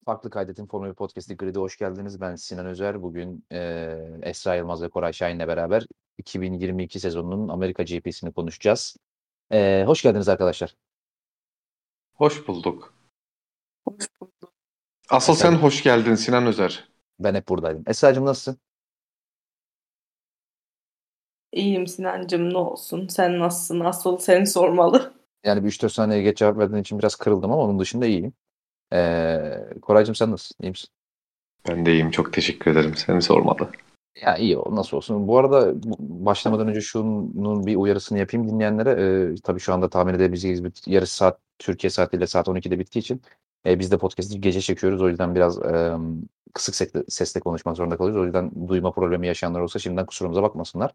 Farklı Kaydet'in Formula 1 Podcast'i Grid'e hoş geldiniz. Ben Sinan Özer. Bugün Esra Yılmaz ve Koray Şahin'le beraber 2022 sezonunun Amerika GP'sini konuşacağız. Hoş geldiniz arkadaşlar. Hoş bulduk. Hoş bulduk. Asıl sen Esra'cığım, hoş geldin Sinan Özer. ben hep buradaydım. Esra'cığım nasılsın? İyiyim Sinancığım, ne olsun? Sen nasılsın? Asıl seni sormalı. Yani bir 3-4 saniye geç cevap verdiğin için biraz kırıldım ama onun dışında iyiyim. Koraycığım sen nasılsın? İyi misin? Ben de iyiyim, çok teşekkür ederim. Seni sormalı. Ya iyi o nasıl olsun. Bu arada başlamadan önce şunun bir uyarısını yapayım dinleyenlere. Tabii şu anda tahmin edebileceğiniz bir yarış saat Türkiye saatiyle saat 12'de bittiği için biz de podcast'ı gece çekiyoruz. O yüzden biraz kısık sesle konuşmak zorunda kalıyoruz. O yüzden duyma problemi yaşayanlar olsa şimdiden kusurumuza bakmasınlar.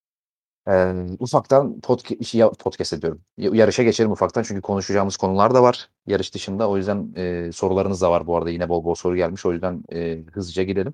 Ufaktan podcast ediyorum. Yarışa geçelim ufaktan çünkü konuşacağımız konular da var yarış dışında. O yüzden sorularınız da var bu arada. Yine bol bol soru gelmiş. O yüzden hızlıca gidelim.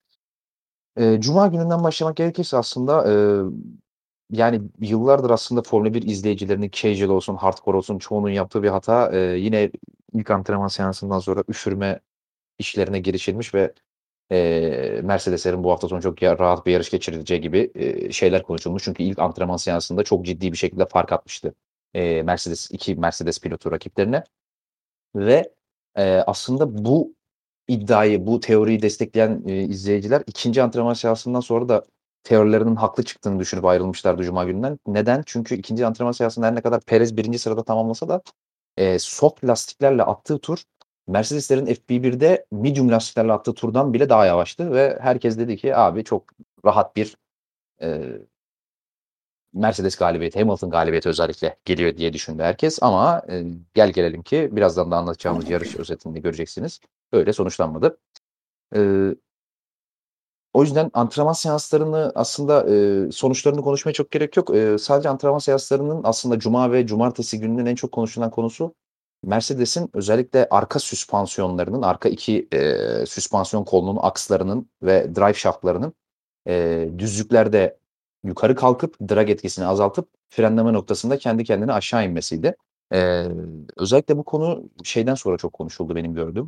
Cuma gününden başlamak gerekirse aslında yani yıllardır aslında Formula 1 izleyicilerinin casual olsun, hardcore olsun çoğunun yaptığı bir hata. Yine ilk antrenman seansından sonra üfürme işlerine girişilmiş ve Mercedes'lerin bu hafta sonu çok rahat bir yarış geçireceği gibi şeyler konuşulmuş. Çünkü ilk antrenman seansında çok ciddi bir şekilde fark atmıştı iki Mercedes pilotu rakiplerine. Ve aslında bu iddiayı, bu teoriyi destekleyen izleyiciler ikinci antrenman seansından sonra da teorilerinin haklı çıktığını düşünüp ayrılmışlardı Cuma gününden. Neden? Çünkü ikinci antrenman seansında her ne kadar Perez birinci sırada tamamlasa da soft lastiklerle attığı tur Mercedes'lerin FP1'de medium lastiklerle attığı turdan bile daha yavaştı ve herkes dedi ki abi çok rahat bir e, Mercedes galibiyeti, Hamilton galibiyeti özellikle geliyor diye düşündü herkes ama gel gelelim ki birazdan da anlatacağımız yarış özetinde göreceksiniz. Öyle sonuçlanmadı. E, O yüzden antrenman seanslarını aslında sonuçlarını konuşmaya çok gerek yok. Sadece antrenman seanslarının aslında Cuma ve Cumartesi gününün en çok konuşulan konusu Mercedes'in özellikle arka süspansiyonlarının, arka iki süspansiyon kolunun akslarının ve drive shaftlarının düzlüklerde yukarı kalkıp drag etkisini azaltıp frenleme noktasında kendi kendine aşağı inmesiydi. Özellikle bu konu şeyden sonra çok konuşuldu benim gördüğüm.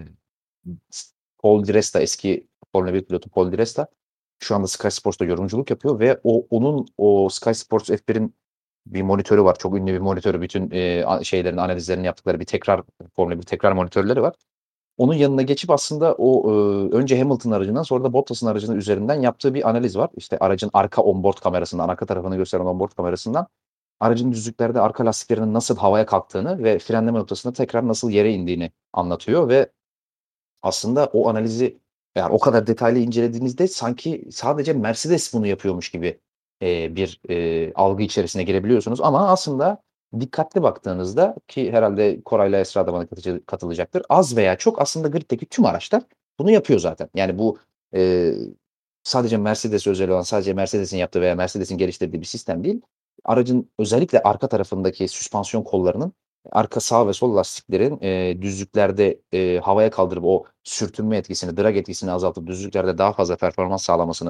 Paul Di Resta eski Formula 1 pilotu Paul Di Resta şu anda Sky Sports'ta yorumculuk yapıyor ve onun Sky Sports F1'in bir monitörü var. Çok ünlü bir monitörü. Bütün şeylerin analizlerini yaptıkları bir Formula 1 tekrar monitörleri var. Onun yanına geçip aslında önce Hamilton aracından sonra da Bottas'ın aracının üzerinden yaptığı bir analiz var. İşte aracın arka onboard kamerasından, arka tarafını gösteren onboard kamerasından aracın düzlüklerde arka lastiklerinin nasıl havaya kalktığını ve frenleme noktasında tekrar nasıl yere indiğini anlatıyor ve aslında o analizi eğer o kadar detaylı incelediğinizde sanki sadece Mercedes bunu yapıyormuş gibi bir algı içerisine girebiliyorsunuz. Ama aslında dikkatli baktığınızda ki herhalde Koray'la Esra da bana katılacaktır. Az veya çok aslında griddeki tüm araçlar bunu yapıyor zaten. Yani bu e, sadece Mercedes özel olan, sadece Mercedes'in yaptığı veya Mercedes'in geliştirdiği bir sistem değil. Aracın özellikle arka tarafındaki süspansiyon kollarının arka sağ ve sol lastiklerin düzlüklerde havaya kaldırıp o sürtünme etkisini, drag etkisini azaltıp düzlüklerde daha fazla performans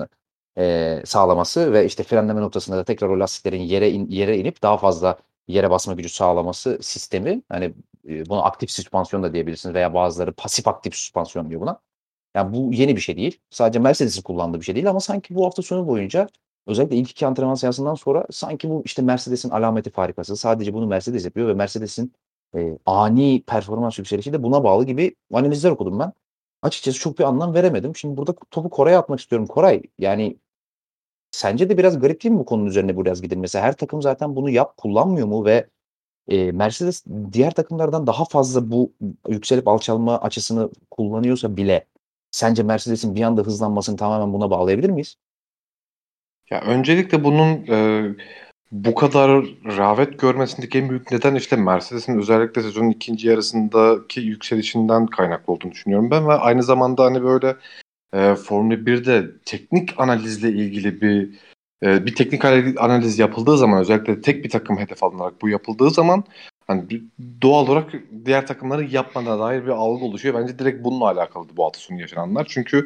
sağlaması ve işte frenleme noktasında da tekrar o lastiklerin yere inip daha fazla yere basma gücü sağlaması sistemi. Hani buna aktif süspansiyon da diyebilirsiniz veya bazıları pasif aktif süspansiyon diyor buna. Yani bu yeni bir şey değil. Sadece Mercedes'in kullandığı bir şey değil ama sanki bu hafta sonu boyunca özellikle ilk iki antrenman seansından sonra sanki bu işte Mercedes'in alameti farikası. Sadece bunu Mercedes yapıyor ve Mercedes'in ani performans yükselişi de buna bağlı gibi analizler okudum ben. Açıkçası çok bir anlam veremedim. Şimdi burada topu Koray'a atmak istiyorum. Koray yani sence de biraz garip değil mi bu konunun üzerine biraz gidilmesi? Her takım zaten bunu kullanmıyor mu ve Mercedes diğer takımlardan daha fazla bu yükselip alçalma açısını kullanıyorsa bile sence Mercedes'in bir anda hızlanmasını tamamen buna bağlayabilir miyiz? Ya öncelikle bunun bu kadar rağbet görmesindeki en büyük neden işte Mercedes'in özellikle sezonun ikinci yarısındaki yükselişinden kaynaklı olduğunu düşünüyorum ben ve aynı zamanda hani böyle Formula 1'de teknik analizle ilgili bir teknik analiz yapıldığı zaman özellikle tek bir takım hedef alınarak bu yapıldığı zaman hani doğal olarak diğer takımların yapmadığına dair bir algı oluşuyor. Bence direkt bununla alakalı bu hafta sonu yaşananlar. Çünkü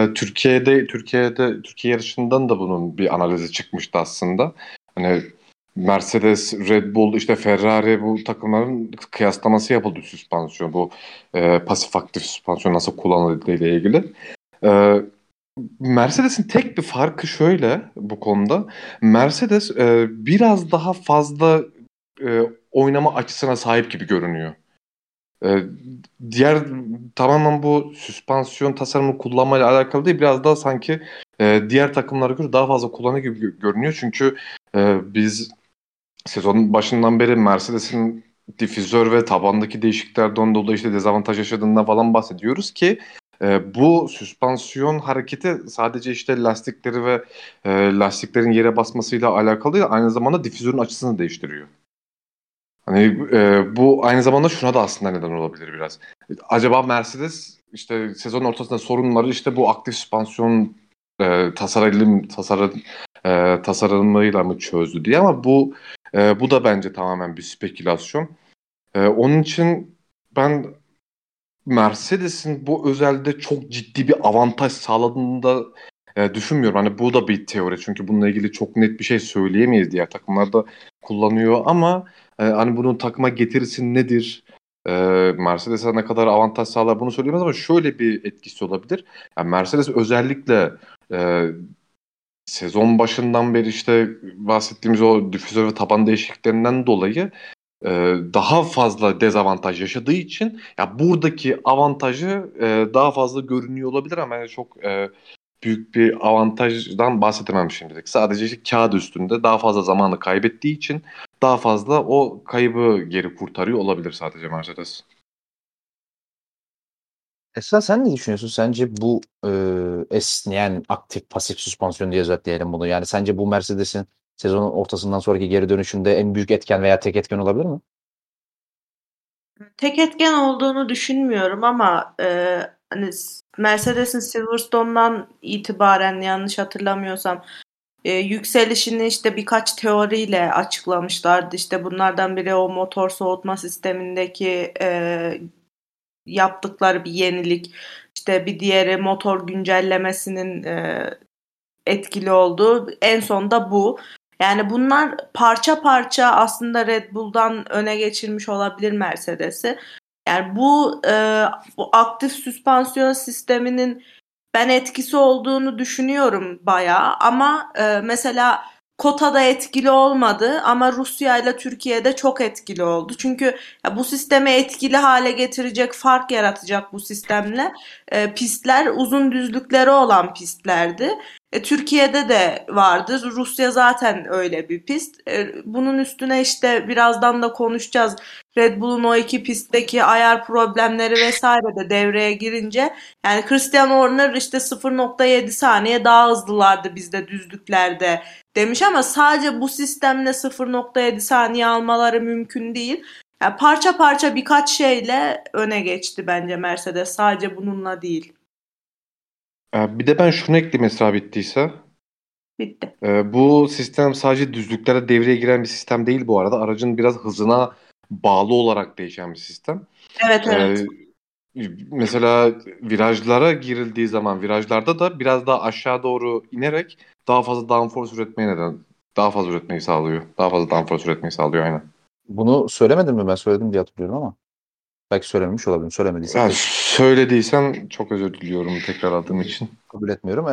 Türkiye yarışından da bunun bir analizi çıkmıştı aslında. Hani Mercedes, Red Bull, işte Ferrari, bu takımların kıyaslaması yapıldı süspansiyon. Bu pasif aktif süspansiyon nasıl kullanıldığı ile ilgili. E, Mercedes'in tek bir farkı şöyle bu konuda. Mercedes biraz daha fazla oynama açısına sahip gibi görünüyor. E, Diğer tamamen bu süspansiyon tasarımını kullanmayla alakalı değil. Biraz daha sanki diğer takımlara göre daha fazla kullanıyor gibi görünüyor. Çünkü biz sezonun başından beri Mercedes'in difüzör ve tabandaki değişikliklerden dolayı işte dezavantaj yaşadığından falan bahsediyoruz ki bu süspansiyon hareketi sadece işte lastikleri ve lastiklerin yere basmasıyla alakalı değil, aynı zamanda difüzörün açısını değiştiriyor. Hani bu aynı zamanda şuna da aslında neden olabilir biraz. Acaba Mercedes işte sezon ortasında sorunları işte bu aktif süspansiyon tasarımıyla mı çözdü diye, ama bu da bence tamamen bir spekülasyon. Onun için ben Mercedes'in bu özelde çok ciddi bir avantaj sağladığını da düşünmüyorum. Hani bu da bir teori, çünkü bununla ilgili çok net bir şey söyleyemeyiz. Diğer takımlar da kullanıyor ama hani bunun takıma getirisi nedir? E, Mercedes'e ne kadar avantaj sağlar bunu söyleyemez, ama şöyle bir etkisi olabilir. Yani Mercedes özellikle e, sezon başından beri işte bahsettiğimiz o difüzör ve taban değişikliklerinden dolayı daha fazla dezavantaj yaşadığı için ya buradaki avantajı daha fazla görünüyor olabilir, ama yani çok büyük bir avantajdan bahsedemem şimdilik. Sadece işte kağıt üstünde daha fazla zamanı kaybettiği için daha fazla o kaybı geri kurtarıyor olabilir sadece Mercedes. Esra sen ne düşünüyorsun? Sence bu esneyen aktif pasif süspansiyon diye özetleyelim bunu. Yani sence bu Mercedes'in sezonun ortasından sonraki geri dönüşünde en büyük etken veya tek etken olabilir mi? Tek etken olduğunu düşünmüyorum ama hani Mercedes'in Silverstone'dan itibaren yanlış hatırlamıyorsam yükselişini işte birkaç teoriyle açıklamışlardı. İşte bunlardan biri o motor soğutma sistemindeki yaptıkları bir yenilik. İşte bir diğeri motor güncellemesinin etkili olduğu. En son da bu. Yani bunlar parça parça aslında Red Bull'dan öne geçirmiş olabilir Mercedes'i. Yani bu aktif süspansiyon sisteminin ben etkisi olduğunu düşünüyorum bayağı ama mesela Kota'da etkili olmadı ama Rusya ile Türkiye'de çok etkili oldu. Çünkü ya bu sistemi etkili hale getirecek, fark yaratacak bu sistemle pistler uzun düzlükleri olan pistlerdi. Türkiye'de de vardır. Rusya zaten öyle bir pist. Bunun üstüne işte birazdan da konuşacağız. Red Bull'un o iki pistteki ayar problemleri vesaire de devreye girince yani Christian Horner işte 0,7 saniye daha hızlılardı bizde düzlüklerde demiş ama sadece bu sistemle 0,7 saniye almaları mümkün değil. Yani parça parça birkaç şeyle öne geçti bence Mercedes. Sadece bununla değil. Bir de ben şunu ekleyeyim Esra, bittiyse. Bitti. Bu sistem sadece düzlüklere devreye giren bir sistem değil bu arada. Aracın biraz hızına bağlı olarak değişen bir sistem. Evet, evet. Ee, Mesela virajlara girildiği zaman virajlarda da biraz daha aşağı doğru inerek daha fazla downforce daha fazla üretmeyi sağlıyor. Daha fazla downforce üretmeyi sağlıyor aynen. Bunu söylemedin mi? Ben söyledim diye hatırlıyorum ama. Belki söylememiş olabilirim. Söylemediysem Yani peki. söylediysen çok özür diliyorum tekrarladığım için. Kabul etmiyorum.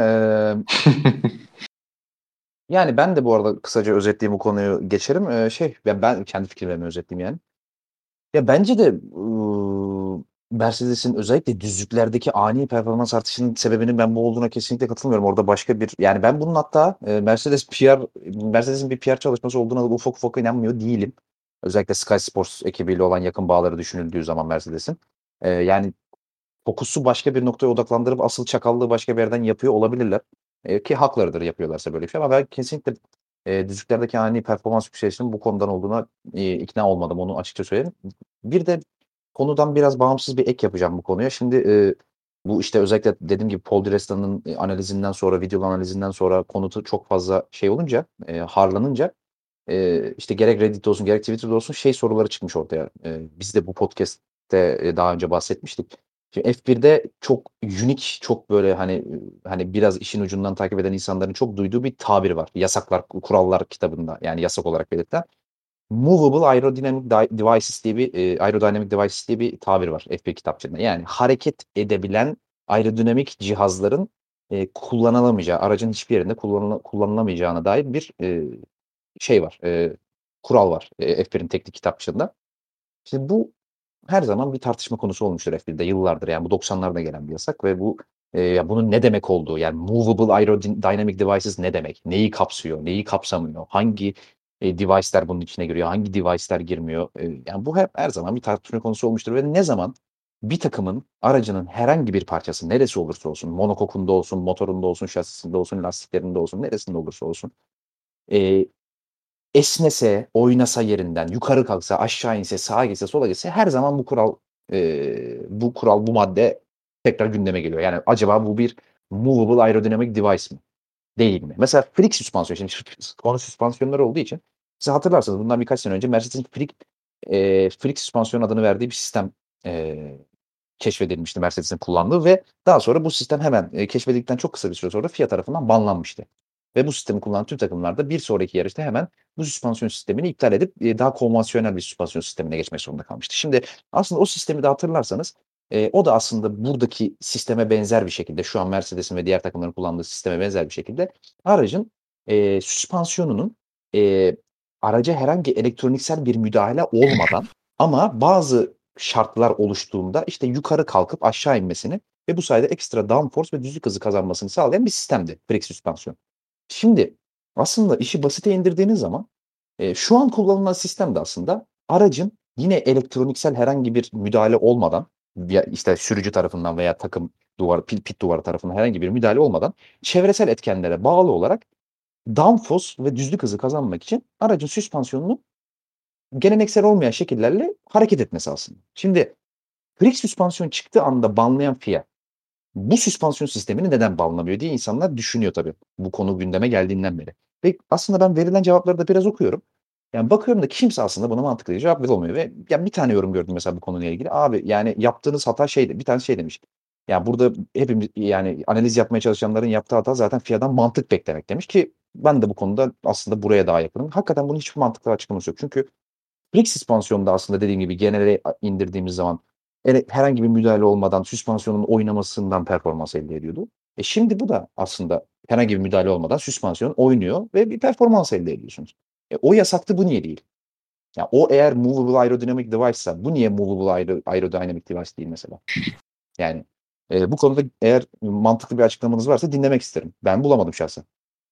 Yani ben de bu arada kısaca özetleyeyim bu konuyu geçerim. Ben kendi fikirlerimi özetleyeyim yani. Ya bence de Mercedes'in özellikle düzlüklerdeki ani performans artışının sebebinin ben bu olduğuna kesinlikle katılmıyorum. Orada başka bir yani ben bunun hatta Mercedes'in bir PR çalışması olduğuna da ufak ufak inanmıyor değilim. Özellikle Sky Sports ekibiyle olan yakın bağları düşünüldüğü zaman Mercedes'in. Yani fokusu başka bir noktaya odaklandırıp asıl çakallığı başka bir yerden yapıyor olabilirler. Ki haklarıdır yapıyorlarsa böyle bir şey ama ben kesinlikle düzlüklerdeki ani performans yükselişinin bu konudan olduğuna ikna olmadım. Onu açıkça söyleyeyim. Bir de konudan biraz bağımsız bir ek yapacağım bu konuya. Şimdi bu işte özellikle dediğim gibi Paul di Resta'nın analizinden sonra, video analizinden sonra konutu çok fazla şey olunca, harlanınca işte gerek Reddit'te olsun gerek Twitter'da olsun şey soruları çıkmış ortaya. Biz de bu podcast'te daha önce bahsetmiştik. Şimdi F1'de çok unique, çok böyle hani biraz işin ucundan takip eden insanların çok duyduğu bir tabir var. Yasaklar, kurallar kitabında yani yasak olarak belirtilen. Movable Devices diye Aerodynamic Devices diye bir tabir var F1 kitapçığında. Yani hareket edebilen aerodinamik cihazların kullanılamayacağı, aracın hiçbir yerinde kullanılamayacağına dair bir şey var, kural var F1'in teknik kitapçığında. Şimdi bu her zaman bir tartışma konusu olmuştur F1'de yıllardır. Yani bu 90'larda gelen bir yasak ve ya bunun ne demek olduğu, yani movable aerodynamic devices ne demek? Neyi kapsıyor, neyi kapsamıyor? Hangi device'ler bunun içine giriyor, hangi device'ler girmiyor? Yani bu hep her zaman bir tartışma konusu olmuştur ve ne zaman bir takımın aracının herhangi bir parçası neresi olursa olsun, monokokunda olsun, motorunda olsun, şasisinde olsun, lastiklerinde olsun, neresinde olursa olsun, e, esnese, oynasa yerinden, yukarı kalksa, aşağı inse, sağa gitse, sola gitse her zaman bu madde tekrar gündeme geliyor. Yani acaba bu bir movable aerodynamic device mi? Değil mi? Mesela Frick süspansiyon. Şimdi konu süspansiyonlar olduğu için siz hatırlarsınız bundan birkaç sene önce Mercedes'in Frick süspansiyon adını verdiği bir sistem keşfedilmişti Mercedes'in kullandığı ve daha sonra bu sistem hemen keşfedildikten çok kısa bir süre sonra FIA tarafından banlanmıştı. Ve bu sistemi kullanan tüm takımlar da bir sonraki yarışta hemen bu süspansiyon sistemini iptal edip daha konvansiyonel bir süspansiyon sistemine geçmek zorunda kalmıştı. Şimdi aslında o sistemi de hatırlarsanız o da aslında buradaki sisteme benzer bir şekilde şu an Mercedes'in ve diğer takımların kullandığı sisteme benzer bir şekilde aracın süspansiyonunun e, araca herhangi elektroniksel bir müdahale olmadan ama bazı şartlar oluştuğunda işte yukarı kalkıp aşağı inmesini ve bu sayede ekstra downforce ve düzlük hızı kazanmasını sağlayan bir sistemdi Frick süspansiyon. Şimdi aslında işi basite indirdiğiniz zaman şu an kullanılan sistem de aslında aracın yine elektroniksel herhangi bir müdahale olmadan ya işte sürücü tarafından veya takım duvarı, pit duvarı tarafından herhangi bir müdahale olmadan çevresel etkenlere bağlı olarak downforce ve düzlük hızı kazanmak için aracın süspansiyonunu geleneksel olmayan şekillerle hareket etmesi aslında. Şimdi Frick süspansiyon çıktığı anda banlayan FIA bu süspansiyon sistemini neden banlamıyor diye insanlar düşünüyor tabii. Bu konu gündeme geldiğinden beri. Ve aslında ben verilen cevapları da biraz okuyorum. Yani bakıyorum da kimse aslında buna mantıklı cevap bulamıyor ve ya bir tane yorum gördüm mesela bu konuyla ilgili. Abi yani yaptığınız hata şeydi. Bir tane şey demiş. Ya burada hepimiz yani analiz yapmaya çalışanların yaptığı hata zaten FIA'dan mantık beklemek demiş ki ben de bu konuda aslında buraya daha yakınım. Hakikaten bunun hiçbir mantıklı açıklaması yok. Çünkü Frick süspansiyonda aslında dediğim gibi genele indirdiğimiz zaman herhangi bir müdahale olmadan süspansiyonun oynamasından performans elde ediyordu. Şimdi bu da aslında herhangi bir müdahale olmadan süspansiyon oynuyor ve bir performans elde ediyorsunuz. O yasaktı, bu niye değil? Ya o eğer movable aerodynamic device'sa bu niye movable aerodynamic device değil mesela? Yani bu konuda eğer mantıklı bir açıklamanız varsa dinlemek isterim. Ben bulamadım şahsen.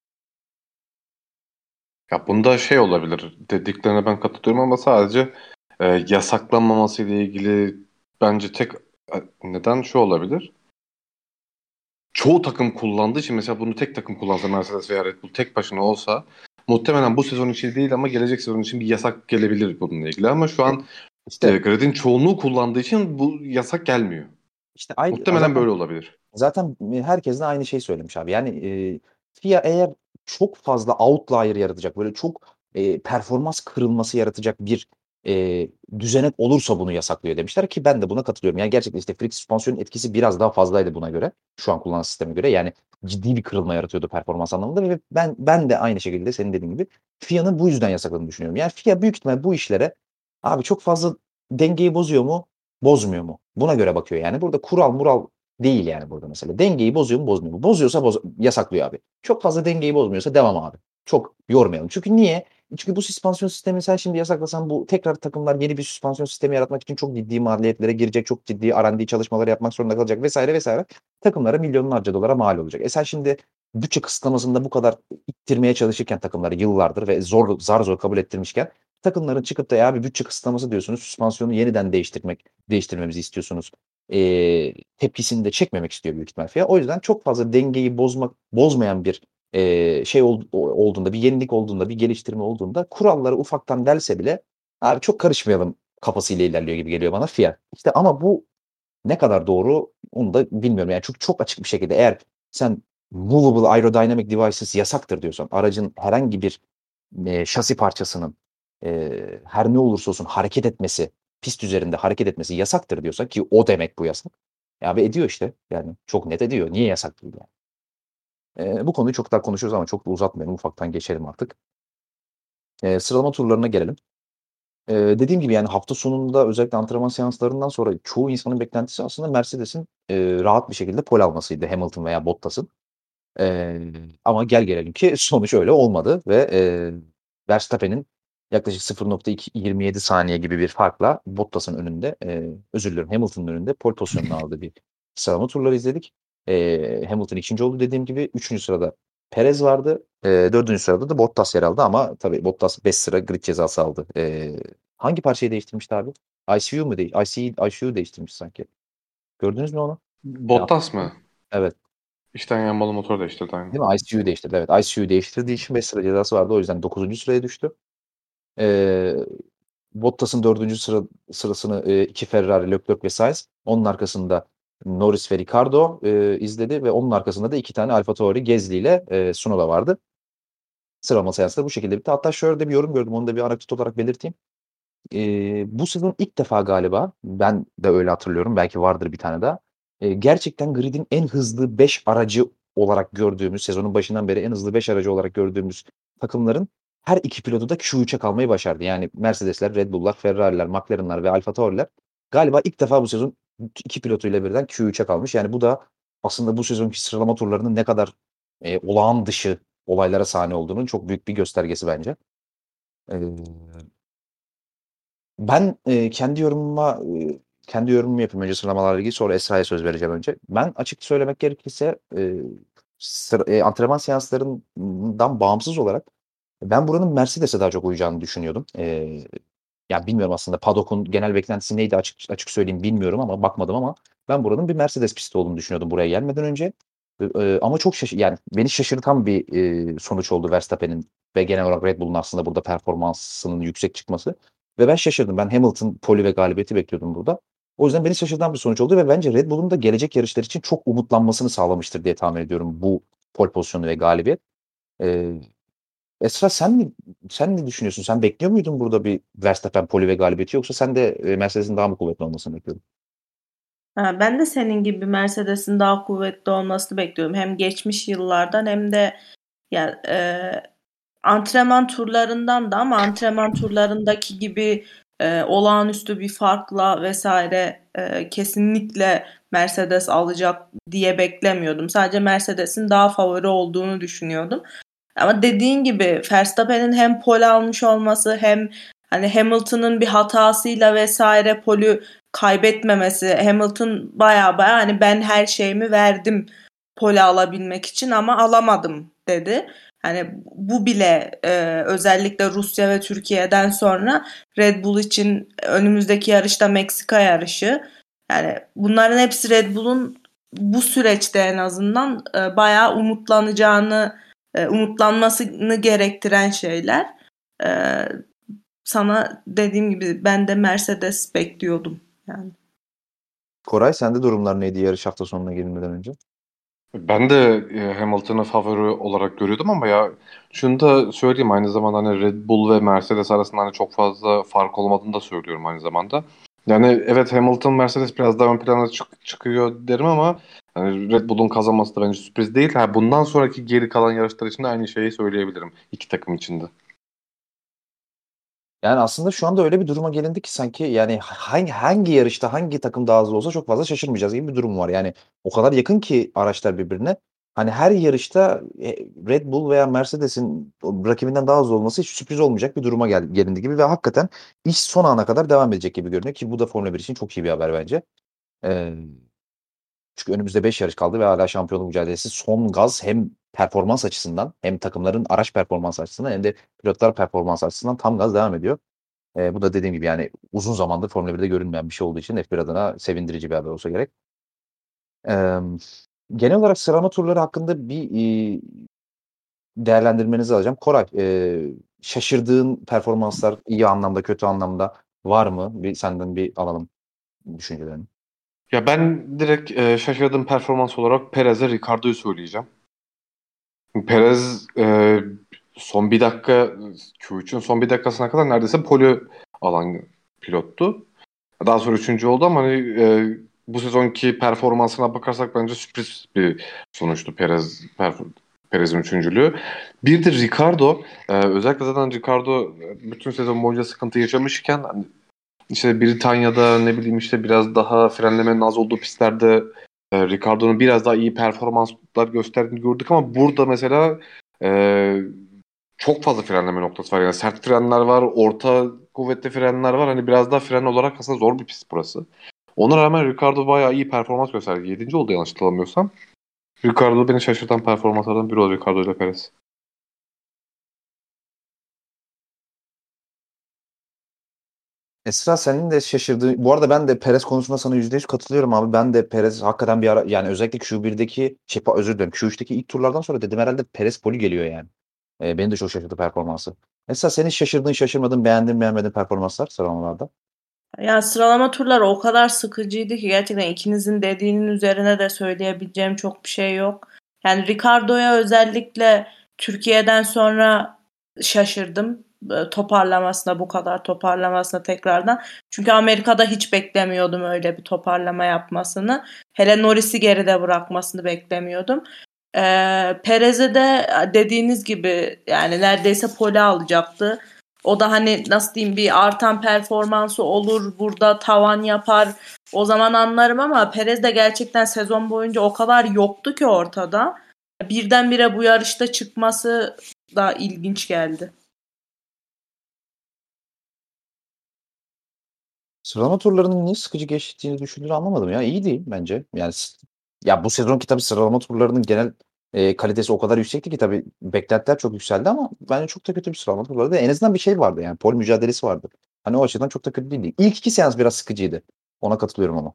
Ya bunda şey olabilir dediklerine ben katılıyorum ama sadece yasaklanmaması ile ilgili bence tek neden şu olabilir. Çoğu takım kullandığı için mesela bunu tek takım kullansa Mercedes veya Red Bull tek başına olsa muhtemelen bu sezon için değil ama gelecek sezon için bir yasak gelebilir bununla ilgili ama şu an İşte gridin çoğunluğu kullandığı için bu yasak gelmiyor. işte Muhtemelen böyle olabilir. Zaten herkes de aynı şeyi söylemiş abi. Yani FIA eğer çok fazla outlier yaratacak, böyle çok performans kırılması yaratacak bir düzenek olursa bunu yasaklıyor demişler ki ben de buna katılıyorum. Yani gerçekten işte Frick süspansiyonun etkisi biraz daha fazlaydı buna göre. Şu an kullanılan sisteme göre. Yani ciddi bir kırılma yaratıyordu performans anlamında ve ben de aynı şekilde senin dediğin gibi FIA'nın bu yüzden yasakladığını düşünüyorum. Yani FIA büyük ihtimal bu işlere abi çok fazla dengeyi bozuyor mu, bozmuyor mu? Buna göre bakıyor yani. Burada mural değil yani burada mesela. Dengeyi bozuyor mu, bozmuyor mu? Bozuyorsa yasaklıyor abi. Çok fazla dengeyi bozmuyorsa devam abi. Çok yormayalım. Çünkü niye? Çünkü bu süspansiyon sistemi sen şimdi yasaklasan bu tekrar takımlar yeni bir süspansiyon sistemi yaratmak için çok ciddi maliyetlere girecek. Çok ciddi R&D çalışmaları yapmak zorunda kalacak vesaire vesaire. Takımlara milyonlarca dolara mal olacak. Sen şimdi bütçe kısıtlamasında bu kadar ittirmeye çalışırken takımları yıllardır ve zar zor kabul ettirmişken takımların çıkıp da ya bir bütçe kısıtlaması diyorsunuz. Süspansiyonu yeniden değiştirmemizi istiyorsunuz. Tepkisini de çekmemek istiyor büyük ihtimal FIA. O yüzden çok fazla dengeyi bozmayan bir şey olduğunda, bir yenilik olduğunda, bir geliştirme olduğunda kuralları ufaktan delse bile abi çok karışmayalım kafasıyla ilerliyor gibi geliyor bana FIA. İşte ama bu ne kadar doğru onu da bilmiyorum. Yani çok açık bir şekilde eğer sen movable aerodynamic devices yasaktır diyorsan aracın herhangi bir şasi parçasının her ne olursa olsun hareket etmesi, pist üzerinde hareket etmesi yasaktır diyorsa ki o demek bu yasak. Ya ve ediyor işte. Yani çok net ediyor. Niye yasak değil yani? Bu konuyu çok daha konuşuruz ama çok da uzatmayalım. Ufaktan geçelim artık. Sıralama turlarına gelelim. Dediğim gibi yani hafta sonunda özellikle antrenman seanslarından sonra çoğu insanın beklentisi aslında Mercedes'in rahat bir şekilde pole almasıydı Hamilton veya Bottas'ın. Ama gel gelelim ki sonuç öyle olmadı ve Verstappen'in yaklaşık 0,27 saniye gibi bir farkla Bottas'ın önünde, özür diliyorum Hamilton'ın önünde pole pozisyonunu aldığı bir sıralama turları izledik. Hamilton ikinci oldu dediğim gibi. Üçüncü sırada Perez vardı. Dördüncü sırada da Bottas yer aldı ama tabii Bottas 5 sıra grid cezası aldı. Hangi parçayı değiştirmişti abi? ICU mu değil? ICU değiştirmiş sanki. Gördünüz mü onu? Bottas mı? Evet. İçten yanmalı motor değiştirdi aynı. Değil mi? ICU değiştirdi. Evet. ICU değiştirdiği için 5 sıra cezası vardı. O yüzden 9. sıraya düştü. Ee, Bottas'ın 4. sırasını iki Ferrari, Leclerc ve Sainz. Onun arkasında Norris ve Ricardo izledi ve onun arkasında da iki tane AlphaTauri, Gasly ile Tsunoda vardı. Sıralama seansı da bu şekilde bitti. Hatta şöyle de bir yorum gördüm. Onu da bir anekdot olarak belirteyim. Bu sezon ilk defa galiba, ben de öyle hatırlıyorum, belki vardır bir tane daha. Gerçekten grid'in en hızlı 5 aracı olarak gördüğümüz, sezonun başından beri en hızlı 5 aracı olarak gördüğümüz takımların her iki pilotu da Q3'e kalmayı başardı. Yani Mercedesler, Red Bull'lar, Ferrari'ler, McLaren'lar ve AlphaTauri'ler galiba ilk defa bu sezon iki pilotuyla birden Q3'e kalmış. Yani bu da aslında bu sezonki sıralama turlarının ne kadar olağan dışı olaylara sahne olduğunun çok büyük bir göstergesi bence. Eee Ben, kendi yorumumu yapayım önce sıralamalarla ilgili, sonra Esra'ya söz vereceğim önce. Ben açık söylemek gerekirse, antrenman seanslarından bağımsız olarak ben buranın Mercedes'e daha çok uyacağını düşünüyordum. Ya, bilmiyorum aslında paddock'un genel beklentisi neydi açık söyleyeyim bilmiyorum ama bakmadım ama ben buranın bir Mercedes pisti olduğunu düşünüyordum buraya gelmeden önce. Ama çok yani beni şaşırtan bir, sonuç oldu Verstappen'in ve genel olarak Red Bull'un aslında burada performansının yüksek çıkması ve ben şaşırdım. Ben Hamilton pole ve galibiyeti bekliyordum burada. O yüzden beni şaşırtan bir sonuç oldu ve bence Red Bull'un da gelecek yarışlar için çok umutlanmasını sağlamıştır diye tahmin ediyorum bu pole pozisyonu ve galibiyet. Eee, Esra sen ne düşünüyorsun? Sen bekliyor muydun burada bir Verstappen pole ve galibiyeti yoksa sen de, Mercedes'in daha mı kuvvetli olmasını bekliyordun? Ben de senin gibi Mercedes'in daha kuvvetli olmasını bekliyorum. Hem geçmiş yıllardan hem de ya antrenman turlarından da ama antrenman turlarındaki gibi olağanüstü bir farkla vesaire kesinlikle Mercedes alacak diye beklemiyordum. Sadece Mercedes'in daha favori olduğunu düşünüyordum. Ama dediğin gibi Verstappen'in hem pole almış olması hem hani Hamilton'ın bir hatasıyla vesaire polü kaybetmemesi. Hamilton baya baya hani ben her şeyimi verdim pole alabilmek için ama alamadım dedi. Hani bu bile özellikle Rusya ve Türkiye'den sonra Red Bull için önümüzdeki yarışta Meksika yarışı. Yani bunların hepsi Red Bull'un bu süreçte en azından bayağı umutlanmasını gerektiren şeyler. E, Sana dediğim gibi ben de Mercedes bekliyordum yani. Koray sende durumlar neydi yarış hafta sonuna gelinmeden önce? Ben de Hamilton'ı favori olarak görüyordum ama ya şunu da söyleyeyim, aynı zamanda hani Red Bull ve Mercedes arasında hani çok fazla fark olmadığını da söylüyorum aynı zamanda. Yani evet, Hamilton Mercedes biraz daha ön plana çıkıyor derim ama hani Red Bull'un kazanması da bence sürpriz değil. Ha, bundan sonraki geri kalan yarışlar için de aynı şeyi söyleyebilirim iki takım içinde. Yani aslında şu anda öyle bir duruma gelindi ki sanki yani hangi yarışta hangi takım daha hızlı olsa çok fazla şaşırmayacağız gibi bir durum var. Yani o kadar yakın ki araçlar birbirine. Hani her yarışta Red Bull veya Mercedes'in rakibinden daha hızlı olması hiç sürpriz olmayacak bir duruma gelindi gibi ve hakikaten iş son ana kadar devam edecek gibi görünüyor ki bu da Formula 1 için çok iyi bir haber bence. Eee, Çünkü önümüzde 5 yarış kaldı ve hala şampiyonluk mücadelesi son gaz hem performans açısından hem takımların araç performans açısından hem de pilotlar performans açısından tam gaz devam ediyor. Bu da dediğim gibi yani uzun zamandır Formula 1'de görünmeyen bir şey olduğu için F1 adına sevindirici bir haber olsa gerek. Emm, Genel olarak sıralama turları hakkında bir, değerlendirmenizi alacağım. Koray, şaşırdığın performanslar iyi anlamda, kötü anlamda var mı? Bir senden bir alalım düşüncelerini. Ya ben direkt şaşırdığım performans olarak Perez'e Ricardo'yu söyleyeceğim. Perez son bir dakika, Q3'ün son bir dakikasına kadar neredeyse pole alan pilottu. Daha sonra üçüncü oldu ama hani bu sezonki performansına bakarsak bence sürpriz bir sonuçtu Perez'in üçüncülüğü. Bir de Ricardo, özellikle zaten Ricardo bütün sezon boyunca sıkıntı yaşamışken hani işte Britanya'da ne bileyim işte biraz daha frenlemenin az olduğu pistlerde Ricardo'nun biraz daha iyi performanslar gösterdiğini gördük ama burada mesela e, çok fazla frenleme noktası var. Yani sert frenler var, orta kuvvetli frenler var. Hani biraz daha fren olarak aslında zor bir pist burası. Ona rağmen Ricardo bayağı iyi performans gösterdi. 7. oldu yanlış hatırlamıyorsam. Ricardo beni şaşırtan performanslardan biri oldu, Ricardo ile Perez. Esra senin de şaşırdığı. Bu arada ben de Perez konusunda sana %100 katılıyorum abi. Ben de Perez hakikaten bir ara yani özellikle Q1'deki özür dilerim Q3'teki ilk turlardan sonra dedim herhalde Perez poli geliyor yani. Beni de çok şaşırttı performansı. Esra senin şaşırdığın, şaşırmadığın, beğendiğin, beğenmediğin performanslar sıralamalarda. Ya sıralama turları o kadar sıkıcıydı ki gerçekten ikinizin dediğinin üzerine de söyleyebileceğim çok bir şey yok. Yani Ricardo'ya özellikle Türkiye'den sonra şaşırdım. Toparlamasına, bu kadar toparlamasına tekrardan. Çünkü Amerika'da hiç beklemiyordum öyle bir toparlama yapmasını. Hele Norris'i geride bırakmasını beklemiyordum. Perez'e de dediğiniz gibi yani neredeyse pole alacaktı. O da hani nasıl diyeyim bir artan performansı olur, burada tavan yapar. O zaman anlarım ama Perez de gerçekten sezon boyunca o kadar yoktu ki ortada. Birdenbire bu yarışta çıkması da ilginç geldi. Sıralama turlarının niye sıkıcı geçtiğini düşündüğünü anlamadım ya. İyi değil bence. Yani ya bu sezonki tabii sıralama turlarının genel kalitesi o kadar yüksekti ki tabii beklentiler çok yükseldi ama bence çok da kötü bir sıralama turları değil. En azından bir şey vardı yani. Pol mücadelesi vardı. Hani o açıdan çok da kötü değildi. İlk iki seans biraz sıkıcıydı. Ona katılıyorum ama.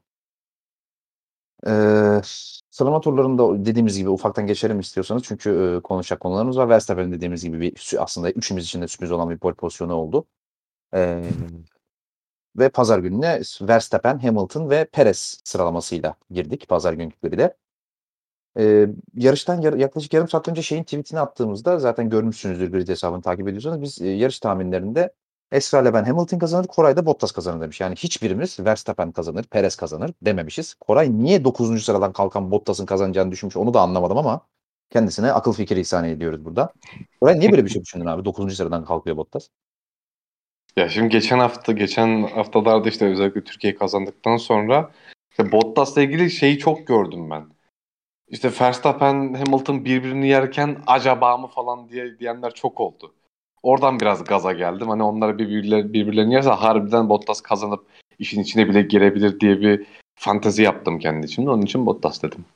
Eee sıralama turlarında dediğimiz gibi ufaktan geçelim istiyorsanız. Çünkü konuşacak konularımız var. Verstappen dediğimiz gibi aslında üçümüz için de sürpriz olan bir pol pozisyonu oldu. Eee ve pazar gününe Verstappen, Hamilton ve Perez sıralamasıyla girdik pazar günkü grid'e. Yarıştan yaklaşık yarım saat önce şeyin tweetini attığımızda zaten görmüşsünüzdür grid hesabını takip ediyorsanız biz yarış tahminlerinde Esra ile ben Hamilton kazanır, Koray da Bottas kazanır demiş. Yani hiçbirimiz Verstappen kazanır, Perez kazanır dememişiz. Koray niye 9. sıradan kalkan Bottas'ın kazanacağını düşünmüş onu da anlamadım ama kendisine akıl fikir ihsan ediyoruz burada. Koray niye böyle bir şey düşündün abi? 9. sıradan kalkıyor Bottas. Ya şimdi geçen haftalarda işte özellikle Türkiye kazandıktan sonra işte Bottas'la ilgili şeyi çok gördüm ben. İşte Verstappen, Hamilton birbirini yerken acaba mı falan diyenler çok oldu. Oradan biraz gaza geldim. Hani onlar birbirlerini yerse harbiden Bottas kazanıp işin içine bile girebilir diye bir fantezi yaptım kendi içimde. Onun için Bottas dedim.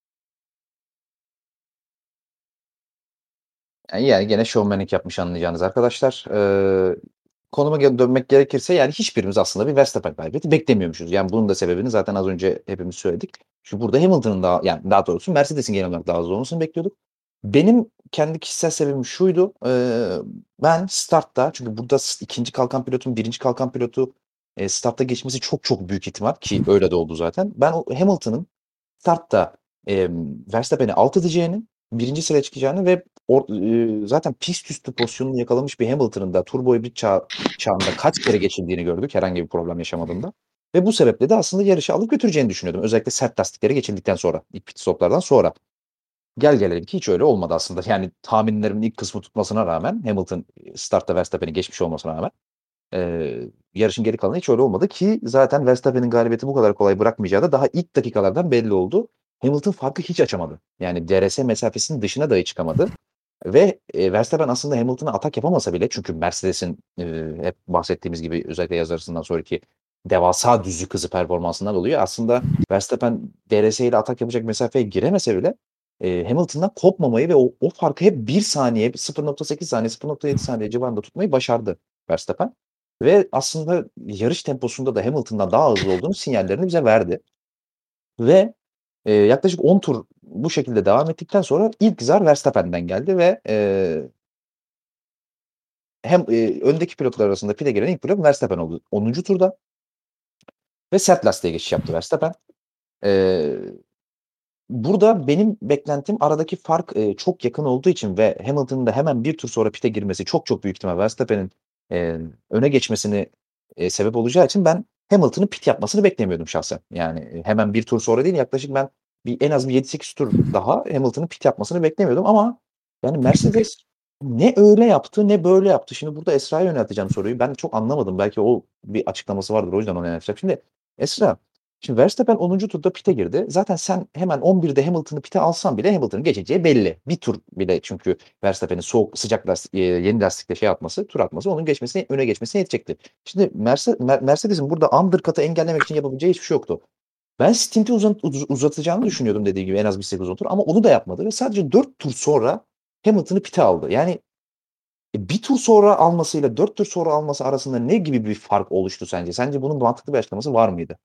Yani gene şovmenlik yapmış anlayacağınız arkadaşlar. Konuma dönmek gerekirse yani hiçbirimiz aslında bir Verstappen galibiyeti beklemiyormuşuz. Yani bunun da sebebini zaten az önce hepimiz söyledik. Çünkü burada Hamilton'ın yani daha doğrusu Mercedes'in genel olarak daha hızlı olmasını bekliyorduk. Benim kendi kişisel sebebim şuydu. Ben startta çünkü burada ikinci kalkan pilotun birinci kalkan pilotu startta geçmesi çok çok büyük ihtimal ki öyle de oldu zaten. Ben o Hamilton'ın startta Verstappen'i alt edeceğini, birinci sıraya çıkacağını ve zaten pist üstü pozisyonunu yakalamış bir Hamilton'ın da turbo hibrit çağında kaç kere geçildiğini gördük herhangi bir problem yaşamadığında. Ve bu sebeple de aslında yarışı alıp götüreceğini düşünüyordum. Özellikle sert lastikleri geçildikten sonra, ilk pit stoplardan sonra. Gel gelelim ki hiç öyle olmadı aslında. Yani tahminlerimin ilk kısmı tutmasına rağmen Hamilton startta Verstappen'i geçmiş olmasına rağmen yarışın geri kalanı hiç öyle olmadı ki zaten Verstappen'in galibiyeti bu kadar kolay bırakmayacağı da daha ilk dakikalardan belli oldu. Hamilton farkı hiç açamadı. Yani DRS mesafesinin dışına dahi çıkamadı. Ve Verstappen aslında Hamilton'a atak yapamasa bile çünkü Mercedes'in hep bahsettiğimiz gibi özellikle yaz arasından sonraki devasa düzlük hızı performansından oluyor. Aslında Verstappen DRS ile atak yapacak mesafeye giremese bile Hamilton'dan kopmamayı ve o farkı hep 1 saniye, 0.8 saniye, 0.7 saniye civarında tutmayı başardı Verstappen. Ve aslında yarış temposunda da Hamilton'dan daha hızlı olduğunu sinyallerini bize verdi. Ve yaklaşık 10 tur bu şekilde devam ettikten sonra ilk zar Verstappen'den geldi ve hem öndeki pilotlar arasında pite giren ilk pilot Verstappen oldu 10. turda ve sert lastiğe geçiş yaptı Verstappen. Eee, burada benim beklentim aradaki fark çok yakın olduğu için ve Hamilton'ın da hemen bir tur sonra pite girmesi çok çok büyük ihtimal Verstappen'in öne geçmesini sebep olacağı için ben Hamilton'ın pit yapmasını beklemiyordum şahsen. Yani hemen bir tur sonra değil, yaklaşık ben en az bir 7-8 tur daha Hamilton'ın pit yapmasını beklemiyordum ama yani Mercedes ne öyle yaptı ne böyle yaptı. Şimdi burada Esra'ya yönelteceğim soruyu. Ben çok anlamadım. Belki o bir açıklaması vardır, o yüzden ona yönelteceğim. Şimdi Esra, şimdi Verstappen 10. turda pit'e girdi. Zaten sen hemen 11'de Hamilton'ı pit'e alsan bile Hamilton'ın geçeceği belli. Bir tur bile, çünkü Verstappen'in sıcak yeni lastikle tur atması onun öne geçmesine yetecekti. Şimdi Mercedes'in burada undercut'ı engellemek için yapabileceği hiçbir şey yoktu. Ben stinti uzatacağını düşünüyordum, dediği gibi en az bir 8 tur, ama onu da yapmadı ve sadece 4 tur sonra Hamilton'ı pit'e aldı. Yani bir tur sonra almasıyla 4 tur sonra alması arasında ne gibi bir fark oluştu sence? Sence bunun mantıklı bir açıklaması var mıydı?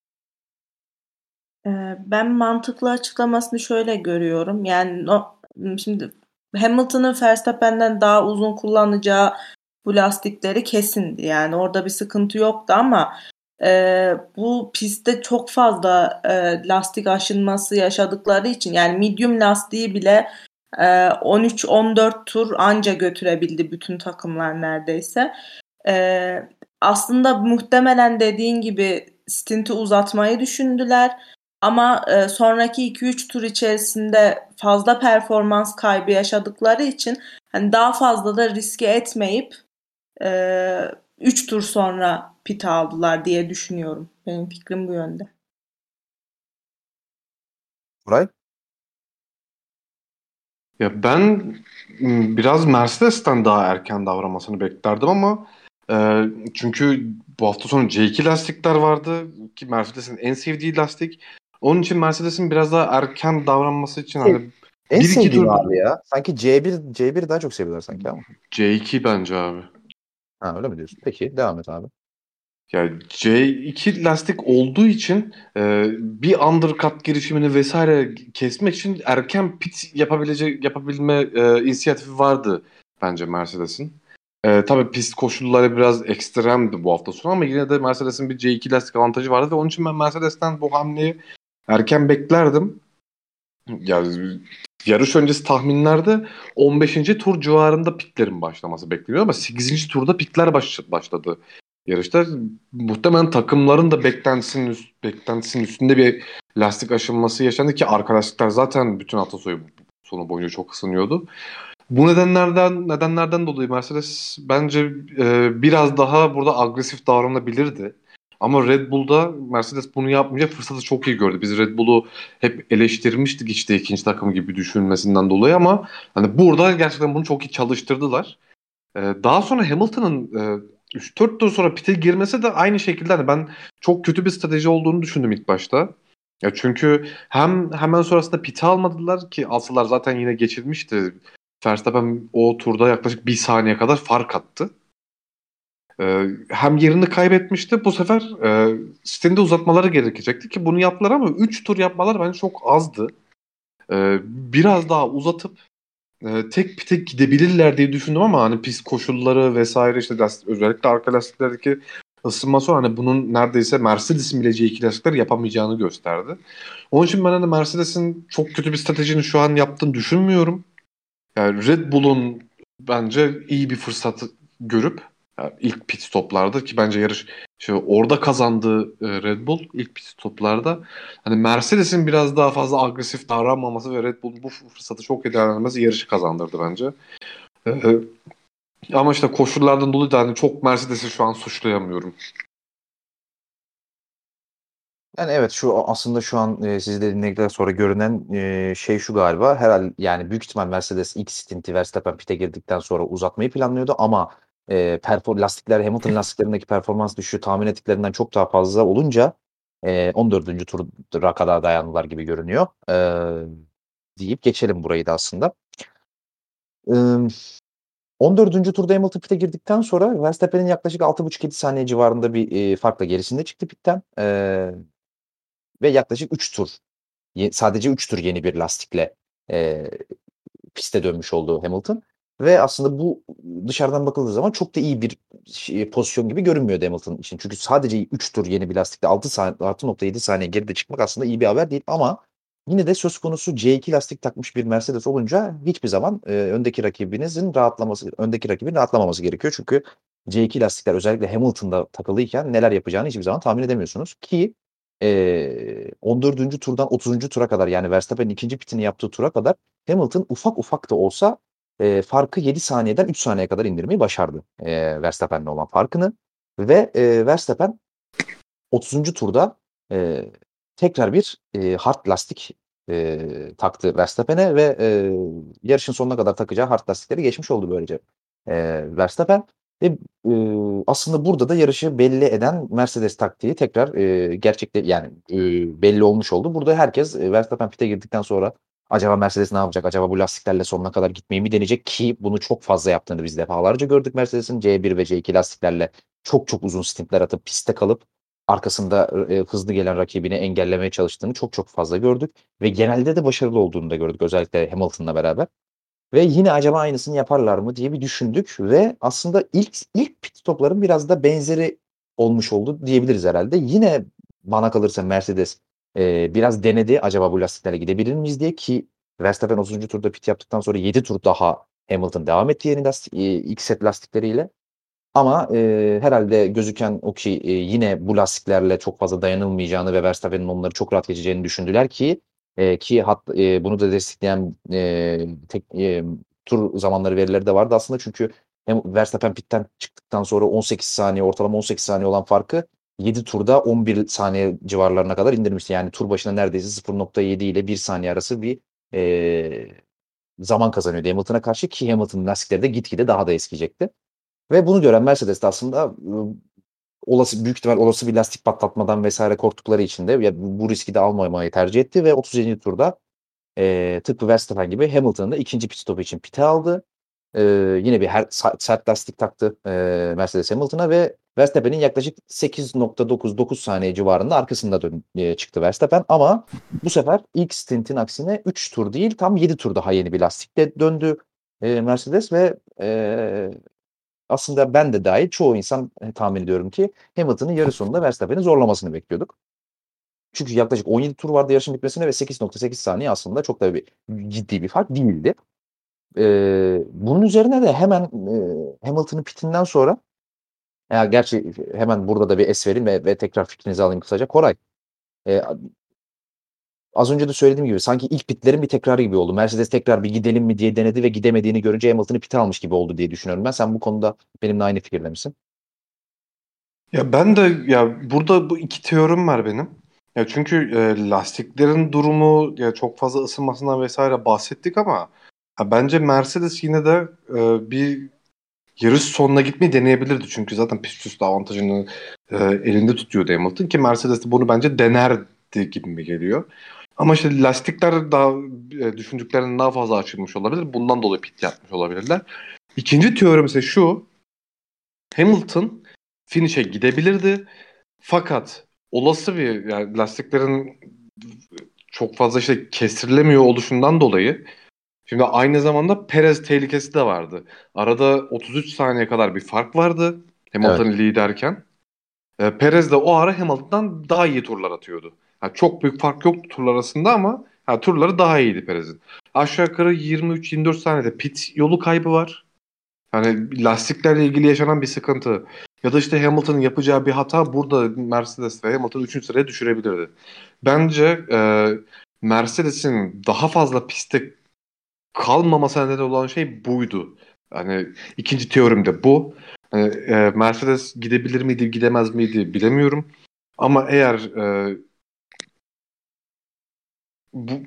Ben mantıklı açıklamasını şöyle görüyorum. Yani şimdi Hamilton'ın Verstappen'den daha uzun kullanacağı bu lastikleri kesindi. Yani orada bir sıkıntı yoktu ama bu pistte çok fazla lastik aşınması yaşadıkları için, yani medium lastiği bile 13-14 tur anca götürebildi bütün takımlar neredeyse. Aslında muhtemelen dediğin gibi stinti uzatmayı düşündüler. Ama sonraki 2-3 tur içerisinde fazla performans kaybı yaşadıkları için hani daha fazla da riske etmeyip 3 tur sonra pit aldılar diye düşünüyorum. Benim fikrim bu yönde. Buray? Ya ben biraz Mercedes'ten daha erken davranmasını beklerdim ama çünkü bu hafta sonu C2 lastikler vardı ki Mercedes'in en sevdiği lastik. Onun için Mercedes'in biraz daha erken davranması için hani En 1-2 sevdiğim tur abi ya. Sanki C1 daha çok seviyorlar sanki ama. C2 bence abi. Ha, öyle mi diyorsun? Peki devam et abi. Yani C2 lastik olduğu için bir undercut girişimini vesaire kesmek için erken pit yapabilme inisiyatifi vardı bence Mercedes'in. Tabii pist koşulları biraz ekstremdi bu hafta sonu ama yine de Mercedes'in bir C2 lastik avantajı vardı ve onun için ben Mercedes'ten bu hamleyi erken beklerdim. Yani yarış öncesi tahminlerde 15. tur civarında pitlerin başlaması bekleniyor ama 8. turda pitler başladı yarışta. Muhtemelen takımların da beklentisinin üstünde bir lastik aşınması yaşandı ki arka lastikler zaten bütün hafta sonu boyunca çok ısınıyordu. Bu nedenlerden dolayı Mercedes bence biraz daha burada agresif davranabilirdi. Ama Red Bull'da Mercedes bunu yapmayınca fırsatı çok iyi gördü. Biz Red Bull'u hep eleştirmiştik işte ikinci takım gibi düşünmesinden dolayı ama hani burada gerçekten bunu çok iyi çalıştırdılar. Daha sonra Hamilton'ın 3-4 tur sonra pite girmesi de aynı şekilde hani ben çok kötü bir strateji olduğunu düşündüm ilk başta. Ya çünkü hemen sonrasında pite almadılar ki alsalar zaten yine geçirmişti. Verstappen o turda yaklaşık bir saniye kadar fark attı. Hem yerini kaybetmişti. Bu sefer stinde uzatmaları gerekecekti ki bunu yaptılar ama 3 tur yapmalar bence çok azdı. Biraz daha uzatıp tek pite gidebilirler diye düşündüm ama hani pist koşulları vesaire işte özellikle arka lastiklerdeki ısınma sonra hani bunun neredeyse Mercedes'in bile C2 lastikler yapamayacağını gösterdi. Onun için ben hani Mercedes'in çok kötü bir stratejini şu an yaptığını düşünmüyorum. Yani Red Bull'un bence iyi bir fırsat görüp yani ilk pit stoplarda ki bence yarış orada kazandığı Red Bull ilk pit stoplarda hani Mercedes'in biraz daha fazla agresif davranmaması ve Red Bull'un bu fırsatı çok iyi değerlendirmesi yarışı kazandırdı bence. E, Ama işte koşullardan dolayı da hani çok Mercedes'i şu an suçlayamıyorum. Yani evet, aslında şu an sizi de dinledikten sonra görünen şey şu galiba. Herhalde yani büyük ihtimal Mercedes ilk stinti Verstappen pit'e girdikten sonra uzatmayı planlıyordu ama Hamilton lastiklerindeki performans düşüşü tahmin ettiklerinden çok daha fazla olunca 14. tura kadar dayandılar gibi görünüyor. Deyip geçelim burayı da aslında. 14. turda Hamilton pit'e girdikten sonra Verstappen'in yaklaşık 6,5-7 saniye civarında bir farkla gerisinde çıktı pit'ten. Ve yaklaşık 3 tur, sadece 3 tur yeni bir lastikle piste dönmüş oldu Hamilton. Ve aslında bu dışarıdan bakıldığı zaman çok da iyi bir pozisyon gibi görünmüyordu Hamilton için. Çünkü sadece 3 tur yeni bir lastikle 6,7 saniye geride çıkmak aslında iyi bir haber değil ama yine de söz konusu C2 lastik takmış bir Mercedes olunca hiçbir zaman öndeki rakibin rahatlamaması gerekiyor. Çünkü C2 lastikler özellikle Hamilton'da takılıyken neler yapacağını hiçbir zaman tahmin edemiyorsunuz. Ki 14. turdan 30. tura kadar, yani Verstappen'in ikinci pitini yaptığı tura kadar Hamilton ufak ufak da olsa farkı 7 saniyeden 3 saniye kadar indirmeyi başardı Verstappen'le olan farkını. Ve Verstappen 30. turda tekrar bir hard lastik taktı Verstappen'e ve yarışın sonuna kadar takacağı hard lastikleri geçmiş oldu böylece Verstappen. Ve aslında burada da yarışı belli eden Mercedes taktiği tekrar yani belli olmuş oldu. Burada herkes Verstappen pite girdikten sonra acaba Mercedes ne yapacak? Acaba bu lastiklerle sonuna kadar gitmeyi mi deneyecek? Ki bunu çok fazla yaptığını biz defalarca gördük Mercedes'in C1 ve C2 lastiklerle çok çok uzun stintler atıp pistte kalıp arkasında hızlı gelen rakibini engellemeye çalıştığını çok çok fazla gördük ve genelde de başarılı olduğunu da gördük, özellikle Hamilton'la beraber. Ve yine acaba aynısını yaparlar mı diye bir düşündük ve aslında ilk pit stopların biraz da benzeri olmuş oldu diyebiliriz herhalde. Yine bana kalırsa Mercedes biraz denedi acaba bu lastiklerle gidebilir miyiz diye, ki Verstappen 30. turda pit yaptıktan sonra 7 tur daha Hamilton devam etti yeni ilk set lastikleriyle. Ama herhalde gözüken o ki yine bu lastiklerle çok fazla dayanılmayacağını ve Verstappen'in onları çok rahat geçeceğini düşündüler ki bunu da destekleyen tur zamanları verileri de vardı aslında. Çünkü Verstappen pitten çıktıktan sonra 18 saniye, ortalama 18 saniye olan farkı 7 turda 11 saniye civarlarına kadar indirmişti. Yani tur başına neredeyse 0.7 ile 1 saniye arası bir zaman kazanıyordu Hamilton'a karşı, ki Hamilton'ın lastikleri de gitgide daha da eskiyecekti. Ve bunu gören Mercedes de aslında büyük ihtimal olası bir lastik patlatmadan vesaire korktukları için de bu riski de almamayı tercih etti ve 37. turda tıpkı Verstappen gibi Hamilton'ın da ikinci pit stopu için pite aldı. Yine bir sert lastik taktı Mercedes Hamilton'a ve Verstappen'in yaklaşık 8.99 saniye civarında arkasında çıktı Verstappen, ama bu sefer ilk stintin aksine 3 tur değil tam 7 tur daha yeni bir lastikle döndü Mercedes ve aslında ben de dahil çoğu insan tahmin ediyorum ki Hamilton'ın yarı sonunda Verstappen'i zorlamasını bekliyorduk. Çünkü yaklaşık 17 tur vardı yarışın bitmesine ve 8.8 saniye aslında çok da ciddi bir fark değildi. Bunun üzerine de hemen Hamilton'ın pitinden sonra, gerçi hemen burada da bir es vereyim ve tekrar fikrinizi alayım kısaca. Koray, az önce de söylediğim gibi sanki ilk pitlerin bir tekrarı gibi oldu. Mercedes tekrar bir gidelim mi diye denedi ve gidemediğini görünce Hamilton'ı pite almış gibi oldu diye düşünüyorum ben. Sen bu konuda benimle aynı fikirde misin? Ya ben de burada bu iki teorim var benim. Ya çünkü lastiklerin durumu ya çok fazla ısınmasından vesaire bahsettik ama bence Mercedes yine de bir yarış sonuna gitmeyi deneyebilirdi. Çünkü zaten pist üstü avantajını elinde tutuyordu Hamilton, ki Mercedes de bunu bence denerdi gibi mi geliyor. Ama işte lastikler daha düşündüklerinden daha fazla açılmış olabilir. Bundan dolayı pit yapmış olabilirler. İkinci teorim ise şu: Hamilton finish'e gidebilirdi. Fakat olası bir, yani lastiklerin çok fazla işte kestirilemiyor oluşundan dolayı, şimdi aynı zamanda Perez tehlikesi de vardı. Arada 33 saniye kadar bir fark vardı Hamilton Evet. liderken. Perez de o ara Hamilton'dan daha iyi turlar atıyordu. Çok büyük fark yoktu turlar arasında ama turları daha iyiydi Perez'in. Aşağı yukarı 23-24 saniyede pit yolu kaybı var. Hani lastiklerle ilgili yaşanan bir sıkıntı ya da işte Hamilton'ın yapacağı bir hata burada Mercedes ve Hamilton'ı 3. sıraya düşürebilirdi. Bence Mercedes'in daha fazla pistte kalmamasına neden olan şey buydu. Hani ikinci teorim de bu. Hani, Mercedes gidebilir miydi, gidemez miydi bilemiyorum. Ama eğer bu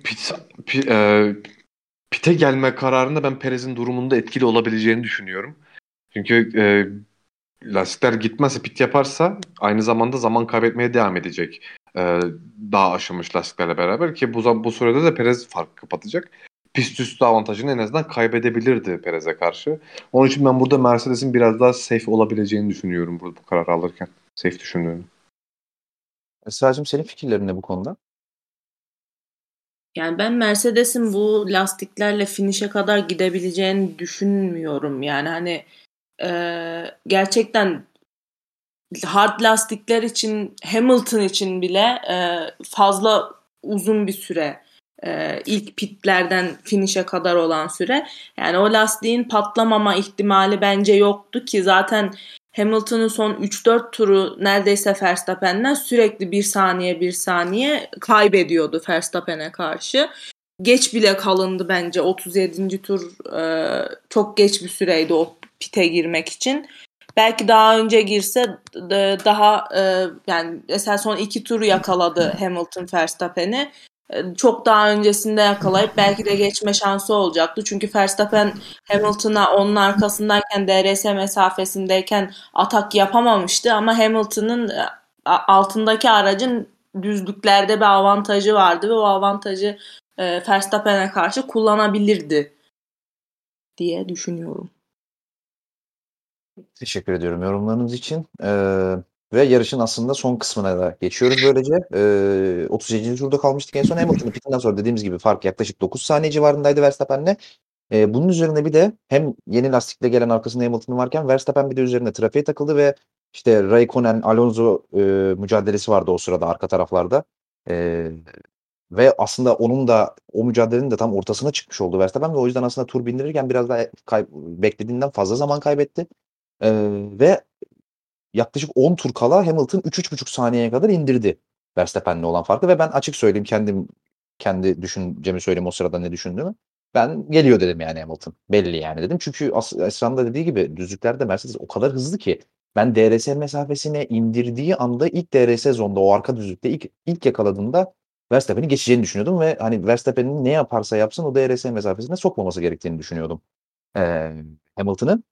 pite gelme kararında ben Perez'in durumunda etkili olabileceğini düşünüyorum. Çünkü lastikler gitmezse, pit yaparsa aynı zamanda zaman kaybetmeye devam edecek. Daha aşınmış lastiklerle beraber, ki bu sürede de Perez fark kapatacak. Pist üstü avantajını en azından kaybedebilirdi Perez'e karşı. Onun için ben burada Mercedes'in biraz daha safe olabileceğini düşünüyorum bu kararı alırken. Safe düşünüyorum. Esra'cığım, senin fikirlerin ne bu konuda? Yani ben Mercedes'in bu lastiklerle finish'e kadar gidebileceğini düşünmüyorum. Yani hani gerçekten hard lastikler için, Hamilton için bile fazla uzun bir süre, ilk pitlerden finish'e kadar olan süre. Yani o lastiğin patlamama ihtimali bence yoktu ki zaten Hamilton'ın son 3-4 turu neredeyse Verstappen'den sürekli bir saniye kaybediyordu Verstappen'e karşı. Geç bile kalındı bence 37. tur çok geç bir süreydi o pite girmek için. Belki daha önce girse daha yani mesela son 2 turu yakaladı Hamilton Verstappen'i. Çok daha öncesinde yakalayıp belki de geçme şansı olacaktı. Çünkü Verstappen Hamilton'a onun arkasındayken DRS mesafesindeyken atak yapamamıştı ama Hamilton'ın altındaki aracın düzlüklerde bir avantajı vardı ve o avantajı Verstappen'e karşı kullanabilirdi diye düşünüyorum. Teşekkür ediyorum yorumlarınız için. Ve yarışın aslında son kısmına da geçiyoruz böylece. 37. turda kalmıştık en son. Hamilton'ın pitinden sonra dediğimiz gibi fark yaklaşık 9 saniye civarındaydı Verstappen'le. Bunun üzerine bir de hem yeni lastikle gelen arkasında Hamilton varken Verstappen bir de üzerine trafiğe takıldı ve işte Raikkonen, Alonso mücadelesi vardı o sırada arka taraflarda. Ve aslında onun da o mücadelenin de tam ortasına çıkmış oldu Verstappen ve o yüzden aslında tur bindirirken biraz daha beklediğinden fazla zaman kaybetti. Ve yaklaşık 10 tur kala Hamilton 3-3,5 saniyeye kadar indirdi Verstappen'le olan farkı ve ben açık söyleyeyim kendi düşüncemi söyleyeyim o sırada ne düşündüğümü. Ben geliyor dedim yani Hamilton. Belli yani dedim. Çünkü Esra'nın da dediği gibi düzlüklerde Mercedes o kadar hızlı ki ben DRS mesafesine indirdiği anda ilk DRS zonda o arka düzlükte ilk yakaladığında Verstappen'i geçeceğini düşünüyordum ve hani Verstappen'in ne yaparsa yapsın o DRS mesafesine sokmaması gerektiğini düşünüyordum. Hamilton'ın.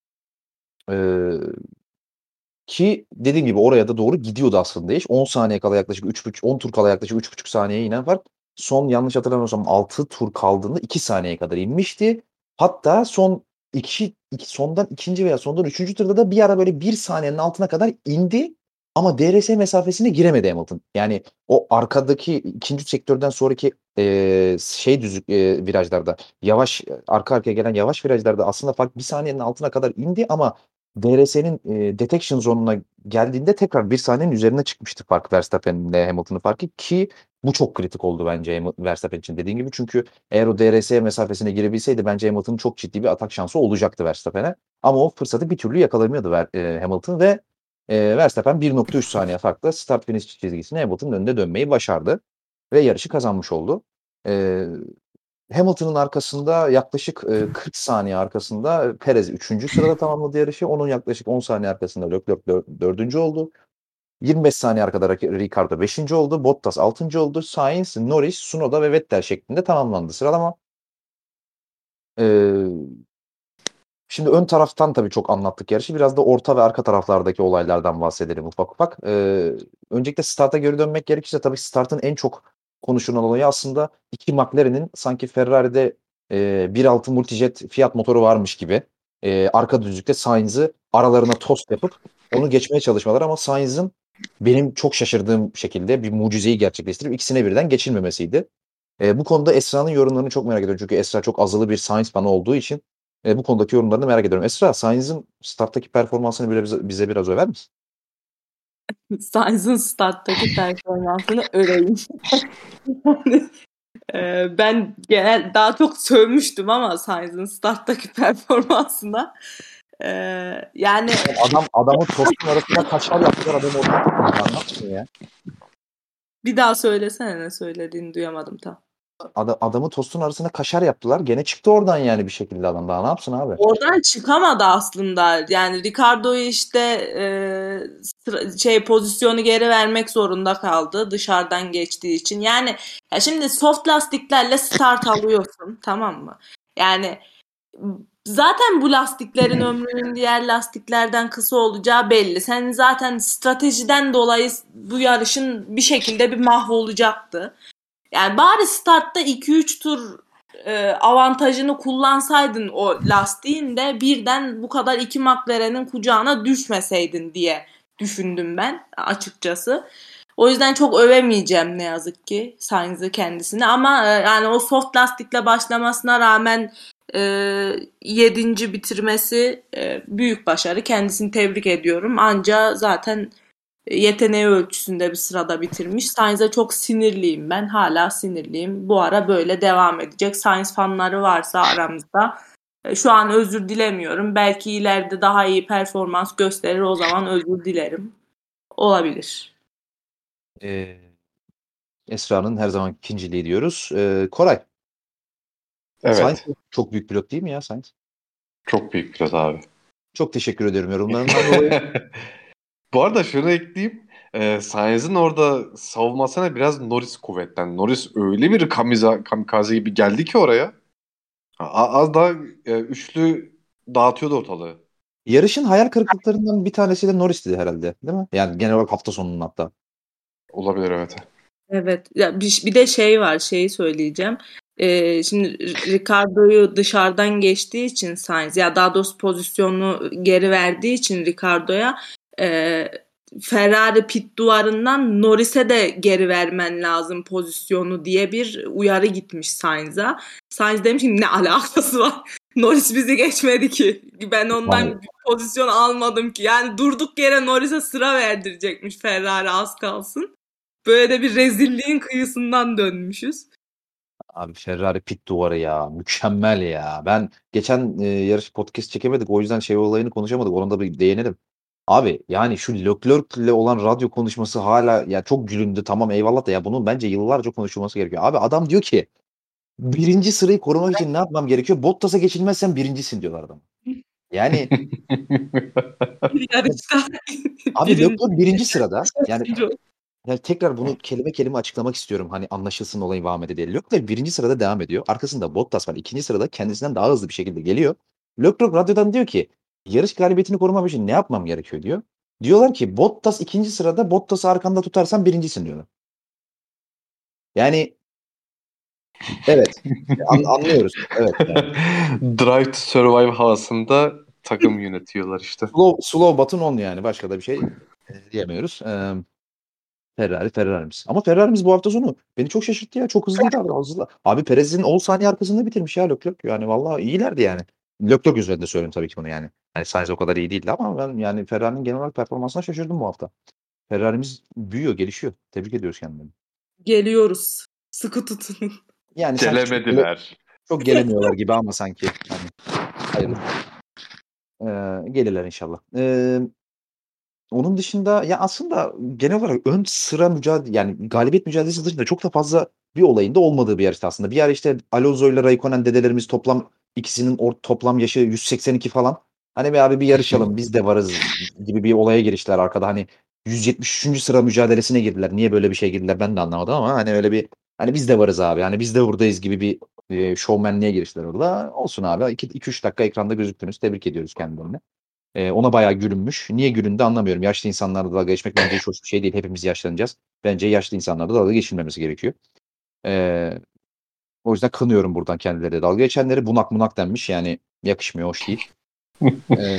Ki dediğim gibi oraya da doğru gidiyordu aslında iş. 10 saniye kala yaklaşık 10 tur kala yaklaşık 3,5 saniyeye inen fark. Son yanlış hatırlamıyorsam 6 tur kaldığında 2 saniyeye kadar inmişti. Hatta sondan ikinci veya sondan üçüncü turda da bir ara böyle 1 saniyenin altına kadar indi. Ama DRS mesafesine giremedi Hamilton. Yani o arkadaki ikinci sektörden sonraki virajlarda yavaş arka arkaya gelen yavaş virajlarda aslında fark 1 saniyenin altına kadar indi ama DRS'nin detection zone'una geldiğinde tekrar 1 saniyenin üzerine çıkmıştı fark Verstappen'le Hamilton'ın farkı ki bu çok kritik oldu bence Verstappen için dediğin gibi. Çünkü eğer o DRS mesafesine girebilseydi bence Hamilton'ın çok ciddi bir atak şansı olacaktı Verstappen'e. Ama o fırsatı bir türlü yakalayamıyordu Hamilton ve Verstappen 1,3 saniye farkla start finish çizgisine Hamilton'ın önünde dönmeyi başardı ve yarışı kazanmış oldu. Hamilton'ın arkasında yaklaşık 40 saniye arkasında Perez 3. sırada tamamladı yarışı. Onun yaklaşık 10 saniye arkasında Leclerc 4. oldu. 25 saniye arkada Ricardo 5. oldu. Bottas 6. oldu. Sainz, Norris, Tsunoda ve Vettel şeklinde tamamlandı sıralama. Şimdi ön taraftan tabii çok anlattık yarışı. Biraz da orta ve arka taraflardaki olaylardan bahsedelim ufak ufak. Öncelikle starta geri dönmek gerekirse tabii startın en çok konuşulan olayı aslında iki McLaren'in sanki Ferrari'de 1.6 Multijet Fiat motoru varmış gibi arka düzlükte Sainz'ı aralarına tost yapıp onu geçmeye çalışmaları ama Sainz'ın benim çok şaşırdığım şekilde bir mucizeyi gerçekleştirip ikisine birden geçilmemesiydi. Bu konuda Esra'nın yorumlarını çok merak ediyorum. Çünkü Esra çok azılı bir Sainz fanı olduğu için bu konudaki yorumlarını merak ediyorum. Esra, Sainz'in starttaki performansını bize biraz över misin? Sainz'ın starttaki performansını öreyim. Ben daha çok sövmüştüm ama Sainz'ın starttaki performansına. Yani adamı tostun arasında kaşar yaptılar. Adam oradan anlatmıyor ya. Bir daha söylesene ne söylediğini duyamadım tam. Adamı tostun arasında kaşar yaptılar. Gene çıktı oradan yani bir şekilde adam. Daha ne yapsın abi? Oradan çıkamadı aslında. Yani Ricardo'yu işte pozisyonu geri vermek zorunda kaldı dışarıdan geçtiği için. Yani ya şimdi soft lastiklerle start alıyorsun, tamam mı? Yani zaten bu lastiklerin ömrünün diğer lastiklerden kısa olacağı belli. Sen zaten stratejiden dolayı bu yarışın bir şekilde bir mahvolacaktı. Yani bari startta 2-3 tur avantajını kullansaydın o lastiğin de birden bu kadar iki McLaren'in kucağına düşmeseydin diye düşündüm ben açıkçası. O yüzden çok övemeyeceğim ne yazık ki Sainz'ı kendisini ama yani o soft lastikle başlamasına rağmen 7. bitirmesi büyük başarı. Kendisini tebrik ediyorum. Anca zaten yeteneği ölçüsünde bir sırada bitirmiş. Sainz'e çok sinirliyim ben. Hala sinirliyim. Bu ara böyle devam edecek. Sainz fanları varsa aramızda Şu an özür dilemiyorum. Belki ileride daha iyi performans gösterir, o zaman özür dilerim. Olabilir. Esra'nın her zaman ikinciliği diyoruz. Koray. Sainz Evet. çok büyük pilot değil mi ya Sainz? Çok büyük pilot abi. Çok teşekkür ediyorum yorumlarından dolayı. Bu arada şunu ekleyeyim. Sainz'in orada savunmasına biraz Norris kuvvetlendi. Norris öyle bir kamikaze gibi geldi ki oraya. Az daha üçlü dağıtıyordu ortalığı. Yarışın hayal kırıklıklarından bir tanesi de Norris'ti herhalde, değil mi? Yani genel olarak hafta sonunun hatta. Olabilir, evet. Evet. Ya bir de şey var, şeyi söyleyeceğim. Şimdi Ricardo'yu dışarıdan geçtiği için Sainz, ya daha doğrusu pozisyonu geri verdiği için Ricardo'ya, Ferrari pit duvarından Norris'e de geri vermen lazım pozisyonu diye bir uyarı gitmiş Sainz'a. Sainz demiş ki ne alakası var? Norris bizi geçmedi ki. Ben ondan bir pozisyon almadım ki. Yani durduk yere Norris'e sıra verdirecekmiş Ferrari, az kalsın. Böyle de bir rezilliğin kıyısından dönmüşüz. Abi Ferrari pit duvarı ya. Mükemmel ya. Ben geçen yarış podcast çekemedik. O yüzden şey olayını konuşamadık. Ona da bir değinelim. Abi yani şu Leclerc'le olan radyo konuşması hala ya çok gülündü. Tamam eyvallah da ya bunun bence yıllarca konuşulması gerekiyor. Abi adam diyor ki birinci sırayı korumak için ne yapmam gerekiyor? Bottas'a geçilmezsen birincisin diyorlar adam. Yani Bir yarışta abi Leclerc birinci sırada. Yani birinci. tekrar bunu kelime kelime açıklamak istiyorum. Hani anlaşılsın olayın vahmeti diye. Leclerc birinci sırada devam ediyor. Arkasında Bottas var. İkinci sırada kendisinden daha hızlı bir şekilde geliyor. Leclerc radyodan diyor ki yarış galibiyetini korumam için ne yapmam gerekiyor diyor. Diyorlar ki Bottas ikinci sırada, Bottas'ı arkanda tutarsan birincisin diyorlar. Yani evet. Anlıyoruz. Evet. Yani. Drive to Survive havasında takım yönetiyorlar işte. Slow button on yani. Başka da bir şey diyemiyoruz. Ferrari'miz. Ama Ferrari'miz bu hafta sonu beni çok şaşırttı ya. Çok hızlıydı abi. Hızlı. Abi Perez'in 10 saniye arkasında bitirmiş ya Leclerc. Yani vallahi iyilerdi yani. Leclerc üzerinde söyleyeyim tabii ki bunu yani. Hani Sainz o kadar iyi değildi ama ben yani Ferrari'nin genel olarak performansına şaşırdım bu hafta. Ferrari'miz büyüyor, gelişiyor. Tebrik ediyoruz kendilerini. Geliyoruz. Sıkı tutunun. Yani sanki Gelemediler. çok gelemiyorlar gibi ama sanki. Hani, hayırlısı. Gelirler inşallah. Onun dışında ya aslında genel olarak ön sıra yani galibiyet mücadelesi dışında çok da fazla bir olayın da olmadığı bir yarıştı aslında. Bir ara işte Alonso ile Raikkonen dedelerimiz toplam ikisinin toplam yaşı 182 falan. Hani bir abi bir yarışalım biz de varız gibi bir olaya giriştiler arkada. Hani 173. sıra mücadelesine girdiler. Niye böyle bir şey girdiler ben de anlamadım ama hani öyle bir hani biz de varız abi. Hani biz de buradayız gibi bir şovmenliğe giriştiler orada. Olsun abi. 2-3 dakika ekranda gözüktünüz. Tebrik ediyoruz kendilerini. Ona bayağı gülünmüş. Niye gülündü anlamıyorum. Yaşlı insanlarla dalga geçmek bence hiç hoş bir şey değil. Hepimiz yaşlanacağız. Bence yaşlı insanlarla dalga geçilmemesi gerekiyor. Ee, O yüzden kınıyorum buradan kendileri. Dalga geçenleri bunak denmiş. Yani yakışmıyor, hoş değil. Ee,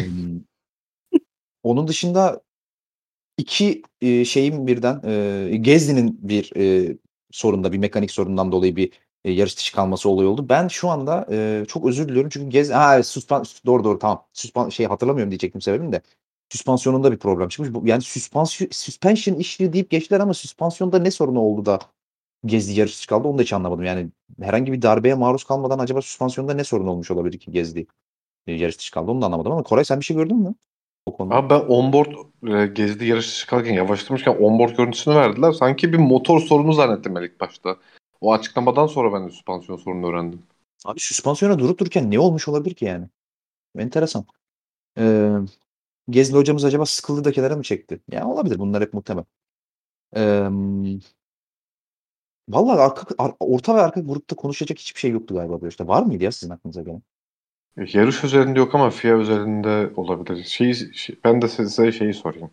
Onun dışında iki şeyin birden Gezdi'nin bir sorunda, bir mekanik sorundan dolayı bir yarış dışı kalması olayı oldu. Ben şu anda çok özür diliyorum çünkü doğru tamam. Hatırlamıyorum diyecektim sebebini de. Süspansiyonunda bir problem çıkmış. Yani suspension issue deyip geçtiler ama süspansiyonda ne sorunu oldu da Gezdi yarış dışı kaldı onu da hiç anlamadım. Yani herhangi bir darbeye maruz kalmadan acaba süspansiyonda ne sorun olmuş olabilir ki Gezdi yarış dışı kaldı onu da anlamadım ama Koray sen bir şey gördün mü o konuda? Abi ben onboard gezdi yarış çıkarken yavaşlamışken onboard görüntüsünü verdiler. Sanki bir motor sorunu zannettim ben ilk başta. O açıklamadan sonra ben de süspansiyon sorununu öğrendim. Abi süspansiyona durup dururken ne olmuş olabilir ki yani? Enteresan. Ee, Gezli hocamız acaba sıkıldı da kenara mı çekti? Yani olabilir. Bunlar hep muhtemel. Ee, Vallahi orta ve arka grupta konuşacak hiçbir şey yoktu galiba bu işte. Var mıydı ya sizin aklınıza gelen? Yarış özelinde yok ama FIA özelinde olabilir. Ben de size şeyi sorayım.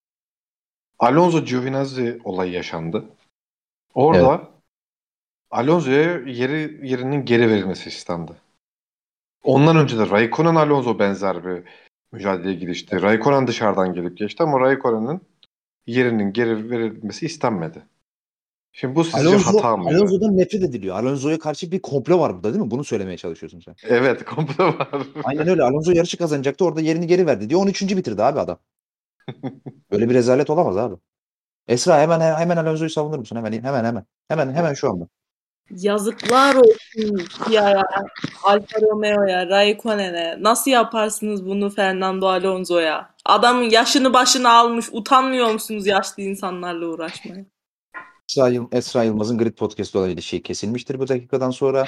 Alonso Giovinazzi olayı yaşandı. Evet. Orada Alonso'ya yerinin geri verilmesi istendi. Ondan önce de Raikkonen Alonso benzer bir mücadeleye girişti. Raikkonen dışarıdan gelip geçti ama Raikkonen'in yerinin geri verilmesi istenmedi. Şimdi bu sizce hata mıydı? Alonso'dan nefret ediliyor. Alonso'ya karşı bir komplo var burada değil mi? Bunu söylemeye çalışıyorsun sen. Evet, komplo var. Aynen öyle. Alonso yarışı kazanacaktı. Orada yerini geri verdi diye 13. bitirdi abi adam. Böyle bir rezalet olamaz abi. Esra hemen Alonso'yu savunur musun? Hemen şu anda. Yazıklar olsun Kia'ya, Alfa Romeo'ya, Raikkonen'e. Nasıl yaparsınız bunu Fernando Alonso'ya? Adamın yaşını başını almış. Utanmıyor musunuz yaşlı insanlarla uğraşmaya? Esra Yılmaz'ın Grid Podcast olayıyla şey kesilmiştir bu dakikadan sonra.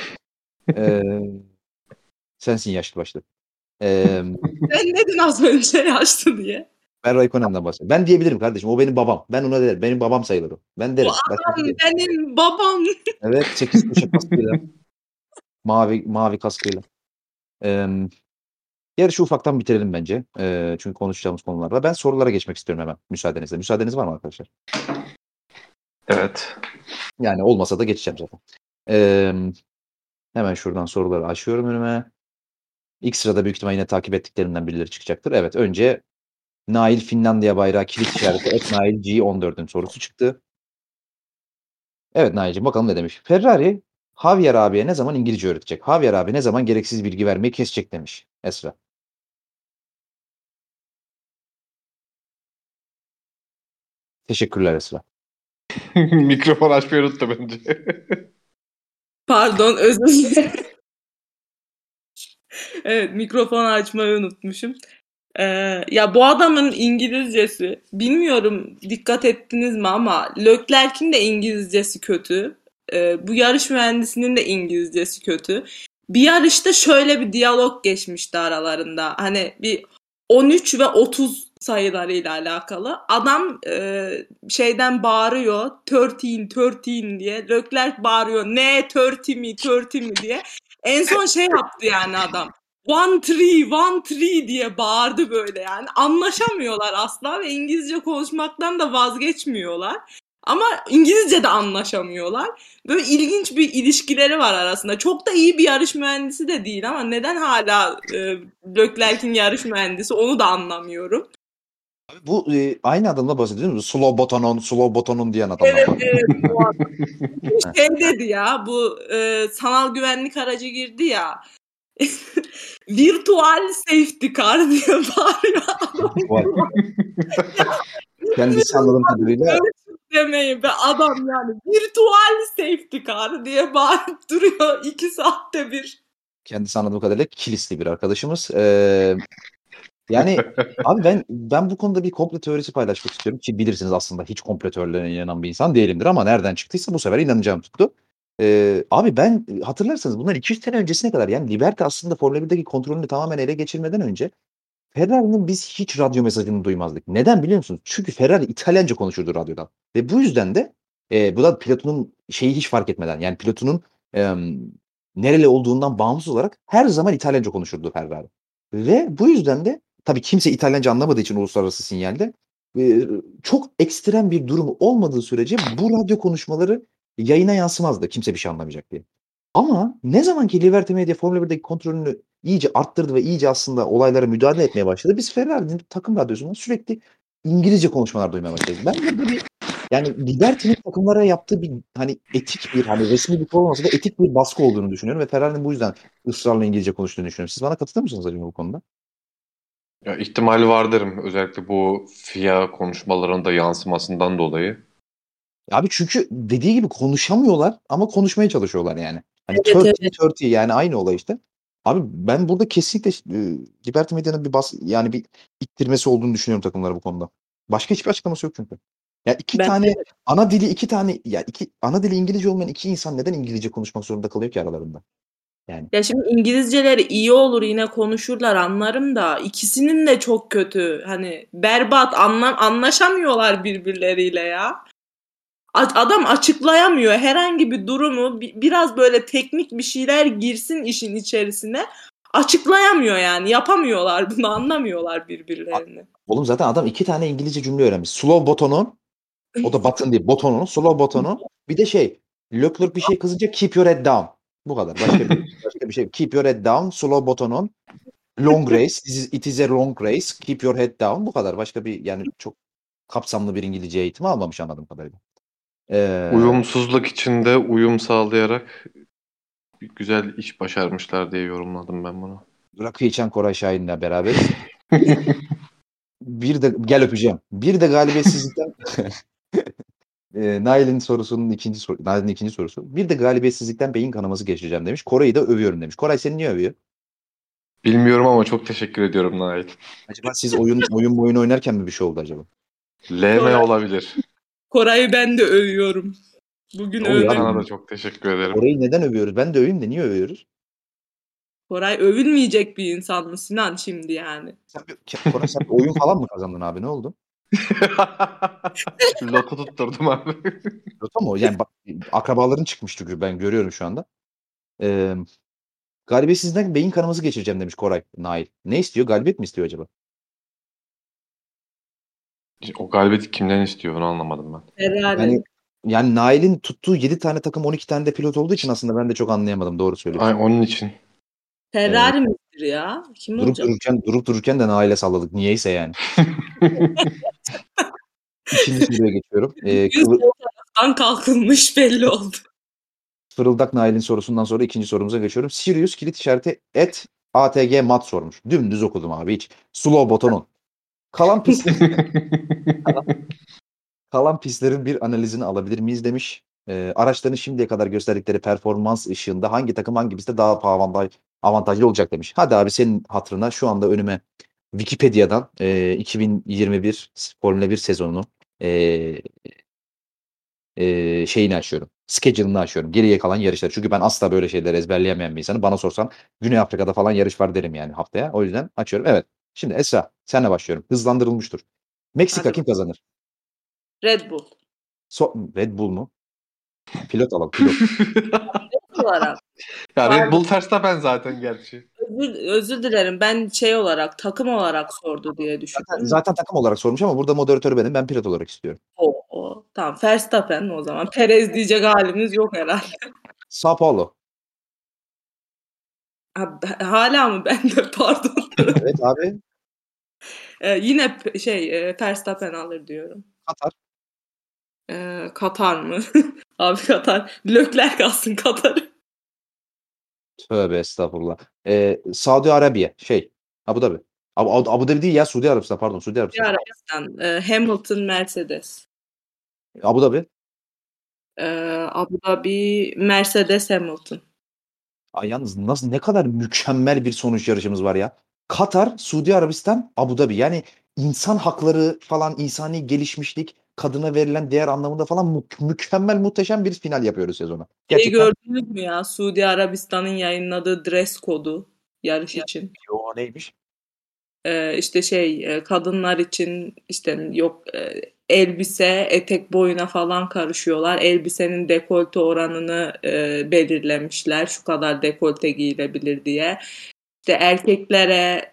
Sensin yaşlı başlı. Sen ne dedin az önce yaşlı diye? Ben Raikkonen'den bahsediyorum. Ben diyebilirim kardeşim. O benim babam. Ben ona derim. Benim babam sayılır o. Ben derim. Adam benim babam. Evet. 8 köşe kaskıyla. Mavi kaskıyla. Yarışı ufaktan bitirelim bence. Çünkü konuşacağımız konular var. Ben sorulara geçmek istiyorum hemen müsaadenizle. Müsaadeniz var mı arkadaşlar? Evet. Yani olmasa da geçeceğim zaten. Hemen şuradan soruları açıyorum önüme. İlk sırada büyük ihtimalle yine takip ettiklerinden birileri çıkacaktır. Evet, önce Nail Finlandiya bayrağı kilit işareti Nail G14'ün sorusu çıktı. Evet Nail'cim, bakalım ne demiş. Ferrari Javier abiye ne zaman İngilizce öğretecek? Javier abi ne zaman gereksiz bilgi vermeyi kesecek demiş Esra. Teşekkürler Esra. Mikrofon açmayı unuttu bence. Pardon, özür dilerim. Evet, mikrofonu açmayı unutmuşum. Ya bu adamın İngilizcesi, bilmiyorum dikkat ettiniz mi ama Leclerc'in de İngilizcesi kötü. Bu yarış mühendisinin de İngilizcesi kötü. Bir yarışta şöyle bir diyalog geçmişti aralarında. Hani bir 13 ve 30 sayılarıyla alakalı. Adam şeyden bağırıyor, 13 diye. Leclerc bağırıyor, ne 30 mi diye. En son şey yaptı yani adam. 1-3 diye bağırdı böyle yani. Anlaşamıyorlar asla ve İngilizce konuşmaktan da vazgeçmiyorlar. Ama İngilizce de anlaşamıyorlar. Böyle ilginç bir ilişkileri var arasında. Çok da iyi bir yarış mühendisi de değil ama neden hala Leclerc'in yarış mühendisi onu da anlamıyorum. Abi bu aynı adamla bahsediyor musun? Slow Boton'un diyen adamdan Evet, bahsediyor. evet, bu adam. Şey dedi ya, bu sanal güvenlik aracı girdi ya. Virtual safety car diye bağırıyor adam. Kendisi anladığım kadarıyla Demeyin be adam yani. Virtual safety car diye bağırıp duruyor 2 saatte bir. kendisi anladığım kadarıyla kilisli bir arkadaşımız. Yani abi ben bu konuda bir komplo teorisi paylaşmak istiyorum ki bilirsiniz aslında hiç komplo teorilerine inanan bir insan değilimdir ama nereden çıktıysa bu sefer inanacağım tuttu. Abi ben hatırlarsanız bundan 200 sene öncesine kadar yani Liberty aslında Formula 1'deki kontrolünü tamamen ele geçirmeden önce Ferrari'nin biz hiç radyo mesajını duymazdık. Neden biliyor musunuz? Çünkü Ferrari İtalyanca konuşurdu radyodan. Ve bu yüzden de bu da pilotunun şeyi hiç fark etmeden yani pilotunun nereli olduğundan bağımsız olarak her zaman İtalyanca konuşurdu Ferrari. Ve bu yüzden de tabii kimse İtalyanca anlamadığı için uluslararası sinyalde çok ekstrem bir durum olmadığı sürece bu radyo konuşmaları yayına yansımazdı. Kimse bir şey anlamayacak diye. Ama ne zaman ki Liberty Media Formula 1'deki kontrolünü iyice arttırdı ve iyice aslında olaylara müdahale etmeye başladı. Biz Ferrari'nin takım radyosundan sürekli İngilizce konuşmalar duymaya başladık. Ben burada bir yani Liberty'nin takımlara yaptığı bir hani etik bir hani resmi bir kural olmasa da etik bir baskı olduğunu düşünüyorum ve Ferrari'nin bu yüzden ısrarla İngilizce konuştuğunu düşünüyorum. Siz bana katılır mısınız acaba bu konuda? Ya, ihtimali var derim. Özellikle bu FIA konuşmalarının da yansımasından dolayı. Abi çünkü dediği gibi konuşamıyorlar ama konuşmaya çalışıyorlar yani. Hani Evet, 30 yani aynı olay işte. Abi ben burada kesinlikle Liberty Media'nın yani bir ittirmesi olduğunu düşünüyorum takımlara bu konuda. Başka hiçbir açıklaması yok çünkü. Ya iki tane ana dili İngilizce olmayan iki insan neden İngilizce konuşmak zorunda kalıyor ki aralarında? Yani. Ya şimdi İngilizceleri iyi olur, yine konuşurlar, anlarım da ikisinin de çok kötü. Hani berbat, anlaşamıyorlar birbirleriyle ya. Adam açıklayamıyor herhangi bir durumu, biraz böyle teknik bir şeyler girsin işin içerisine. Açıklayamıyor yani, yapamıyorlar bunu, anlamıyorlar birbirlerini. Oğlum zaten adam iki tane İngilizce cümle öğrenmiş. Slow Boton'un, o da button değil, Boton'un, Slow Boton'un, bir de Leclerc bir şey kızınca keep your head down. Bu kadar. Başka bir şey. Keep your head down, Slow Boton'un, long race, it is a long race, keep your head down. Bu kadar. Başka bir yani çok kapsamlı bir İngilizce eğitimi almamış anladığım kadarıyla. Uyumsuzluk içinde uyum sağlayarak bir güzel iş başarmışlar diye yorumladım ben bunu. Rakı içen Koray Şahin'le beraberiz. Bir de gel öpeceğim. Bir de galibiyetsizlikten Nail'in ikinci sorusu. Bir de galibiyetsizlikten beyin kanaması geçireceğim demiş. Koray'ı da övüyorum demiş. Koray seni niye övüyor? Bilmiyorum ama çok teşekkür ediyorum Nail. Acaba siz oyun oynarken mi bir şey oldu acaba? LM Koray- olabilir. Koray'ı ben de övüyorum. Bugün Ne oluyor abi? Sana da çok teşekkür ederim. Koray'ı neden övüyoruz? Ben de öveyim de niye övüyoruz? Koray övülmeyecek bir insan mı Sinan şimdi yani? Koray sen bir oyun falan mı kazandın abi? Ne oldu? Loto tutturdum abi. Loto mu? Yani bak akrabaların çıkmış çünkü ben görüyorum şu anda. Ee, Galibiyetsizlikten beyin kanaması geçireceğim demiş Koray Nail. Ne istiyor? Galibiyet mi istiyor acaba? O galibiyeti kimden istiyor onu anlamadım ben. Ferrari. Yani Nail'in tuttuğu 7 tane takım 12 tane de pilot olduğu için aslında ben de çok anlayamadım. Doğru söylüyorsun. Ay onun için. Ferrari midir ya? Kim olacak? Durup dururken de Nail'e salladık. Niyeyse yani. İkinci soruya geçiyorum. Yüz o taraftan kalkılmış belli oldu. Fırıldak Nail'in sorusundan sonra ikinci sorumuza geçiyorum. Sirius kilit işareti @atg mat sormuş. Dümdüz okudum abi hiç. Slow botonun. Kalan pistlerin bir analizini alabilir miyiz demiş. Araçların şimdiye kadar gösterdikleri performans ışığında hangi takım hangi pistte daha avantajlı olacak demiş. Hadi abi senin hatırına şu anda önüme Wikipedia'dan 2021 Formula 1 sezonunu e, şeyini açıyorum. Schedule'ını açıyorum. Geriye kalan yarışları. Çünkü ben asla böyle şeyleri ezberleyemeyen bir insanım. Bana sorsan Güney Afrika'da falan yarış var derim yani haftaya. O yüzden açıyorum. Evet. Şimdi Esra senle başlıyorum. Hızlandırılmıştır. Meksika Hadi kim kazanır? Red Bull. Red Bull mu? Pilot alalım. Pilot. olarak. Ya Red Pardon. Bull Verstappen zaten gerçi. Özür dilerim. Ben şey olarak takım olarak sordu diye düşündüm. Zaten takım olarak sormuş ama burada moderatörü benim. Ben pilot olarak istiyorum. Tamam. Verstappen o zaman. Perez diyecek halimiz yok herhalde. Sao Paulo. Hala mı bende pardon. Evet abi. Yine Verstappen alır diyorum. Katar. Katar mı? Abi Katar. Leclerc kalsın Katar'ı. Tövbe estağfurullah. Saudi Arabiya. Abu Dhabi. Abu Dhabi değil ya. Suudi Arabistan. Pardon. Suudi Arabistan. Arabistan. Hamilton Mercedes. Abu Dhabi. Abu Dhabi Mercedes Hamilton. Ay yalnız ne kadar mükemmel bir sonuç yarışımız var ya. Katar, Suudi Arabistan, Abu Dhabi. Yani insan hakları falan, insani gelişmişlik, kadına verilen değer anlamında falan mükemmel, muhteşem bir final yapıyoruz sezona. Gerçekten. Gördünüz mü ya? Suudi Arabistan'ın yayınladığı dress kodu yarış için. O neymiş? Kadınlar için yok elbise, etek boyuna falan karışıyorlar. Elbisenin dekolte oranını belirlemişler. Şu kadar dekolte giyilebilir diye. İşte erkeklere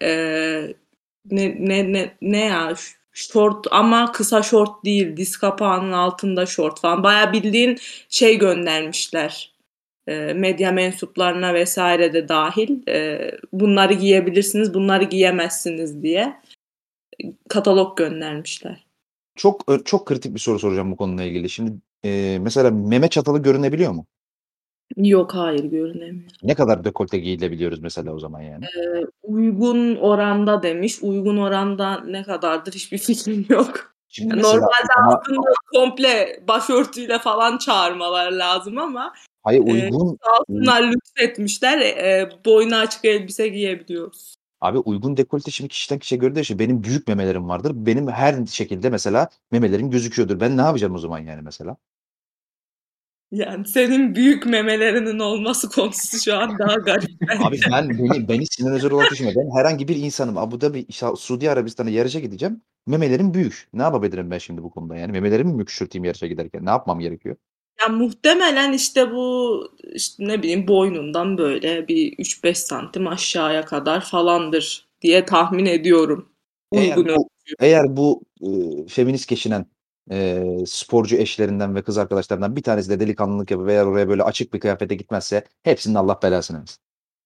ne ya şort ama kısa şort değil, diz kapağının altında şort falan. Bayağı bildiğin göndermişler. Medya mensuplarına vesaire de dahil bunları giyebilirsiniz, bunları giyemezsiniz diye katalog göndermişler. Çok kritik bir soru soracağım bu konuyla ilgili. Şimdi mesela meme çatalı görünebiliyor mu? Yok, hayır, görünemiyor. Ne kadar dekolte giyilebiliyoruz mesela o zaman yani? Uygun oranda demiş. Uygun oranda ne kadardır hiçbir fikrim yok. Şimdi mesela, Normalde aslında komple başörtüyle falan çağırmalar lazım ama hayır uygun bunlar lütfetmişler. Boynu açık elbise giyebiliyoruz. Abi uygun dekolte şimdi kişiden kişiye göre değişiyor. Benim büyük memelerim vardır. Benim her şekilde mesela memelerim gözüküyordur. Ben ne yapacağım o zaman yani mesela? Yani senin büyük memelerinin olması konusu şu an daha garip. Abi beni Sinan Özer olarak düşünme. Ben herhangi bir insanım. Abu Dhabi, Suudi Arabistan'a yarışa gideceğim. Memelerim büyük. Ne yapabilirim ben şimdi bu konuda yani? Memelerimi mi küçülteyim yarışa giderken? Ne yapmam gerekiyor? Ya muhtemelen bu ne bileyim boynundan böyle bir 3-5 santim aşağıya kadar falandır diye tahmin ediyorum. Eğer bu feminist geçinen sporcu eşlerinden ve kız arkadaşlarından bir tanesi de delikanlılık yapıp veya oraya böyle açık bir kıyafete gitmezse hepsinin Allah belasını versin.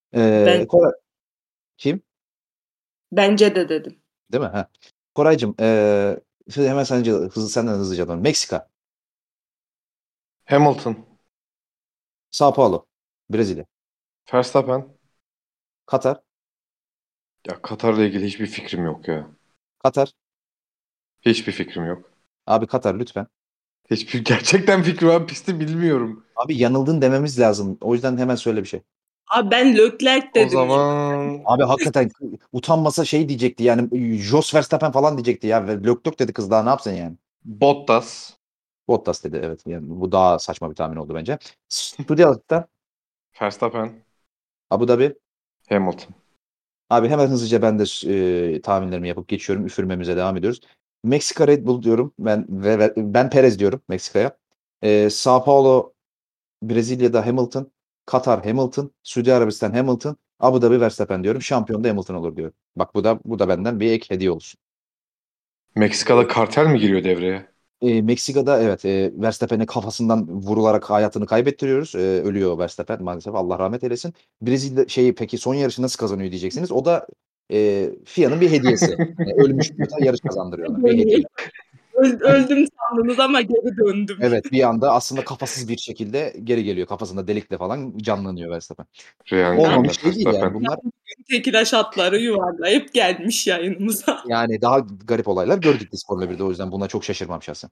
Kim? Bence de dedim. Değil mi? Ha. Koraycığım hemen senden hızlıca dön. Meksika. Hamilton. Sao Paulo. Brezilya. Verstappen. Katar. Ya Katar'la ilgili hiçbir fikrim yok ya. Katar. Hiçbir fikrim yok. Abi Katar lütfen. Hiçbir gerçekten fikrim var. Pisti bilmiyorum. Abi yanıldın dememiz lazım. O yüzden hemen söyle bir şey. Abi ben Leclerc O dedim. zaman Abi hakikaten utanmasa şey diyecekti yani Jos Verstappen falan diyecekti ya. Ve Lök dedi kız daha ne yapsın yani. Bottas, Bottas dedi evet. Yani bu daha saçma bir tahmin oldu bence. Studial'da Verstappen, Abu Dhabi. Hamilton. Abi hemen hızlıca ben de tahminlerimi yapıp geçiyorum. Üfürmemize devam ediyoruz. Meksika Red Bull diyorum. Ben Perez diyorum Meksika'ya. Sao Paulo Brezilya'da Hamilton. Katar Hamilton. Suudi Arabistan Hamilton. Abu Dhabi Verstappen diyorum. Şampiyon da Hamilton olur diyorum. Bak bu da benden bir ek hediye olsun. Meksika'da kartel mi giriyor devreye? Meksika'da evet Verstappen'e kafasından vurularak hayatını kaybettiriyoruz. Ölüyor Verstappen maalesef Allah rahmet eylesin. Brezilya peki son yarışı nasıl kazanıyor diyeceksiniz. O da FIA'nın bir hediyesi. Ölmüş pilota yarış kazandırıyorlar. Bir hediye. Öldüm sandınız ama geri döndüm. Evet bir anda aslında kafasız bir şekilde geri geliyor. Kafasında delikle falan canlanıyor Verstappen. Olmamış şey değil yani bunlar. Tekila şatları yuvarlayıp gelmiş yayınımıza. Yani daha garip olaylar gördük biz Formula 1'de o yüzden buna çok şaşırmam şahsen.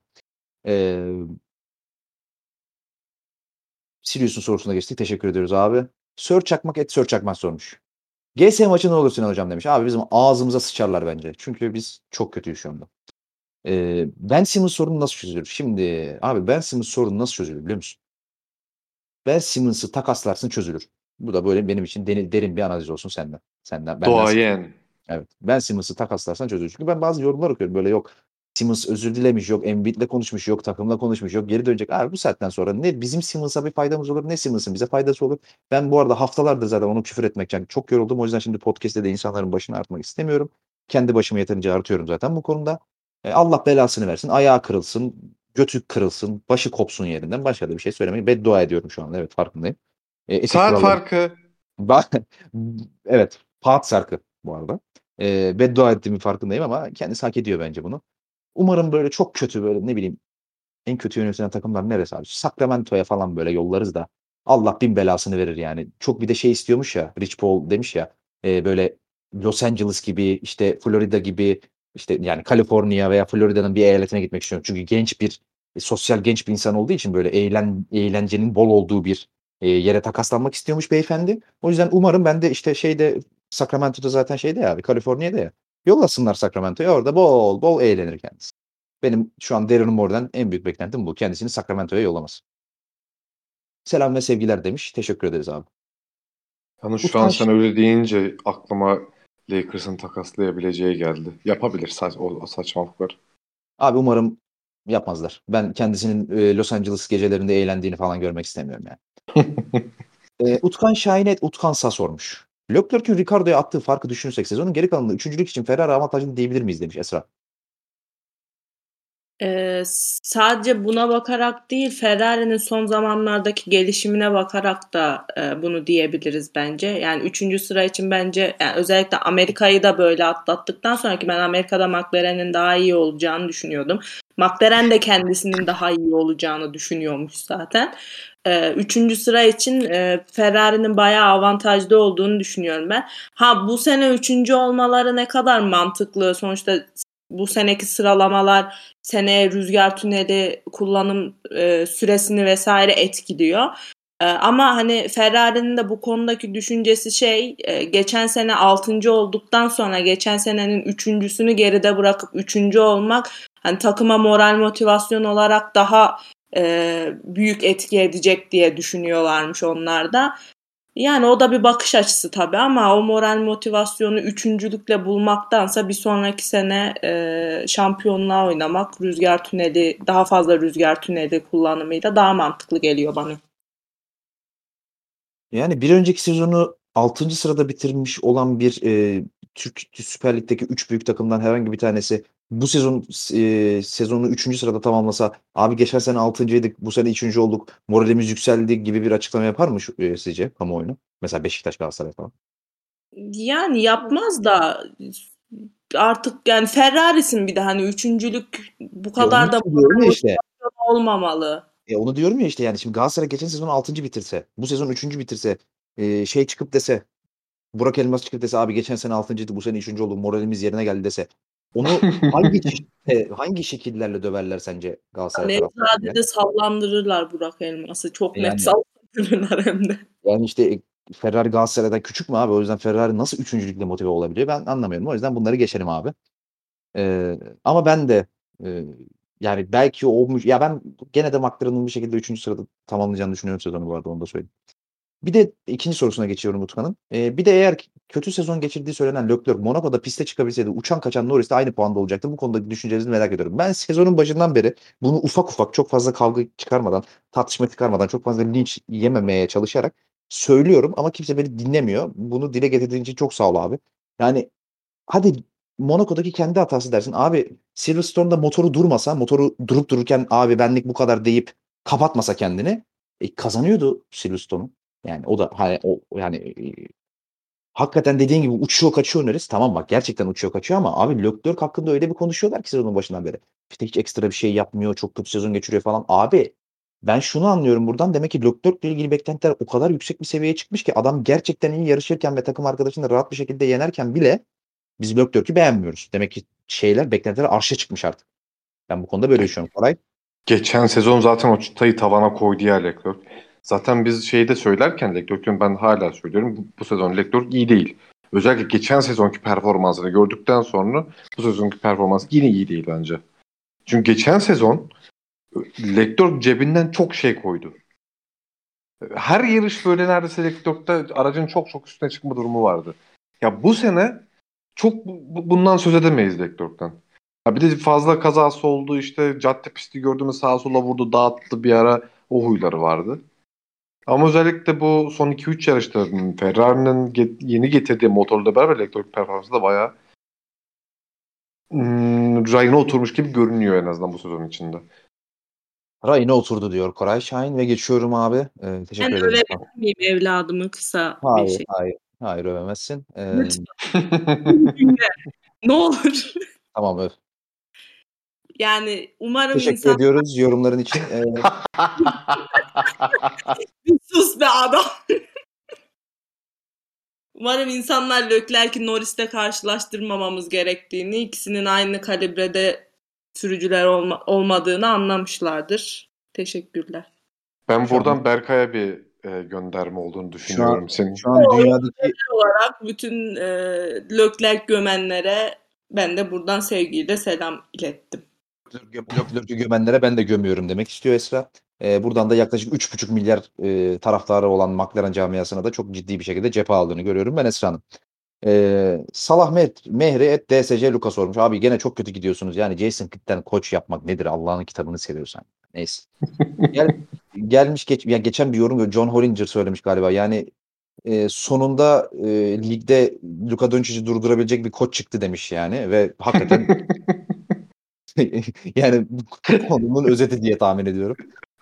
Sirius'un sorusuna geçtik. Teşekkür ediyoruz abi. Sör Çakmak Sör Çakmak sormuş. GS maçı ne olur Sinan Hocam demiş. Abi bizim ağzımıza sıçarlar bence. Çünkü biz çok kötüyüz şu anda. Ben Simmons sorunu nasıl çözülür? Şimdi abi Ben Simmons sorunu nasıl çözülür biliyor musun? Ben Simmons'ı takaslarsın çözülür. Bu da böyle benim için derin bir analiz olsun senden. Benden. Doğayen. Evet. Ben Simmons'ı takaslarsan çözülür. Çünkü ben bazı yorumlar okuyorum. Böyle yok Simmons özür dilemiş, yok Embiid'le konuşmuş, yok takımla konuşmuş, yok geri dönecek. Abi bu saatten sonra ne bizim Simmons'a bir faydamız olur ne Simmons'ın bize faydası olur. Ben bu arada haftalardır zaten onu küfür etmekten çok yoruldum. O yüzden şimdi podcast'te de insanların başını artmak istemiyorum. Kendi başımı yeterince artıyorum zaten bu konuda. Allah belasını versin. Ayağı kırılsın, götü kırılsın, başı kopsun yerinden. Başka da bir şey söylemeyin. Beddua ediyorum şu anda. Evet farkındayım. Etik Saat kuralları- farkı. Evet. Saat farkı bu arada. Beddua ettiğimin farkındayım ama kendisi hak ediyor bence bunu. Umarım böyle çok kötü böyle ne bileyim en kötü yönetilen takımlar neresi abi? Sacramento'ya falan böyle yollarız da Allah bin belasını verir yani. Çok bir de şey istiyormuş ya Rich Paul demiş ya böyle Los Angeles gibi işte Florida gibi işte yani Kaliforniya veya Florida'nın bir eyaletine gitmek istiyorum. Çünkü sosyal genç bir insan olduğu için böyle eğlencenin bol olduğu bir yere takaslanmak istiyormuş beyefendi. O yüzden umarım ben de işte Sacramento'da zaten ya abi Kaliforniya'da ya. Yollasınlar Sacramento'ya orada bol bol eğlenir kendisi. Benim şu an Darren Moore'dan en büyük beklentim bu. Kendisini Sacramento'ya yollaması. Selam ve sevgiler demiş. Teşekkür ederiz abi. Yalnız şu an sen öyle deyince aklıma Lakers'ın takaslayabileceği geldi. Yapabilir o saçmalıklar. Abi umarım yapmazlar. Ben kendisinin Los Angeles gecelerinde eğlendiğini falan görmek istemiyorum yani. Utkan Şahin'e Utkansa sormuş. Leclerc'in Ricardo'ya attığı farkı düşünürsek sezonun geri kalanında üçüncülük için Ferrari avantajlı diyebilir miyiz demiş Esra. Sadece buna bakarak değil, Ferrari'nin son zamanlardaki gelişimine bakarak da bunu diyebiliriz bence. Yani 3. sıra için bence yani özellikle Amerika'yı da böyle atlattıktan sonraki ben Amerika'da McLaren'in daha iyi olacağını düşünüyordum. McLaren de kendisinin daha iyi olacağını düşünüyormuş zaten. 3. sıra için Ferrari'nin bayağı avantajlı olduğunu düşünüyorum ben. Bu sene 3. olmaları ne kadar mantıklı? Sonuçta bu seneki sıralamalar seneye rüzgar tüneli kullanım süresini vesaire etkiliyor. Ama hani Ferrari'nin de bu konudaki düşüncesi geçen sene 6. olduktan sonra geçen senenin 3.'sünü geride bırakıp 3. olmak hani takıma moral motivasyon olarak daha büyük etki edecek diye düşünüyorlarmış onlar da. Yani o da bir bakış açısı tabii ama o moral motivasyonu üçüncülükle bulmaktansa bir sonraki sene şampiyonluğa oynamak daha fazla rüzgar tüneli kullanımıyla daha mantıklı geliyor bana. Yani bir önceki sezonu 6. sırada bitirmiş olan bir Türk Süper Lig'deki 3 büyük takımdan herhangi bir tanesi bu sezonu 3. sırada tamamlasa abi geçen sene 6.'ydık bu sene 3. olduk moralimiz yükseldi gibi bir açıklama yapar mı sizce kamuoyuna? Mesela Beşiktaş Galatasaray falan. Yani yapmaz da artık yani Ferrari'sin bir de hani üçüncülük bu kadar da olmamalı. Onu diyorum ya işte yani şimdi Galatasaray geçen sezon 6. bitirse bu sezon 3. bitirse çıkıp dese Burak Elmas çıkıp dese abi geçen sene 6.'ydı bu sene 3. oldu moralimiz yerine geldi dese Onu hangi şekillerle döverler sence Galatasaray taraftarı? Nevzadi'de sallandırırlar Burak Elmas'ı. Çok net Yani sallandırırlar hem de. yani işte Ferrari Galatasaray'dan küçük mü abi? O yüzden Ferrari nasıl üçüncülükle motive olabiliyor? Ben anlamıyorum. O yüzden bunları geçelim abi. Ama ben de yani belki olmuş ya ben gene de McLaren'ın bir şekilde 3. sırada tamamlayacağını düşünüyorum sezonu bu arada onu da söyleyeyim. Bir de ikinci sorusuna geçiyorum Utkan'ın. Bir de eğer kötü sezon geçirdiği söylenen Leclerc Monaco'da piste çıkabilseydi uçan kaçan Norris'te aynı puanda olacaktı. Bu konuda düşüncelerinizi merak ediyorum. Ben sezonun başından beri bunu ufak ufak çok fazla kavga çıkarmadan, tartışma çıkarmadan, çok fazla linç yememeye çalışarak söylüyorum ama kimse beni dinlemiyor. Bunu dile getirdiğin için çok sağ ol abi. Yani hadi Monaco'daki kendi hatası dersin. Abi Silverstone'da motoru durmasa, motoru durup dururken abi benlik bu kadar deyip kapatmasa kendini kazanıyordu Silverstone'u. Yani o da hani o yani hakikaten dediğin gibi uçuyor kaçıyor Norris. Tamam bak gerçekten uçuyor kaçıyor ama abi Leclerc hakkında öyle bir konuşuyorlar ki sezonun başından beri. İşte hiç ekstra bir şey yapmıyor, çok kötü sezon geçiriyor falan. Abi ben şunu anlıyorum buradan. Demek ki Leclerc ile ilgili beklentiler o kadar yüksek bir seviyeye çıkmış ki adam gerçekten iyi yarışırken ve takım arkadaşını da rahat bir şekilde yenerken bile biz Leclerc'ü beğenmiyoruz. Demek ki beklentiler arşa çıkmış artık. Ben bu konuda böyle düşünüyorum. Koray. Geçen sezon zaten o çıtayı tavana koydu ya Leclerc. Zaten biz şeyde söylerken Leclerc'ün ben hala söylüyorum bu sezon Leclerc iyi değil. Özellikle geçen sezonki performansını gördükten sonra bu sezonki performans yine iyi değil bence. Çünkü geçen sezon Leclerc cebinden çok şey koydu. Her yarış böyle neredeyse Leclerc'te aracın çok çok üstüne çıkma durumu vardı. Ya bu sene çok bundan söz edemeyiz Leclerc'ten. Ha bir de fazla kazası oldu işte cadde pisti gördü mü sağa sola vurdu dağıttı bir ara o huyları vardı. Ama özellikle bu son 2-3 yarışta Ferrari'nin yeni getirdiği motorla beraber Leclerc performansı da bayağı rayına oturmuş gibi görünüyor en azından bu sezon içinde. Rayına oturdu diyor Koray Şahin ve geçiyorum abi. Ben Teşekkür ederim. övebilir miyim evladımı kısa bir Hayır, şey? hayır. Hayır övemezsin. Lütfen dinle. Ne olur. Tamam öv. Yani umarım Teşekkür ediyoruz yorumların için. Bir sus be adam. Umarım insanlar Leclerc'i Norris'te karşılaştırmamamız gerektiğini, ikisinin aynı kalibrede sürücüler olmadığını anlamışlardır. Teşekkürler. Ben buradan Berkay'a bir gönderme olduğunu düşünüyorum senin. Şu an dünyadaki olarak bütün Leclerc gömenlere ben de buradan sevgiyle selam ilettim. Leclerc'ü gömenlere ben de gömüyorum demek istiyor Esra. Buradan da yaklaşık 3,5 milyar taraftarı olan McLaren camiasına da çok ciddi bir şekilde cephe aldığını görüyorum ben Esra'nın. Salah Mehri DSC Luka sormuş. Abi gene çok kötü gidiyorsunuz. Yani Jason Kidd'den koç yapmak nedir? Allah'ın kitabını seviyorsan. Neyse. Geçen bir yorum John Hollinger söylemiş galiba. Yani sonunda ligde Luka Doncic'i durdurabilecek bir koç çıktı demiş yani ve hakikaten yani bu konunun özeti diye tahmin ediyorum.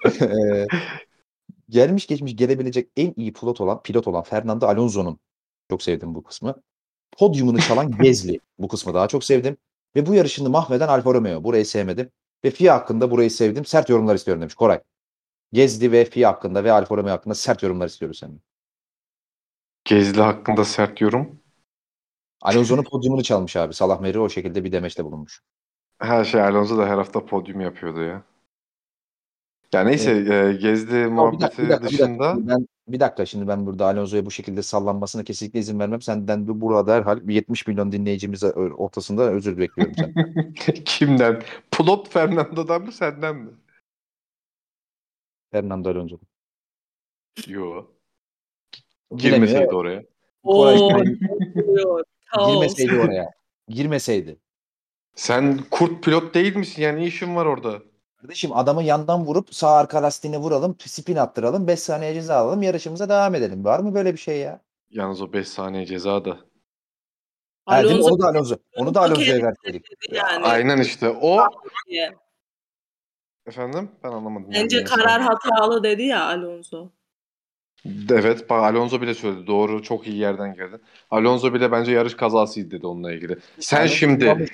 Gelmiş geçmiş gelebilecek en iyi pilot olan Fernando Alonso'nun çok sevdim bu kısmı. Podyumunu çalan Gezli. Bu kısmı daha çok sevdim. Ve bu yarışını mahveden Alfa Romeo. Burayı sevmedim. Ve FIA hakkında burayı sevdim. Sert yorumlar istiyorum demiş Koray. Gezli ve FIA hakkında ve Alfa Romeo hakkında sert yorumlar istiyoruz senden. Gezli hakkında sert yorum. Alonso'nun podyumunu çalmış abi. Salah Meri o şekilde bir demeçte bulunmuş. Her şey Alonso da her hafta podyum yapıyordu ya. Ya neyse Gezli muhabbeti dışında. Bir dakika şimdi ben burada Alonso'ya bu şekilde sallanmasına kesinlikle izin vermem. Senden de burada derhal bir 70 milyon dinleyicimiz ortasında özür bekliyorum senden. Kimden? Plot Fernando'dan mı senden mi? Fernando Alonso. Yo. Bilemiyor. Girmeseydi oraya. Girmeseydi oraya. Girmeseydi. Sen kurt pilot değil misin? Yani işin var orada. Kardeşim adamı yandan vurup sağ arka lastiğini vuralım, spin attıralım, 5 saniye ceza alalım, yarışımıza devam edelim. Var mı böyle bir şey ya? Yalnız o 5 saniye ceza da. Değil mi? Onu da Alonso'ya verseydik. Yani. Aynen işte. O efendim? Ben anlamadım. Bence karar hatalı dedi ya Alonso. Evet, Alonso bile söyledi. Doğru, çok iyi yerden geldi. Alonso bile bence yarış kazasıydı dedi onunla ilgili. Sen Alonso şimdi kullanmış.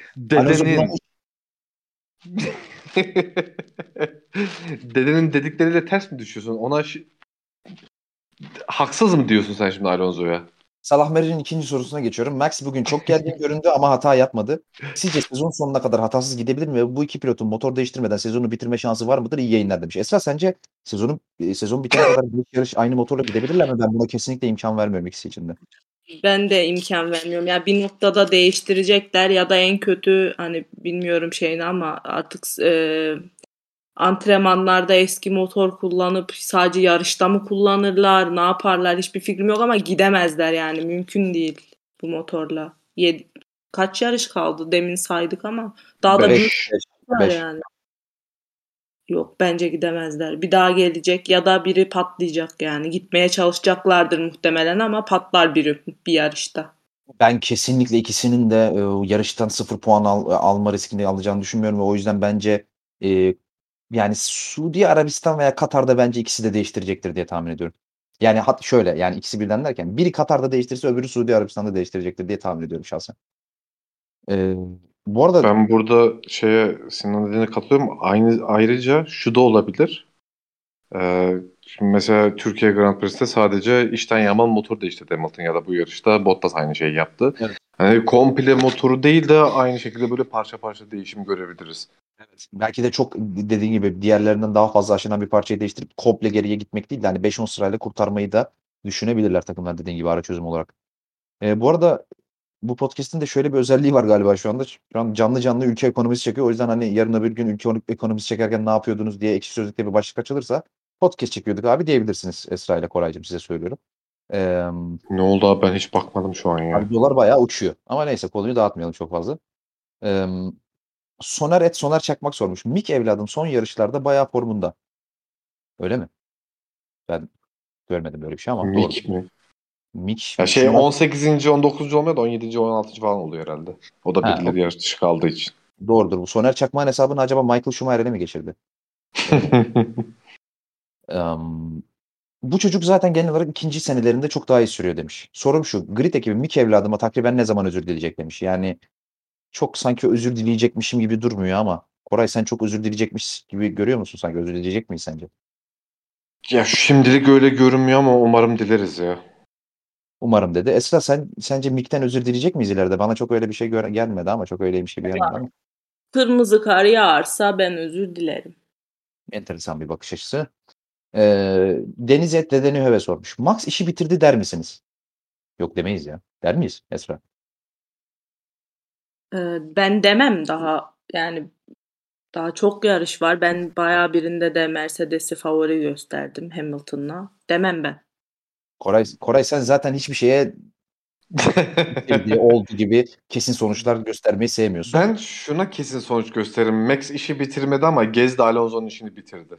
dedenin dedikleriyle ters mi düşüyorsun? Haksız mı diyorsun sen şimdi Alonso'ya? Salah Merih'in ikinci sorusuna geçiyorum. Max bugün çok gergin göründü ama hata yapmadı. Sizce sezon sonuna kadar hatasız gidebilir mi ve bu iki pilotun motor değiştirmeden sezonu bitirme şansı var mıdır? İyi yayınlar demiş. Esra sence sezon bitene kadar bir yarış aynı motorla gidebilirler mi? Ben buna kesinlikle imkan vermiyorum ikisi için de. Ben de imkan vermiyorum. Ya bir noktada değiştirecekler ya da en kötü hani bilmiyorum şeyini ama artık antrenmanlarda eski motor kullanıp sadece yarışta mı kullanırlar, ne yaparlar hiçbir fikrim yok ama gidemezler yani mümkün değil bu motorla. Kaç yarış kaldı demin saydık ama daha da büyük 5. var 5. yani. Yok bence gidemezler. Bir daha gelecek ya da biri patlayacak yani. Gitmeye çalışacaklardır muhtemelen ama patlar biri bir yarışta. Ben kesinlikle ikisinin de yarıştan 0 puan alma riskini alacağını düşünmüyorum ve o yüzden bence yani Suudi Arabistan veya Katar'da bence ikisi de değiştirecektir diye tahmin ediyorum. Yani şöyle yani ikisi birden derken biri Katar'da değiştirirse öbürü Suudi Arabistan'da değiştirecektir diye tahmin ediyorum şahsen. Bu arada Ben burada Sinan dediğine katılıyorum. Ayrıca şu da olabilir. Şimdi mesela Türkiye Grand Prix'te sadece içten yanmalı motor değiştirdi Hamilton ya da bu yarışta Bottas aynı şeyi yaptı. evet, Hani komple motoru değil de aynı şekilde böyle parça parça değişim görebiliriz. evet. Belki de çok dediğin gibi diğerlerinden daha fazla aşınan bir parçayı değiştirip komple geriye gitmek değil de hani 5-10 sırayla kurtarmayı da düşünebilirler takımlar dediğin gibi ara çözüm olarak. Bu arada bu podcast'in de şöyle bir özelliği var galiba şu anda. Şu an canlı canlı ülke ekonomisi çekiyor. O yüzden hani yarın öbür gün ülke ekonomisi çekerken ne yapıyordunuz diye Ekşi Sözlük'te bir başlık açılırsa podcast çekiyorduk abi diyebilirsiniz Esra ile Koraycığım size söylüyorum. Ne oldu abi, ben hiç bakmadım şu an ya. Abi dolar bayağı uçuyor. Ama neyse konuyu dağıtmayalım çok fazla. Eee Soner Çakmak sormuş. Mik evladım son yarışlarda bayağı formunda. Öyle mi? Ben görmedim böyle bir şey ama doğru. Mik mi? Mik Ya Schumacher. 18. 19. olmuyor da 17. 16. falan oluyor herhalde. O da Ha, birileri yarış dışı kaldığı için. doğrudur. Bu Soner Çakmak'ın hesabını acaba Michael Schumacher'e mi geçirdi? Emm, Bu çocuk zaten genel olarak ikinci senelerinde çok daha iyi sürüyor demiş. Sorum şu, grid ekibi Mik evladıma takriben ne zaman özür dileyecek demiş. Yani çok sanki özür dileyecekmişim gibi durmuyor ama Koray sen çok özür dileyecekmiş gibi görüyor musun sanki? Özür dileyecek miyiz sence? Ya şimdilik öyle görünmüyor ama umarım dileriz ya. Umarım dedi. Esra sence Mik'ten özür dileyecek miyiz ileride? Bana çok öyle bir şey gelmedi ama çok öyleymiş gibi gelmedi ama Kırmızı kar yağarsa ben özür dilerim. enteresan bir bakış açısı. Deniz Et Dedeni Höve sormuş. Max işi bitirdi der misiniz? Yok demeyiz ya. Der miyiz Esra? Ben demem daha yani daha çok yarış var. Ben bayağı birinde de Mercedes'i favori gösterdim Hamilton'la. Demem ben. Koray sen zaten hiçbir şeye bitirdi, oldu gibi kesin sonuçlar göstermeyi sevmiyorsun. Ben şuna kesin sonuç gösteririm. Max işi bitirmedi ama Gez de Alonso'nun işini bitirdi.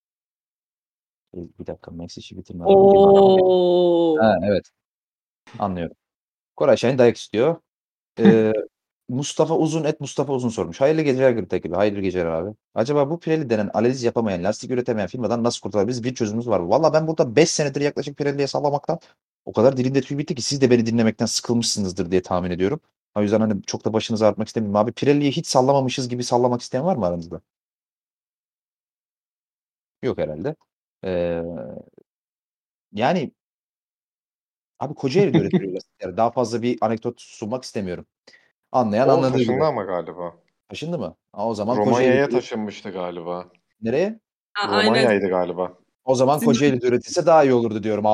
Bir dakika Max işi bitirmedi. Oo. Ha, evet anlıyorum. Koray Şahin dayak istiyor. Mustafa Uzun sormuş. Hayırlı geceler Grid ekibi. Hayırlı geceler abi. Acaba bu Pirelli denen analiz yapamayan, lastik üretemeyen firmadan nasıl kurtulabiliriz? Bir çözümümüz var mı? Valla ben burada 5 senedir yaklaşık Pirelli'ye sallamaktan o kadar dilimde tüy bitti ki siz de beni dinlemekten sıkılmışsınızdır diye tahmin ediyorum. O yüzden hani çok da başınızı ağrıtmak istemiyorum. Abi Pirelli'yi hiç sallamamışız gibi sallamak isteyen var mı aranızda? Yok herhalde. Ee, Yani abi Kocaeli'de üretiliyor lastikler. Daha fazla bir anekdot sunmak istemiyorum. Anlayan O anladığı gibi. taşındı ama galiba. Taşındı mı? O zaman Romanya'ya Kocaeli'de taşınmıştı galiba. nereye? Aynen. Romanya'ydı galiba. O zaman Kocaeli'de üretilse daha iyi olurdu diyorum.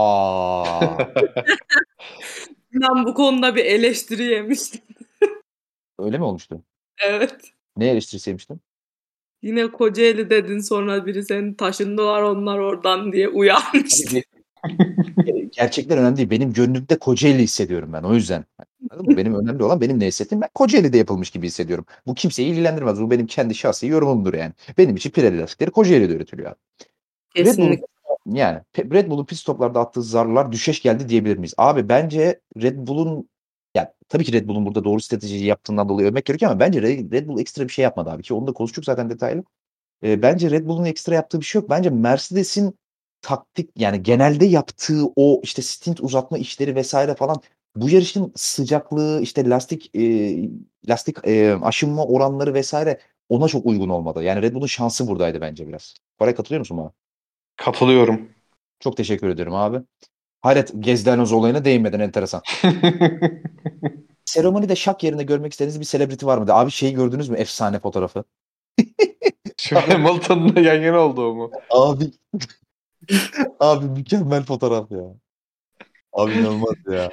Ben bu konuda bir eleştiri yemiştim. Öyle mi olmuştu? Evet. Ne eleştirisi yemiştin? Yine Kocaeli dedin sonra biri seni taşındılar onlar oradan diye uyarmıştı. Gerçekler önemli değil. Benim gönlümde Kocaeli hissediyorum ben. O yüzden. Anladın mı? Benim önemli olan benim ne hissettiğim. Ben Kocaeli'de yapılmış gibi hissediyorum. Bu kimseyi ilgilendirmez. Bu benim kendi şahsi yorumumdur yani. Benim için Pirelli lastikleri Kocaeli'de üretiliyor. Kesinlikle. Red Bull'un pit stoplarda attığı zarlar düşeş geldi diyebilir miyiz? Abi bence Red Bull'un ya tabii ki Red Bull'un burada doğru stratejiyi yaptığından dolayı övmek gerekiyor ama bence Red Bull ekstra bir şey yapmadı abi ki onu da konuştuk zaten detaylı. Bence Red Bull'un ekstra yaptığı bir şey yok. Bence Mercedes'in taktik yani genelde yaptığı o işte stint uzatma işleri vesaire falan bu yarışın sıcaklığı işte lastik aşınma oranları vesaire ona çok uygun olmadı. Yani Red Bull'un şansı buradaydı bence biraz. Koray katılıyor musun bana? Katılıyorum. Çok teşekkür ederim abi. Hayret, Gezdanoz olayına değinmeden enteresan. Seremonide şak yerine görmek istediğiniz bir selebriti var mıydı? Abi şeyi gördünüz mü? Efsane fotoğrafı. Şu Hamilton'la yan yana olduğu mu? Abi abi mükemmel fotoğraf ya. Abi inanılmaz ya.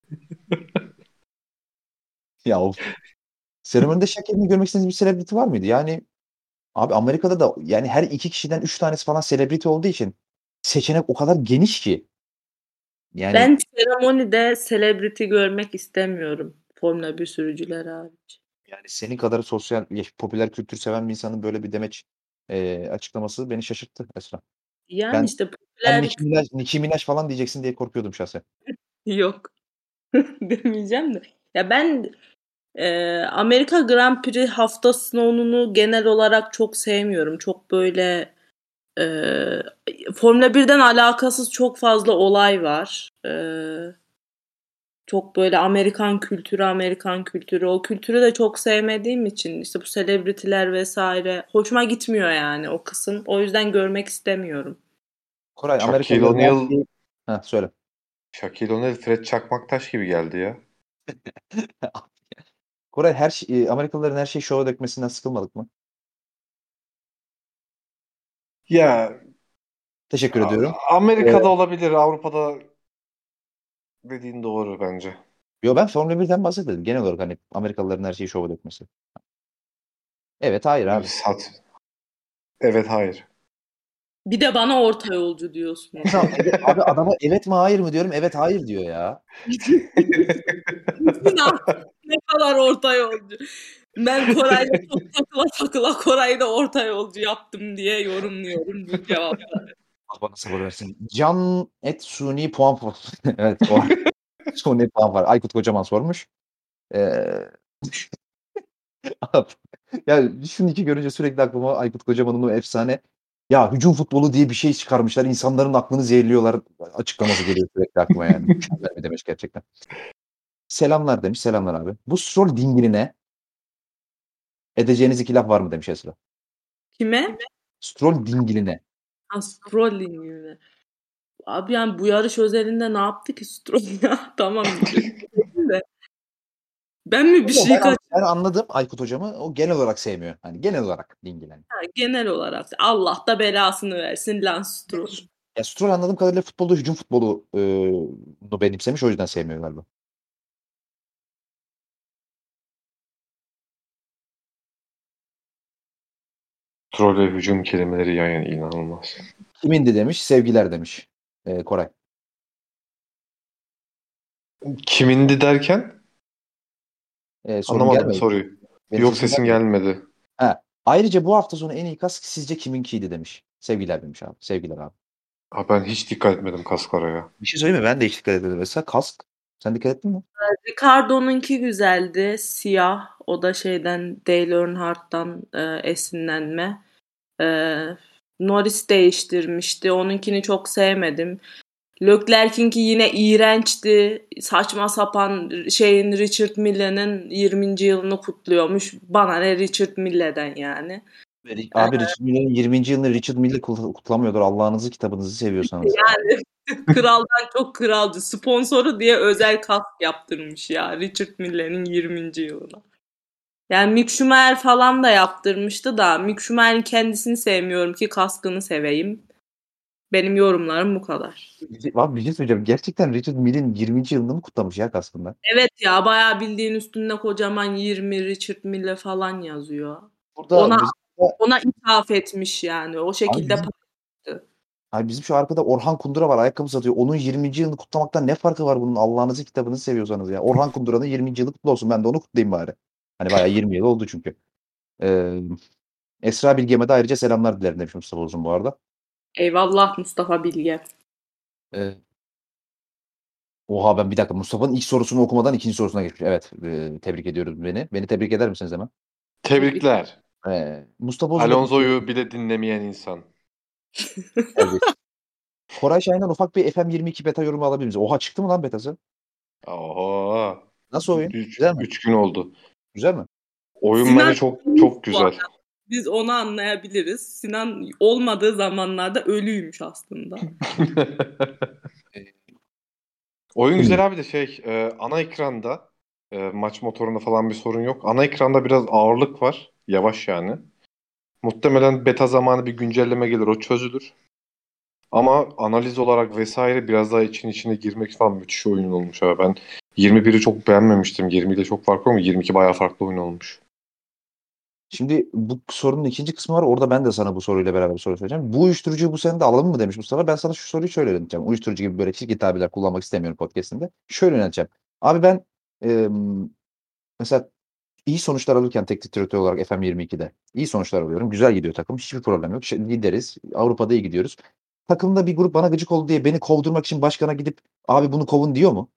Ya of. Seremonide şak yerine görmek istediğiniz bir selebriti var mıydı? Yani abi Amerika'da da yani her 2 kişiden 3 tanesi falan selebriti olduğu için seçenek o kadar geniş ki. Yani Ben seremonide celebrity görmek istemiyorum. Formula 1 sürücüleri hariç. yani senin kadar sosyal, popüler kültür seven bir insanın böyle bir demeç açıklaması beni şaşırttı Esra. Yani Ben işte ben popüler Nicki Minaj falan diyeceksin diye korkuyordum şahsen. yok demeyeceğim de. Ya ben Amerika Grand Prix hafta sonunu genel olarak çok sevmiyorum. Çok böyle Formula 1'den alakasız çok fazla olay var. Çok böyle Amerikan kültürü. O kültürü de çok sevmediğim için işte bu selebritiler vesaire hoşuma gitmiyor yani o kısım. O yüzden görmek istemiyorum. Koray Shaquille Amerikalıların her O'Neal şeyi... Heh, söyle. Shaquille O'Neal Fred Çakmaktaş gibi geldi ya. Koray Amerikalıların her şeyi şova dökmesinden sıkılmadık mı? Ya Teşekkür ediyorum. Amerika'da olabilir, Avrupa'da dediğin doğru bence. Yo ben Formula 1'den bahsetmedim. Genel olarak hani Amerikalıların her şeyi şova dökmesi. Evet, hayır abi. Evet, hayır. Bir de bana orta yolcu diyorsunuz. Abi adama evet mi hayır mı diyorum. Evet hayır diyor ya. Sinan ne kadar orta yolcu. Ben Koray'la çok takıla Koray'ı da orta yolcu yaptım diye yorumluyorum bu cevapları. Allah bana sabır versin. Can et suni puan evet o suni puan var. Aykut Kocaman sormuş. Ee, ya şunun iki görünce sürekli aklıma Aykut Kocaman'ın o efsane ya hücum futbolu diye bir şey çıkarmışlar. İnsanların aklını zehirliyorlar açıklaması geliyor sürekli aklıma yani. Mükemmel bir demiş gerçekten. Selamlar demiş. Selamlar abi. Bu Stroll dingline edeceğiniz iki laf var mı demiş Esra. Kime? Stroll dingiline. Scrolling gibi. Abi yani bu yarış özelinde ne yaptı ki Stroll ya? Tamam. De. Ben mi bir şey Ben anladım Aykut hocamı. O genel olarak sevmiyor. Hani genel olarak dingile. genel olarak Allah da belasını versin Lance Stroll. Ya Stroll anladığım kadarıyla futbolda hücum futbolu benimsemiş. O yüzden sevmiyor galiba. Troll ve hücum kelimeleri yan yana inanılmaz. Kimindi demiş. Sevgiler demiş. Koray. Kimindi derken? Sorum Anlamadım gelmedi. soruyu. Benim Yok, sesim sesin gelmedi. gelmedi. Ha. Ayrıca bu hafta sonu en iyi kask sizce kiminkiydi demiş. Sevgiler demiş abi. Sevgiler abi. Ben hiç dikkat etmedim kasklara ya. Bir şey söyleyeyim mi? Ben de hiç dikkat etmedim. Mesela kask. Sen dikkat ettin mi? Ricardo'nunki güzeldi. Siyah. O da şeyden Dale Earnhardt'tan esinlenme. Norris değiştirmişti. Onunkini çok sevmedim. Leclerc'inki yine iğrençti. Saçma sapan Richard Mille'nin 20. yılını kutluyormuş. Bana ne Richard Mille'den yani. Abi Richard Miller'in 20. yılını Richard Miller kutlamıyordur. Allah'ınızı kitabınızı seviyorsanız. Yani kraldan çok kralcı. Sponsoru diye özel kask yaptırmış ya Richard Mille'nin 20. yılına. Yani Mick Schumacher falan da yaptırmıştı da Mick Schumacher'in kendisini sevmiyorum ki kaskını seveyim. Benim yorumlarım bu kadar. Abi bir şey söyleyeceğim. Gerçekten Richard Miller'in 20. yılını mı kutlamış ya kaskında? Evet ya bayağı bildiğin üstünde kocaman 20 Richard Mille falan yazıyor. Burada Ona ithaf etmiş yani. O şekilde bizim şu arkada Orhan Kundura var. Ayakkabı satıyor. Onun 20. yılını kutlamaktan ne farkı var bunun? Allah'ınızı kitabınızı seviyorsanız ya. Orhan Kundura'nın 20. yılı kutlu olsun. Ben de onu kutlayayım bari. Hani bayağı 20 yıl oldu çünkü. Esra Bilge'me de ayrıca selamlar dilerim demiş Mustafa Uzun bu arada. Eyvallah Mustafa Bilge. Oha ben bir dakika Mustafa'nın ilk sorusunu okumadan ikinci sorusuna geçmiş. Evet tebrik ediyoruz beni. Beni tebrik eder misiniz hemen? Tebrikler. Mustafa Uzun Alonso'yu bile dinlemeyen insan. Koray Şahin'den ufak bir FM22 beta yorumu alabilir miyiz? Oha çıktı mı lan betası? Oha. Nasıl oyun? 3 Güzel mi? gün oldu. Güzel mi? Oyun Sinan bence çok güzel. Biz onu anlayabiliriz. Sinan olmadığı zamanlarda ölüymüş aslında. Oyun Değil mi? güzel abi de ana ekranda maç motorunda falan bir sorun yok. Ana ekranda biraz ağırlık var. Yavaş yani. Muhtemelen beta zamanı bir güncelleme gelir, o çözülür. Ama analiz olarak vesaire biraz daha içine girmek falan müthiş oyun olmuş abi. Ben 21'i çok beğenmemiştim. 20 ile çok farklı ama 22 bayağı farklı oyun olmuş. Şimdi bu sorunun ikinci kısmı var. Orada ben de sana bu soruyla beraber bir soru soracağım. Bu uyuşturucuyu bu sene de alalım mı demiş Mustafa. Ben sana şu soruyu şöyle yönelteceğim. Uyuşturucu gibi böyle çirkin tabirler kullanmak istemiyorum podcast'inde. Şöyle yönelteceğim. Abi ben mesela iyi sonuçlar alırken teknik direktör olarak FM22'de iyi sonuçlar alıyorum. Güzel gidiyor takım. Hiçbir problem yok. Lideriz. Avrupa'da iyi gidiyoruz. Takımda bir grup bana gıcık oldu diye beni kovdurmak için başkana gidip abi bunu kovun diyor mu?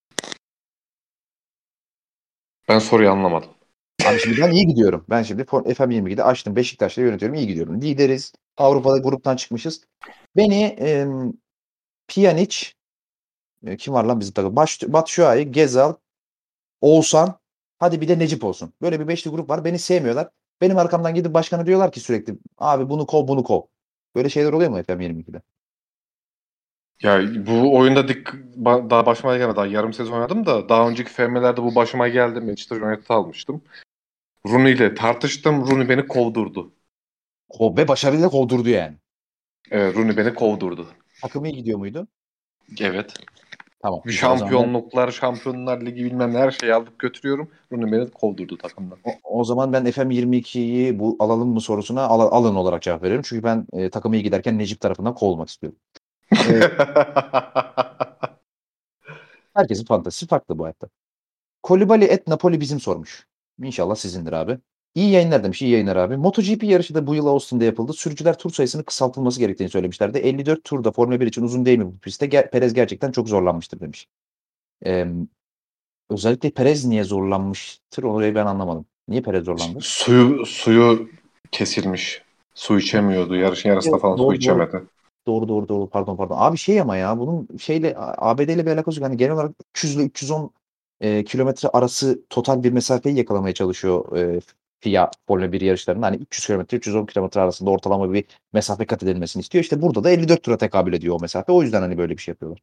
Ben soruyu anlamadım. Abi şimdi ben iyi gidiyorum. Ben şimdi FM22'de açtım. Beşiktaş'ta yönetiyorum. İyi gidiyorum. Lideriz. Avrupa'da gruptan çıkmışız. Beni Pjanic, kim var lan bizim takım? Batshuayi, Gezal, Oğuzhan, hadi bir de Necip olsun. Böyle bir beşli grup var. Beni sevmiyorlar. Benim arkamdan gidip başkana diyorlar ki sürekli abi bunu kov bunu kov. Böyle şeyler oluyor mu FM22'de? Ya bu oyunda daha başıma gelmedi. Daha yarım sezon oynadım da daha önceki FM'lerde bu başıma geldi. Manchester United almıştım. Rooney ile tartıştım. Rooney beni kovdurdu. Ve başarıyla kovdurdu yani. Evet, Rooney beni kovdurdu. Takım iyi gidiyor muydu? Evet. Tamam. Güzel. O zaman Şampiyonlar Ligi bilmem ne her şeyi aldık götürüyorum. Rooney beni kovdurdu takımdan. o zaman ben FM22'yi bu alalım mı sorusuna alın olarak cevap veriyorum. Çünkü ben takım iyi giderken Necip tarafından kovulmak istiyorum. E, Herkesin fantezisi farklı bu hayatta. Kolibali et Napoli bizim sormuş. İnşallah sizindir abi. İyi yayınlar demiş. İyi yayınlar abi. MotoGP yarışı da bu yıl Austin'de yapıldı. Sürücüler tur sayısını kısaltılması gerektiğini söylemişlerdi. 54 turda Formula 1 için uzun değil mi bu pistte? Perez gerçekten çok zorlanmıştır demiş. Ee, Özellikle Perez niye zorlanmıştır? Orayı ben anlamadım. Niye Perez zorlandı? Suyu kesilmiş. Su içemiyordu. Yarışın yarısında falan su Doğru doğru. içemedi. Doğru. Pardon. Abi şey ama ya bunun şeyle ABD ile bir alakası yok. Hani genel olarak 300 ile 310 kilometre arası total bir mesafeyi yakalamaya çalışıyor FIA Formula 1 yarışlarında. Hani 300 kilometre 310 kilometre arasında ortalama bir mesafe kat edilmesini istiyor. İşte burada da 54 tura tekabül ediyor o mesafe. O yüzden hani böyle bir şey yapıyorlar.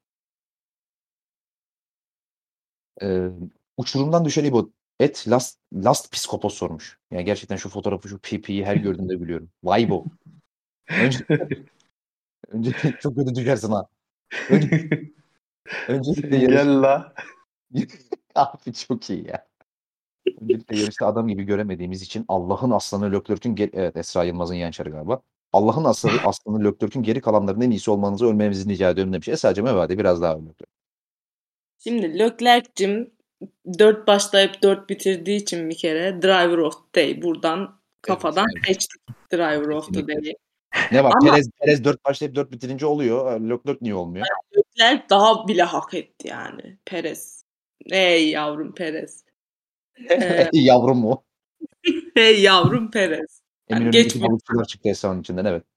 E, Uçurumdan düşen İbo Last Piskopos sormuş. Yani gerçekten şu fotoğrafı şu PP'yi her gördüğümde gülüyorum. Vay bu. Önce, önce çok kötü düşersin ha. Önce, öncelikle yarış Gel la. abi çok iyi ya. Öncelikle yarışta adam gibi göremediğimiz için Allah'ın aslanı Leclerc'ün evet Esra Yılmaz'ın yançarı galiba. Allah'ın aslanı Leclerc'ün geri kalanların en iyisi olmanızı ölmemizi rica ediyorum demiş. Esra'cığım evet biraz daha Leclerc. Şimdi Leclerc'cim 4 başlayıp 4 bitirdiği için bir kere Driver of the Day. Buradan kafadan Evet. seçtik Driver of the Kesinlikle. Day'i. Ne var? Ama Perez 4 başlayıp 4 bitirince oluyor. Leclerc niye olmuyor? Leclerc daha bile hak etti yani. Perez. Ey yavrum Perez. Yavrum o. Hey yavrum Perez. Yani geç Eminönü'ndeki balıkçılar çıktı Esra'nın içinden evet.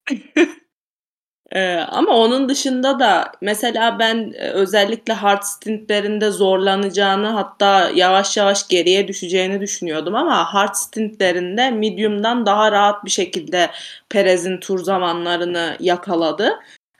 Ama onun dışında da mesela ben özellikle hard stintlerinde zorlanacağını hatta yavaş yavaş geriye düşeceğini düşünüyordum ama hard stintlerinde medium'dan daha rahat bir şekilde Perez'in tur zamanlarını yakaladı.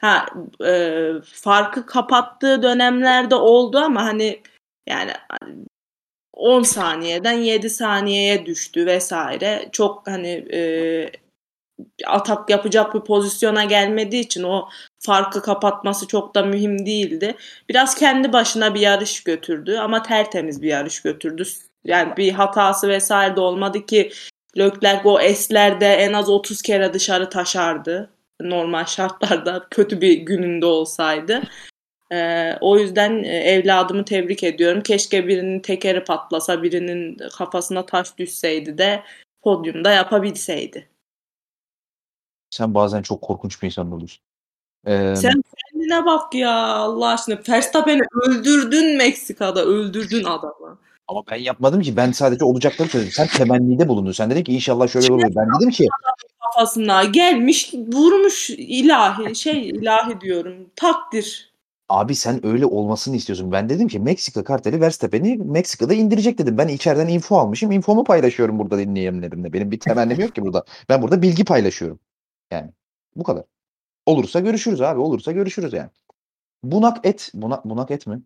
Farkı kapattığı dönemlerde oldu ama hani yani 10 saniyeden 7 saniyeye düştü vesaire. Çok hani atak yapacak bir pozisyona gelmediği için o farkı kapatması çok da mühim değildi. Biraz kendi başına bir yarış götürdü ama tertemiz bir yarış götürdü. Yani bir hatası vesaire de olmadı ki Leclerc o S'lerde en az 30 kere dışarı taşardı. Normal şartlarda kötü bir gününde olsaydı. O yüzden evladımı tebrik ediyorum. Keşke birinin tekeri patlasa, birinin kafasına taş düşseydi de podyumda yapabilseydi. Sen bazen çok korkunç bir insan oluyorsun. Ee, Sen kendine bak ya Allah aşkına. Verstappen'i öldürdün Meksika'da. Öldürdün adamı. Ama ben yapmadım ki. Ben sadece olacakları söyledim. Sen temennide bulundun. Sen dedin ki inşallah şöyle olur. Ben dedim ki Kafasına gelmiş vurmuş ilahi diyorum. Takdir. abi sen öyle olmasını istiyorsun. Ben dedim ki Meksika karteli Verstappen'i Meksika'da indirecek dedim. Ben içeriden info almışım. Infomu paylaşıyorum burada dinleyenlerimle. Benim bir temennim yok ki burada. Ben burada bilgi paylaşıyorum. Yani bu kadar. Olursa görüşürüz abi. Olursa görüşürüz yani. Bunak et mi?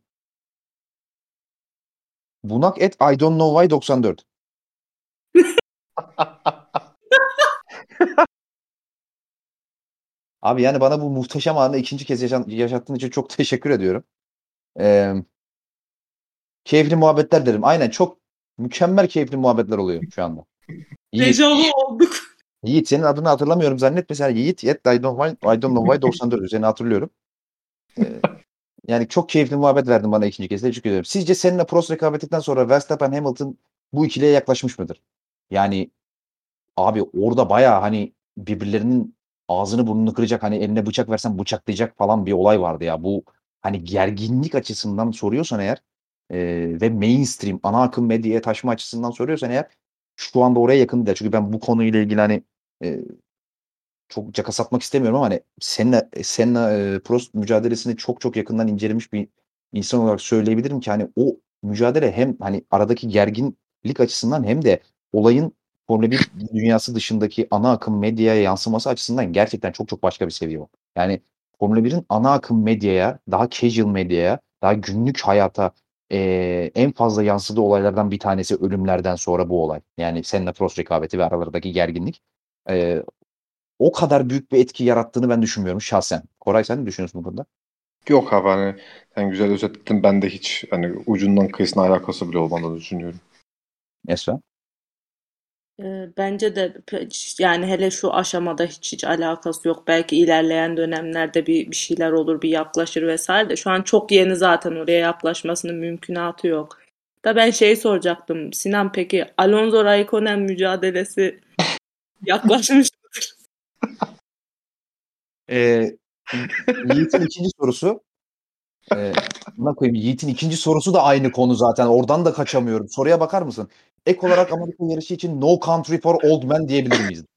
Bunak et I don't know why 94. Abi yani bana bu muhteşem anı ikinci kez yaşattığın için çok teşekkür ediyorum. Keyifli muhabbetler derim. Aynen, çok mükemmel keyifli muhabbetler oluyor şu anda. Yiğit. Dejavu olduk. Yiğit, senin adını hatırlamıyorum zannetme. Sen Yiğit I don't know why 94. Seni hatırlıyorum. Yani çok keyifli muhabbet verdin bana ikinci kez. Teşekkür ederim. Sizce seninle Prost rekabetinden sonra Verstappen Hamilton bu ikiliye yaklaşmış mıdır? Yani abi orada bayağı hani birbirlerinin ağzını burnunu kıracak, hani eline bıçak versen bıçaklayacak falan bir olay vardı ya. Bu hani gerginlik açısından soruyorsan eğer ve mainstream ana akım medyaya taşıma açısından soruyorsan eğer şu anda oraya yakın değil. Çünkü ben bu konuyla ilgili hani e, çok caka satmak istemiyorum ama hani Senna Prost mücadelesini çok çok yakından incelemiş bir insan olarak söyleyebilirim ki hani o mücadele hem hani aradaki gerginlik açısından hem de olayın Formula 1 dünyası dışındaki ana akım medyaya yansıması açısından gerçekten çok çok başka bir seviye o. Yani Formula 1'in ana akım medyaya, daha casual medyaya, daha günlük hayata en fazla yansıdığı olaylardan bir tanesi ölümlerden sonra bu olay. Yani Senna Prost rekabeti ve aralarındaki gerginlik. Eee O kadar büyük bir etki yarattığını ben düşünmüyorum şahsen. Koray, sen ne düşünüyorsun bu konuda? Yok abi, hani sen güzel özetledin. Ben de hiç hani ucundan kıyısına alakası bile olmadığını düşünüyorum. Esra? Bence de yani hele şu aşamada hiç alakası yok. Belki ilerleyen dönemlerde bir şeyler olur, bir yaklaşır vesaire de şu an çok yeni, zaten oraya yaklaşmasının mümkünatı yok. Da ben şey soracaktım. Sinan, peki Alonso Raikkonen mücadelesi yaklaşmış mıdır? Ee, Yiğit'in ikinci sorusu. Buna koyayım. Yiğit'in ikinci sorusu da aynı konu zaten. Oradan da kaçamıyorum. Soruya bakar mısın? Ek olarak Amerika yarışı için No Country for Old Men diyebilir miyiz?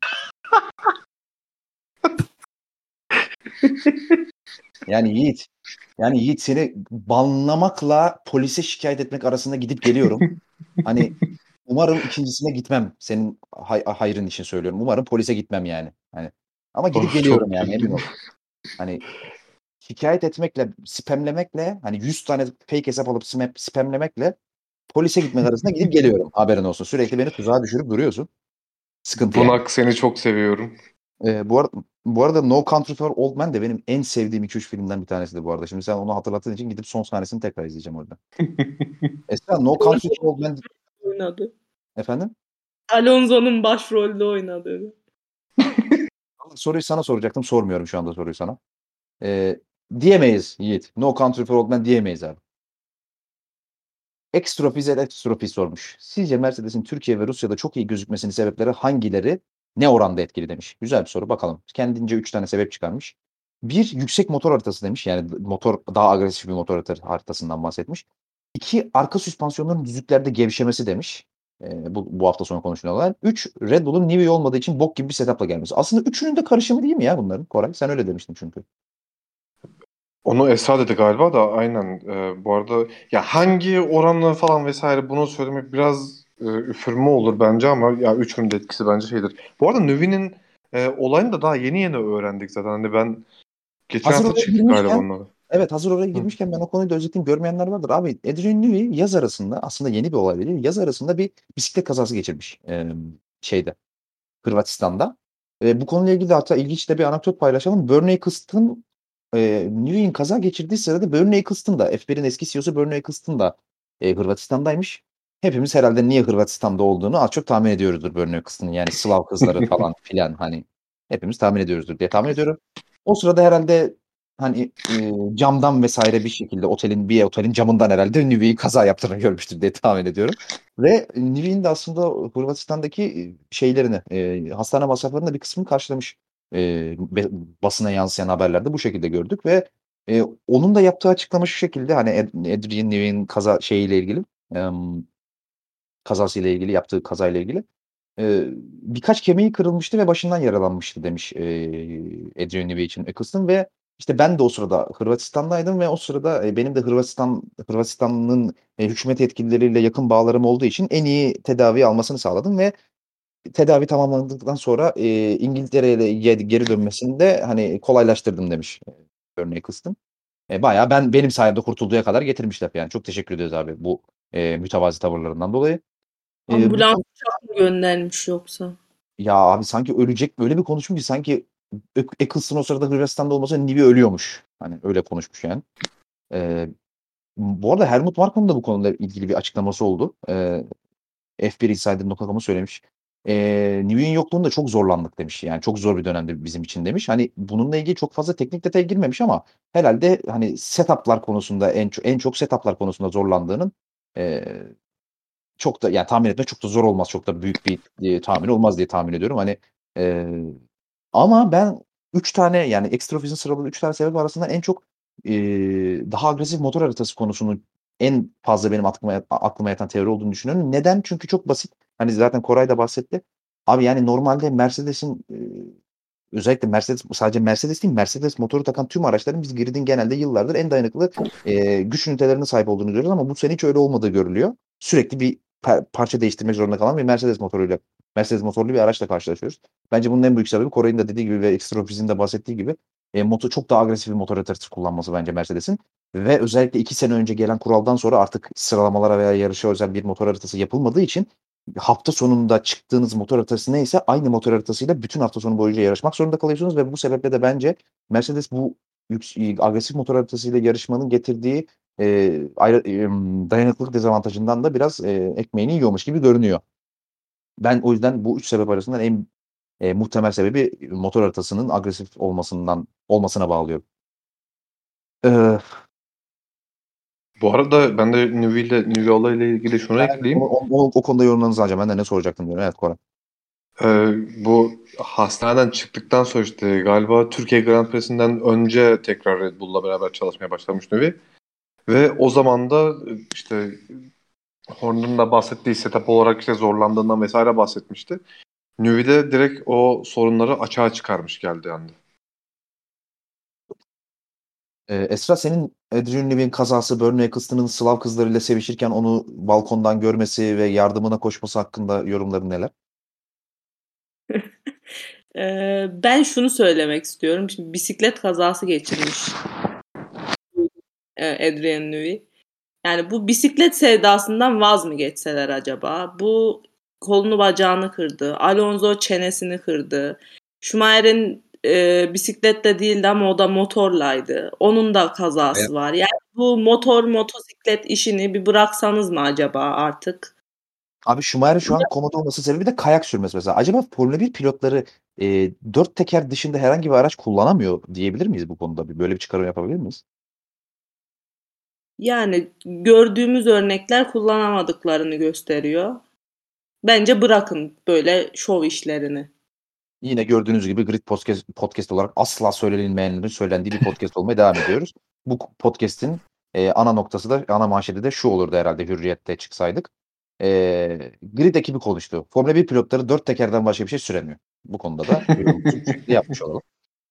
Yani Yiğit seni banlamakla polise şikayet etmek arasında gidip geliyorum. Hani umarım ikincisine gitmem. Senin hayrın için söylüyorum. Umarım polise gitmem yani. Hani ama gidip Of, geliyorum çok yani, emin kötü. ol. Hani şikayet etmekle, spamlemekle, hani 100 tane fake hesap alıp spamlemekle polise gitmek arasında gidip geliyorum. Haberin olsun. Sürekli beni tuzağa düşürüp duruyorsun. Sıkıntı yani. Bunak, seni çok seviyorum. Bu arada No Country for Old Men de benim en sevdiğim 2-3 filmden bir tanesidir bu arada. Şimdi sen onu hatırlattığın için gidip son sahnesini tekrar izleyeceğim orada. Esra, No Country for Old Men Oynadı. efendim? Alonso'nun başrolde oynadığı. Soruyu sana soracaktım. Sormuyorum şu anda soruyu sana. Diyemeyiz Yiğit. No Country for Old Men diyemeyiz abi. Extra sormuş. Sizce Mercedes'in Türkiye ve Rusya'da çok iyi gözükmesinin sebepleri hangileri, ne oranda etkili demiş. Güzel bir soru, bakalım. Kendince 3 tane sebep çıkarmış. Bir, yüksek motor haritası demiş. Yani motor, daha agresif bir motor haritasından bahsetmiş. İki, arka süspansiyonların düzlüklerde gevşemesi demiş. Bu hafta sonu konuşulan. Üç, Red Bull'un Nivea olmadığı için bok gibi bir setup'la gelmesi. Aslında üçünün de karışımı değil mi ya bunların, Koray? Sen öyle demiştin çünkü. Onu Esra dedi galiba da, aynen. Bu arada ya hangi oranla falan vesaire, bunu söylemek biraz üfürme olur bence, ama ya üçünün de etkisi bence şeydir. Bu arada Nüvi'nin olayını da daha yeni yeni öğrendik zaten. Hani ben geçen Hazır hafta oraya çıktık galiba girmişken onlara. Evet, hazır oraya Hı. girmişken ben o konuyu da özetleyeyim. Görmeyenler vardır. Abi, Adrian Newey yaz arasında, aslında yeni bir olay değil. Yaz arasında bir bisiklet kazası geçirmiş. Şeyde, Hırvatistan'da. Bu konuyla ilgili de hatta ilginç de bir anekdot paylaşalım. Bernie Eccleston, Newey'in kaza geçirdiği sırada Bernie Eccleston da, F1'in eski CEO'su Bernie Eccleston da Hırvatistan'daymış. Hepimiz herhalde niye Hırvatistan'da olduğunu az çok tahmin ediyoruzdur Bernie Eccleston'ın. Yani Slav kızları falan filan, hani hepimiz tahmin ediyoruzdur diye tahmin ediyorum. O sırada herhalde hani camdan vesaire bir şekilde bir otelin camından herhalde Newey'i kaza yaptığını görmüştür diye tahmin ediyorum. Ve Niv'in de aslında Hırvatistan'daki şeylerini, hastane masraflarının da bir kısmını karşılamış. Basına yansıyan haberlerde bu şekilde gördük ve onun da yaptığı açıklama şu şekilde, hani Adrian Newey'in şeyiyle ilgili, kazasıyla ilgili, yaptığı kazayla ilgili. Birkaç kemiği kırılmıştı ve başından yaralanmıştı demiş Adrian Newey için Eccleston ve işte ben de o sırada Hırvatistan'daydım ve o sırada benim de Hırvatistan'ın hükümet yetkilileriyle yakın bağlarım olduğu için en iyi tedavi almasını sağladım ve tedavi tamamlandıktan sonra İngiltere'ye geri dönmesini de hani kolaylaştırdım demiş Bernie Eccleston. Bayağı benim sayemde kurtulduğuya kadar getirmişler yani. Çok teşekkür ediyoruz abi bu mütevazi tavırlarından dolayı. Bu Ambulans uçak mı göndermiş yoksa? Ya abi sanki ölecek öyle bir konuşmuş ki sanki Eccleston o sırada Hırvatistan'da olmasa Nivi ölüyormuş. Hani öyle konuşmuş yani. Ee, Bu arada Helmut Marko'nun da bu konuyla ilgili bir açıklaması oldu. F1 Insider.com'a söylemiş. Nivi'nin yokluğunda çok zorlandık demiş. Yani çok zor bir dönemdi bizim için demiş. Hani bununla ilgili çok fazla teknik detaya girmemiş ama herhalde hani setup'lar konusunda en çok setup'lar konusunda zorlandığının e, çok da yani tahmin etmek çok da zor olmaz. Çok da büyük bir tahmin olmaz diye tahmin ediyorum. Hani eee, ama ben 3 tane yani Extra Office'in sıraladığı 3 tane sebep arasında en çok daha agresif motor haritası konusunun en fazla benim aklıma yatan teori olduğunu düşünüyorum. Neden? Çünkü çok basit. Hani zaten Koray da bahsetti. Abi yani normalde Mercedes'in özellikle sadece Mercedes değil, Mercedes motoru takan tüm araçların biz gridin genelde yıllardır en dayanıklı güç ünitelerine sahip olduğunu görüyoruz ama bu sene hiç öyle olmadığı görülüyor. Sürekli bir parça değiştirmek zorunda kalan bir Mercedes motorlu bir araçla karşılaşıyoruz. Bence bunun en büyük sebebi Koray'ın da dediği gibi ve Extra Office'in de bahsettiği gibi motor çok daha agresif bir motor haritası kullanması bence Mercedes'in. Ve özellikle 2 sene önce gelen kuraldan sonra artık sıralamalara veya yarışa özel bir motor haritası yapılmadığı için hafta sonunda çıktığınız motor haritası neyse aynı motor haritasıyla bütün hafta sonu boyunca yarışmak zorunda kalıyorsunuz ve bu sebeple de bence Mercedes bu agresif motor haritasıyla yarışmanın getirdiği dayanıklılık dezavantajından da biraz ekmeğini yiyormuş gibi görünüyor. Ben o yüzden bu 3 sebep arasından en muhtemel sebebi motor haritasının agresif olmasına bağlıyorum. Eee Bu arada ben de Nüvi olayıyla ilgili şunu ekleyeyim. o konuda yorumlarınızı alacağım. Ben de ne soracaktım diyorum. Evet Koray. Bu hastaneden çıktıktan sonra işte galiba Türkiye Grand Prix'sinden önce tekrar Red Bull'la beraber çalışmaya başlamış Nüvi. Ve o zaman da işte Horner'ın da bahsettiği setup olarak işte zorlandığından vesaire bahsetmişti. Nüvi de direkt o sorunları açığa çıkarmış geldi yani. Esra senin Adrian Newey'in kazası Bernie Ecclestone'ın Slav kızlarıyla sevişirken onu balkondan görmesi ve yardımına koşması hakkında yorumların neler? Ben şunu söylemek istiyorum. Şimdi bisiklet kazası geçirmiş Adrian Newey. Yani bu bisiklet sevdasından vaz mı geçseler acaba? Bu kolunu bacağını kırdı. Alonso çenesini kırdı. Schumacher'in bisiklette değildi ama o da motorlaydı. Onun da kazası var. Yani bu motosiklet işini bir bıraksanız mı acaba artık? Abi Schumacher'in şu an komada olması sebebi de kayak sürmesi mesela. Acaba Formula 1 pilotları 4 teker dışında herhangi bir araç kullanamıyor diyebilir miyiz bu konuda? Böyle bir çıkarım yapabilir miyiz? Yani gördüğümüz örnekler kullanamadıklarını gösteriyor. Bence bırakın böyle şov işlerini. Yine gördüğünüz gibi Grid Podcast olarak asla söylenilmeyenlerin söylendiği bir podcast olmaya devam ediyoruz. Bu podcast'in ana noktası da, ana manşeti de şu olurdu herhalde Hürriyet'te çıksaydık. Grid ekibi konuştu. Formula 1 pilotları 4 tekerden başka bir şey süremiyor. Bu konuda da yorumumuzu bu şekilde yapmış olalım.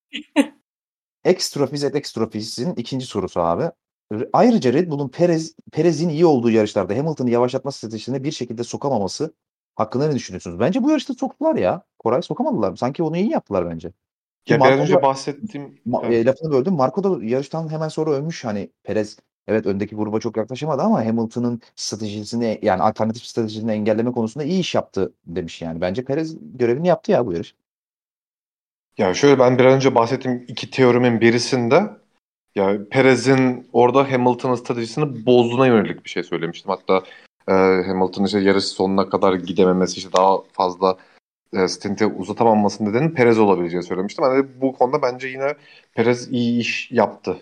Extra Fiz'in ikinci sorusu abi. Ayrıca Red Bull'un Perez'in iyi olduğu yarışlarda Hamilton'ı yavaşlatma stratejisine bir şekilde sokamaması hakkında ne düşünüyorsunuz? Bence bu yarışta soktular ya. Koray sokamadılar. Sanki onu iyi yaptılar bence. Ki Ya biraz Marco önce da bahsettiğim evet. lafını böldüm. Marco da yarıştan hemen sonra ölmüş. Hani Perez evet öndeki gruba çok yaklaşamadı ama Hamilton'ın stratejisini yani alternatif stratejisini engelleme konusunda iyi iş yaptı demiş yani. Bence Perez görevini yaptı ya bu yarış. Ya şöyle ben biraz önce bahsettiğim iki teorimin birisinde ya Perez'in orada Hamilton'ın stratejisini bozduğuna yönelik bir şey söylemiştim. Hatta Hamilton'ın işte yarış sonuna kadar gidememesi, işte daha fazla stinti uzatamaması nedeni Perez olabileceğini söylemiştim. Hani bu konuda bence yine Perez iyi iş yaptı.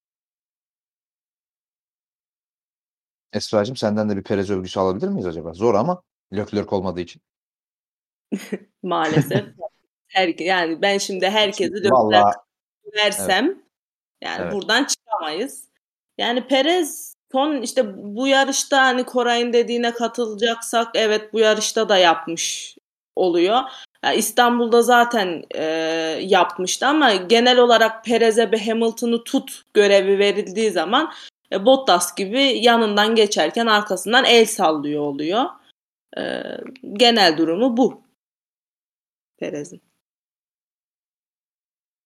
Esra'cığım senden de bir Perez övgüsü alabilir miyiz acaba? Zor ama Leclerc olmadığı için. Maalesef. Yani ben şimdi herkesi Leclerc Vallahi evet, versem yani evet. buradan çıkamayız. Yani Perez son işte bu yarışta hani Koray'ın dediğine katılacaksak evet bu yarışta da yapmış oluyor. Yani İstanbul'da zaten yapmıştı ama genel olarak Perez'e bir Hamilton'ı tut görevi verildiği zaman Bottas gibi yanından geçerken arkasından el sallıyor oluyor. E, Genel durumu bu Perez'in.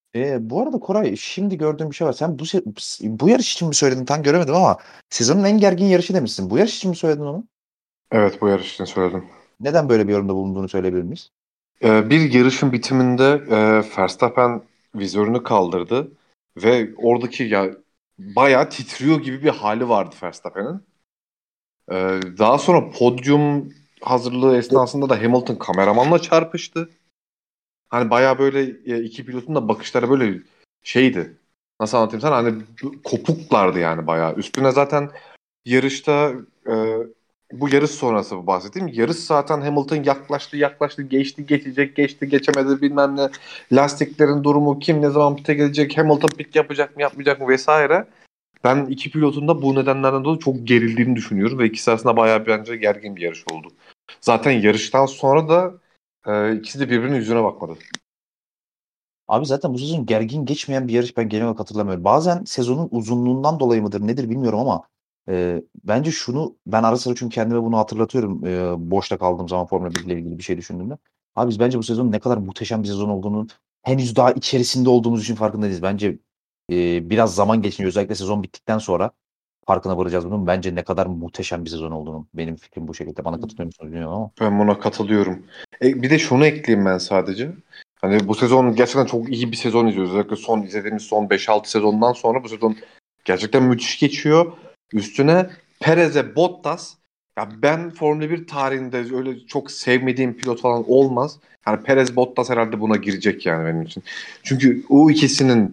Bu arada Koray, şimdi gördüğüm bir şey var. Sen bu yarış için mi söyledin? Tam göremedim ama sezonun en gergin yarışı demişsin. Bu yarış için mi söyledin onu? Evet, bu yarış için söyledim. Neden böyle bir yorumda bulunduğunu söyleyebilir miyiz? Bir yarışın bitiminde Verstappen vizörünü kaldırdı ve oradaki ya bayağı titriyor gibi bir hali vardı Verstappen'in. Daha sonra podyum hazırlığı esnasında da Hamilton kameramanla çarpıştı. Hani bayağı böyle iki pilotun da bakışları böyle şeydi. Nasıl anlatayım sana? Hani kopuklardı yani bayağı. Üstüne zaten yarışta bu yarış sonrası bahsedeyim. Yarış zaten Hamilton yaklaştı, geçti, geçemedi bilmem ne. Lastiklerin durumu, kim ne zaman pite gelecek, Hamilton pit yapacak mı yapmayacak mı vesaire. Ben iki pilotun da bu nedenlerden dolayı çok gerildiğini düşünüyorum ve ikisi arasında bayağı bence gergin bir yarış oldu. Zaten yarıştan sonra da ikisi de birbirinin yüzüne bakmadı. Abi zaten bu sezon gergin geçmeyen bir yarış ben genel olarak hatırlamıyorum. Bazen sezonun uzunluğundan dolayı mıdır nedir bilmiyorum ama bence şunu ben ara sıra çünkü kendime bunu hatırlatıyorum boşta kaldığım zaman Formula 1 ile ilgili bir şey düşündüğümde. Abi biz bence bu sezonun ne kadar muhteşem bir sezon olduğunu henüz daha içerisinde olduğumuz için farkındayız. Bence biraz zaman geçince özellikle sezon bittikten sonra farkına varacağız bunun. Bence ne kadar muhteşem bir sezon olduğunu. Benim fikrim bu şekilde. Bana katılıyor musunuz bilmiyorum ama. Ben buna katılıyorum. Bir de şunu ekleyeyim ben sadece. Hani bu sezon gerçekten çok iyi bir sezon izliyoruz. Özellikle izlediğimiz son 5-6 sezondan sonra bu sezon gerçekten müthiş geçiyor. Üstüne Perez'e Bottas, ya ben Formula 1 tarihinde öyle çok sevmediğim pilot falan olmaz. Yani Perez Bottas herhalde buna girecek yani benim için. Çünkü o ikisinin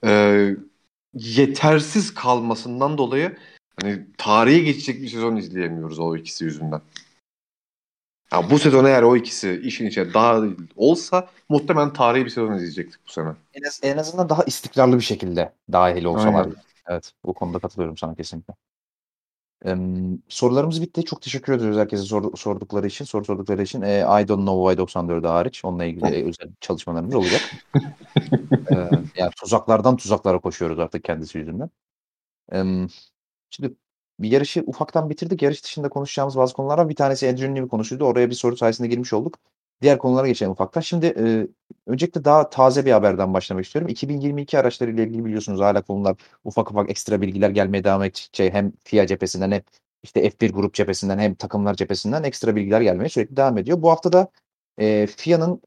yetersiz kalmasından dolayı hani tarihe geçecek bir sezon izleyemiyoruz o ikisi yüzünden. Ya bu sezon eğer o ikisi işin içine dahil olsa muhtemelen tarihi bir sezon izleyecektik bu sene. En azından daha istikrarlı bir şekilde dahil olsalar. Aynen. Evet, bu konuda katılıyorum sana kesinlikle. Sorularımız bitti. Çok teşekkür ediyoruz herkese sordukları için, soru sordukları için. I don't know why 94'ü hariç. Onunla ilgili özel çalışmalarımız olacak. Yani tuzaklardan tuzaklara koşuyoruz artık kendisi yüzünden. Şimdi bir yarışı ufaktan bitirdik. Yarış dışında konuşacağımız bazı konular var. Bir tanesi Adrian Newey konusuydu. Oraya bir soru sayesinde girmiş olduk. Diğer konulara geçelim ufaktan. Şimdi öncelikle daha taze bir haberden başlamak istiyorum. 2022 araçlarıyla ilgili biliyorsunuz hala konular ufak ufak ekstra bilgiler gelmeye devam edecek. Hem FIA cephesinden hem işte F1 grup cephesinden hem takımlar cephesinden ekstra bilgiler gelmeye sürekli devam ediyor. Bu hafta da FIA'nın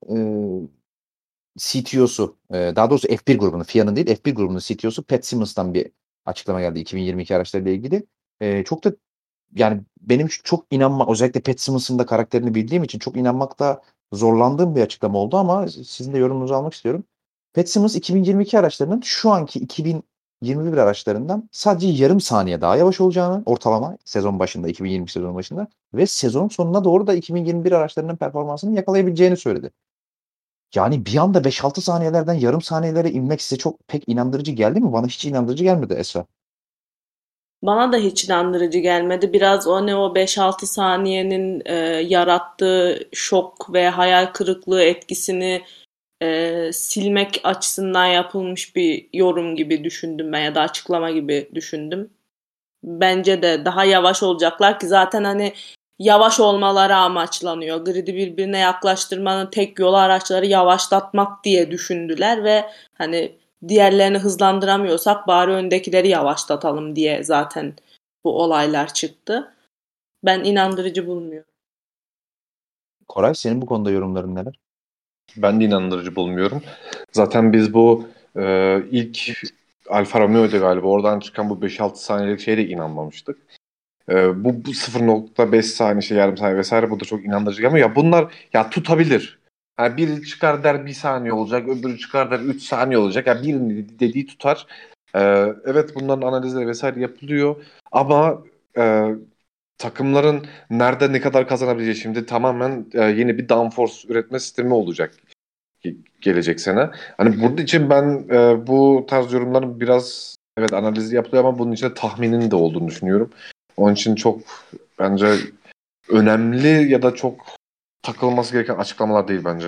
CTO'su, daha doğrusu F1 grubunun, FIA'nın değil F1 grubunun CTO'su Pat Simmons'tan bir açıklama geldi 2022 araçlarıyla ilgili. Çok da yani benim çok özellikle Pat Simmons'ın da karakterini bildiğim için çok inanmakta zorlandığım bir açıklama oldu ama sizin de yorumunuzu almak istiyorum. Pat Simmons 2022 araçlarının şu anki 2021 araçlarından sadece yarım saniye daha yavaş olacağını ortalama sezon başında 2020 sezon başında ve sezon sonuna doğru da 2021 araçlarının performansını yakalayabileceğini söyledi. Yani bir anda 5-6 saniyelerden yarım saniyelere inmek size çok pek inandırıcı geldi mi? Bana hiç inandırıcı gelmedi Esra. Bana da hiç inandırıcı gelmedi. Biraz o 5-6 saniyenin yarattığı şok ve hayal kırıklığı etkisini silmek açısından yapılmış bir yorum gibi düşündüm ben ya da açıklama gibi düşündüm. Bence de daha yavaş olacaklar ki zaten hani yavaş olmaları amaçlanıyor. Grid'i birbirine yaklaştırmanın tek yolu araçları yavaşlatmak diye düşündüler ve hani diğerlerini hızlandıramıyorsak bari öndekileri yavaşlatalım diye zaten bu olaylar çıktı. Ben inandırıcı bulmuyorum. Koray senin bu konuda yorumların neler? Ben de inandırıcı bulmuyorum. Zaten biz bu ilk Alfa Romeo'da galiba oradan çıkan bu 5-6 saniyelik şeye de inanmamıştık. Bu 0.5 saniye işte yarım saniye vesaire bu da çok inandırıcı gelmiyor. Ya bunlar ya tutabilir. Yani biri çıkar der 1 saniye olacak, öbürü çıkar der 3 saniye olacak. Ya birinin dediği tutar. Evet bunların analizleri vesaire yapılıyor. Ama takımların nerede ne kadar kazanabileceği şimdi tamamen yeni bir downforce üretme sistemi olacak gelecek sene. Hani bunun için ben bu tarz yorumların biraz evet analizi yapılıyor ama bunun içinde tahminin de olduğunu düşünüyorum. Onun için çok bence önemli ya da çok takılması gereken açıklamalar değil bence.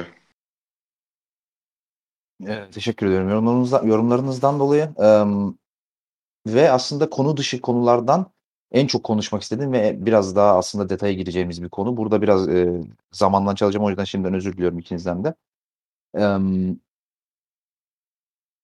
Evet, teşekkür ediyorum yorumlarınızdan dolayı. Ve aslında konu dışı konulardan en çok konuşmak istediğim ve biraz daha aslında detaya gireceğimiz bir konu. Burada biraz zamandan çalacağım o yüzden şimdiden özür diliyorum ikinizden de.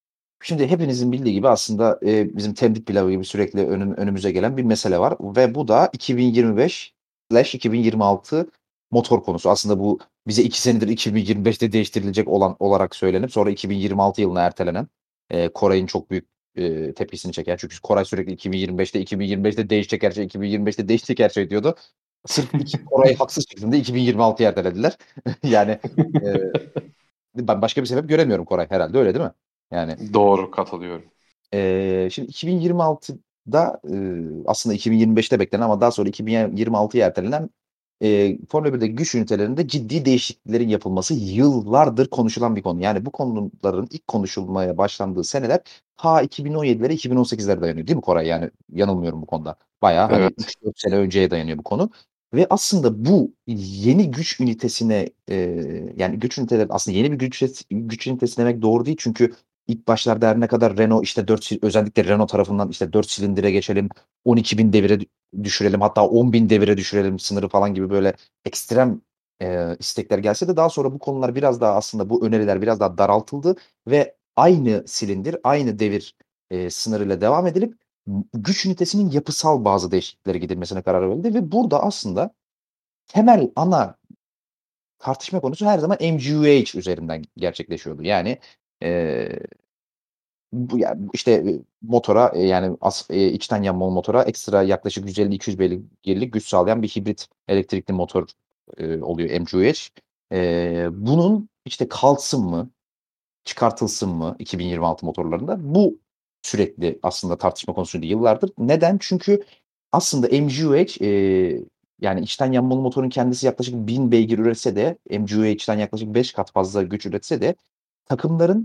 Şimdi hepinizin bildiği gibi aslında bizim temdik pilavı gibi sürekli önümüze gelen bir mesele var ve bu da 2025/2026 motor konusu. Aslında bu bize 2 senedir 2025'te değiştirilecek olan olarak söylenip sonra 2026 yılına ertelenen Koray'ın çok büyük tepkisini çeken. Çünkü Koray sürekli 2025'te değişecek her şey, 2025'te değişecek her şey diyordu. Sırf Koray haksız çıktığında 2026'ya ertelediler. Yani ben başka bir sebep göremiyorum Koray herhalde öyle değil mi? Yani Doğru, katılıyorum. Şimdi 2026'da aslında 2025'te beklenen ama daha sonra 2026'ya ertelenen Formula 1'deki güç ünitelerinde ciddi değişikliklerin yapılması yıllardır konuşulan bir konu. Yani bu konuların ilk konuşulmaya başlandığı seneler ta 2017'lere 2018'lere dayanıyor değil mi Koray? Yani yanılmıyorum bu konuda. Bayağı hani Evet. 3-4 sene önceye dayanıyor bu konu. Ve aslında bu yeni güç ünitesine yani güç üniteleri aslında yeni bir güç ünitesi demek doğru değil. Çünkü İlk başlarda her ne kadar Renault işte özellikle Renault tarafından işte 4 silindire geçelim, 12.000 devire düşürelim, hatta 10.000 devire düşürelim sınırı falan gibi böyle ekstrem istekler gelse de daha sonra bu konular biraz daha aslında bu öneriler biraz daha daraltıldı ve aynı silindir, aynı devir sınırıyla devam edilip güç ünitesinin yapısal bazı değişikliklere gidilmesine karar verildi ve burada aslında temel ana tartışma konusu her zaman MGUH üzerinden gerçekleşiyordu. Yani eee işte motora yani içten yanmalı motora ekstra yaklaşık 150-200 beygirlik güç sağlayan bir hibrit elektrikli motor oluyor MGUH. Bunun işte kalsın mı, çıkartılsın mı 2026 motorlarında? Bu sürekli aslında tartışma konusuydu yıllardır. Neden? Çünkü aslında MGUH yani içten yanmalı motorun kendisi yaklaşık 1000 beygir üretse de MGUH'ten yaklaşık 5 kat fazla güç üretse de takımların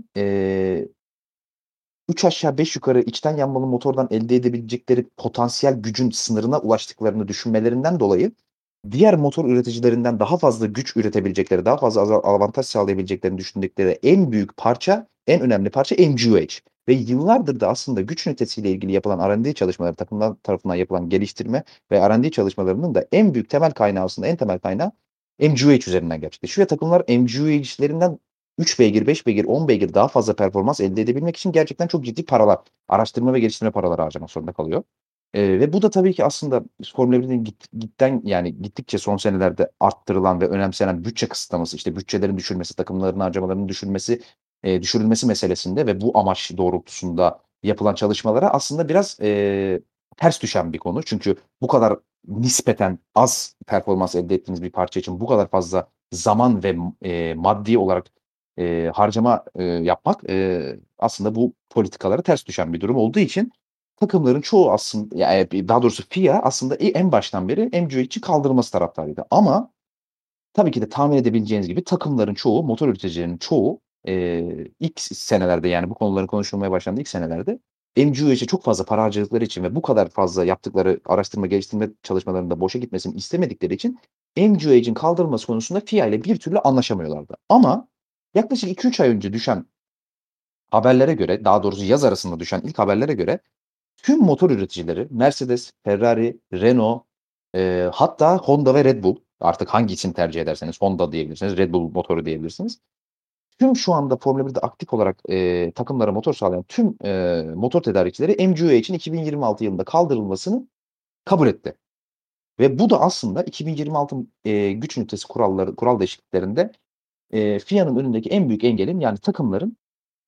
3 aşağı 5 yukarı içten yanmalı motordan elde edebilecekleri potansiyel gücün sınırına ulaştıklarını düşünmelerinden dolayı diğer motor üreticilerinden daha fazla güç üretebilecekleri, daha fazla avantaj sağlayabileceklerini düşündükleri en büyük parça, en önemli parça MGUH. Ve yıllardır da aslında güç ünitesiyle ilgili yapılan R&D çalışmaları, takımlar tarafından yapılan geliştirme ve R&D çalışmalarının da en büyük temel kaynağı aslında en temel kaynağı MGUH üzerinden gerçekleşiyor. Ve takımlar MGUH'lerinden 3 beygir, 5 beygir, 10 beygir daha fazla performans elde edebilmek için gerçekten çok ciddi paralar, araştırma ve geliştirme paraları harcamak zorunda kalıyor. Ve bu da tabii ki aslında Formula 1'in yani gittikçe son senelerde arttırılan ve önemsenen bütçe kısıtlaması, işte bütçelerin düşürülmesi, takımların harcamalarının düşürülmesi meselesinde ve bu amaç doğrultusunda yapılan çalışmalara aslında biraz ters düşen bir konu. Çünkü bu kadar nispeten az performans elde ettiğiniz bir parça için bu kadar fazla zaman ve maddi olarak harcama yapmak aslında bu politikalara ters düşen bir durum olduğu için takımların çoğu aslında yani daha doğrusu FIA aslında en baştan beri MGUH'in kaldırılması taraftarıydı. Ama tabii ki de tahmin edebileceğiniz gibi takımların çoğu, motor üreticilerinin çoğu ilk senelerde yani bu konuların konuşulmaya başlandığı ilk senelerde MGUH'e çok fazla para harcadıkları için ve bu kadar fazla yaptıkları araştırma geliştirme çalışmalarının da boşa gitmesini istemedikleri için MGUH'in kaldırılması konusunda FIA ile bir türlü anlaşamıyorlardı. Ama yaklaşık 2-3 ay önce düşen haberlere göre, daha doğrusu yaz arasında düşen ilk haberlere göre tüm motor üreticileri Mercedes, Ferrari, Renault, hatta Honda ve Red Bull artık hangisini tercih ederseniz Honda diyebilirsiniz, Red Bull motoru diyebilirsiniz. Tüm şu anda Formula 1'de aktif olarak takımlara motor sağlayan tüm motor tedarikçileri MGUH için 2026 yılında kaldırılmasını kabul etti. Ve bu da aslında 2026 güç ünitesi kural değişikliklerinde FIA'nın önündeki en büyük engelin yani takımların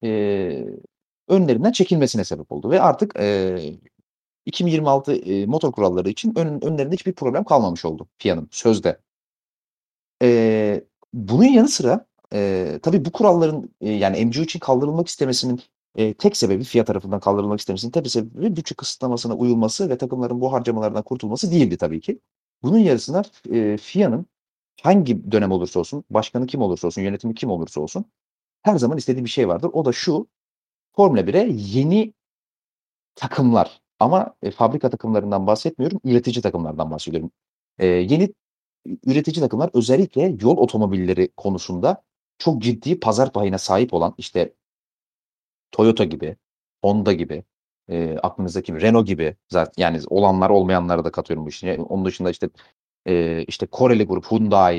önlerinden çekilmesine sebep oldu ve artık 2026 motor kuralları için önlerinde hiçbir problem kalmamış oldu FIA'nın sözde. Bunun yanı sıra tabii bu kuralların yani MGU için kaldırılmak istemesinin tek sebebi FIA tarafından kaldırılmak istemesinin tek sebebi bütçe kısıtlamasına uyulması ve takımların bu harcamalardan kurtulması değildi tabii ki. Bunun yarısına FIA'nın hangi dönem olursa olsun, başkanı kim olursa olsun, yönetimi kim olursa olsun her zaman istediği bir şey vardır. O da şu: Formula 1'e yeni takımlar ama fabrika takımlarından bahsetmiyorum, üretici takımlardan bahsediyorum. Yeni üretici takımlar özellikle yol otomobilleri konusunda çok ciddi pazar payına sahip olan, işte, Toyota gibi, Honda gibi, aklınızdaki Renault gibi yani olanlar olmayanları da katıyorum bu işine. Onun dışında, işte, Koreli grup Hyundai,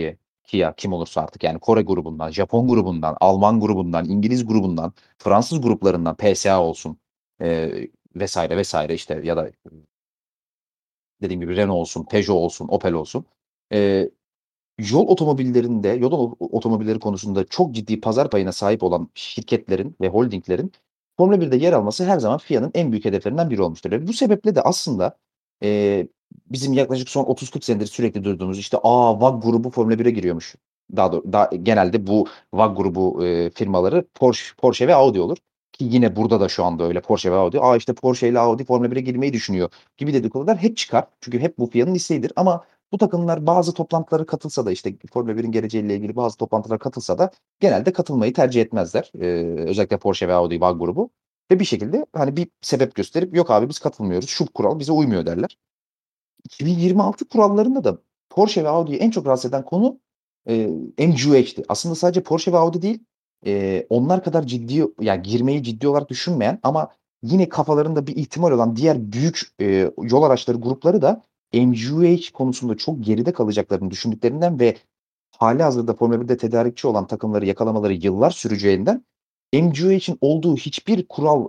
Kia kim olursa artık yani Kore grubundan, Japon grubundan, Alman grubundan, İngiliz grubundan, Fransız gruplarından PSA olsun vesaire vesaire işte ya da dediğim gibi Renault olsun, Peugeot olsun, Opel olsun. E, Yol otomobillerinde, otomobilleri konusunda çok ciddi pazar payına sahip olan şirketlerin ve holdinglerin Formula 1'de yer alması her zaman FIA'nın en büyük hedeflerinden biri olmuştur. Ve bu sebeple de aslında e, bizim yaklaşık son 30-40 senedir sürekli duyduğumuz işte VAG grubu Formula 1'e giriyormuş. Daha genelde bu VAG grubu firmaları Porsche ve Audi olur. Ki yine burada da şu anda öyle Porsche ve Audi. İşte Porsche ile Audi Formula 1'e girmeyi düşünüyor gibi dedikodular hep çıkar. Çünkü hep bu FIA'nın isteğidir ama bu takımlar bazı toplantılara katılsa da işte Formula 1'in geleceğiyle ilgili bazı toplantılara katılsa da genelde katılmayı tercih etmezler. Özellikle Porsche ve Audi VAG grubu. Ve bir şekilde hani bir sebep gösterip yok abi biz katılmıyoruz. Şu kural bize uymuyor derler. 2026 kurallarında da Porsche ve Audi'yi en çok rahatsız eden konu MGUH'ti. Aslında sadece Porsche ve Audi değil onlar kadar ciddi yani girmeyi ciddi olarak düşünmeyen ama yine kafalarında bir ihtimal olan diğer büyük yol araçları grupları da MGUH konusunda çok geride kalacaklarını düşündüklerinden ve halihazırda Formula 1'de tedarikçi olan takımları yakalamaları yıllar süreceğinden MGUH'in olduğu hiçbir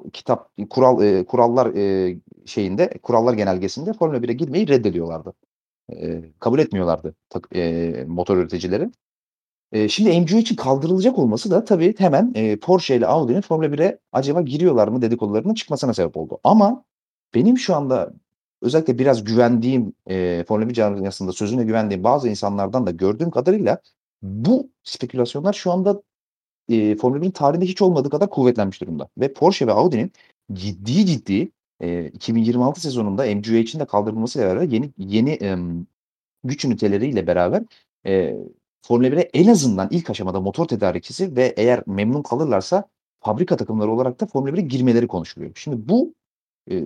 kurallar genelgesinde Formula 1'e girmeyi reddediyorlardı. Kabul etmiyorlardı motor üreticileri. Şimdi MGUH'in kaldırılacak olması da tabii hemen Porsche ile Audi'nin Formula 1'e acaba giriyorlar mı dedikodularının çıkmasına sebep oldu. Ama benim şu anda özellikle biraz güvendiğim Formula 1 camiasında sözüne güvendiğim bazı insanlardan da gördüğüm kadarıyla bu spekülasyonlar şu anda Formula 1'in tarihinde hiç olmadığı kadar kuvvetlenmiş durumda. Ve Porsche ve Audi'nin ciddi 2026 sezonunda MGUH'in de kaldırılmasıyla beraber yeni güç üniteleriyle beraber Formula 1'e en azından ilk aşamada motor tedarikçisi ve eğer memnun kalırlarsa fabrika takımları olarak da Formula 1'e girmeleri konuşuluyor. Şimdi bu e,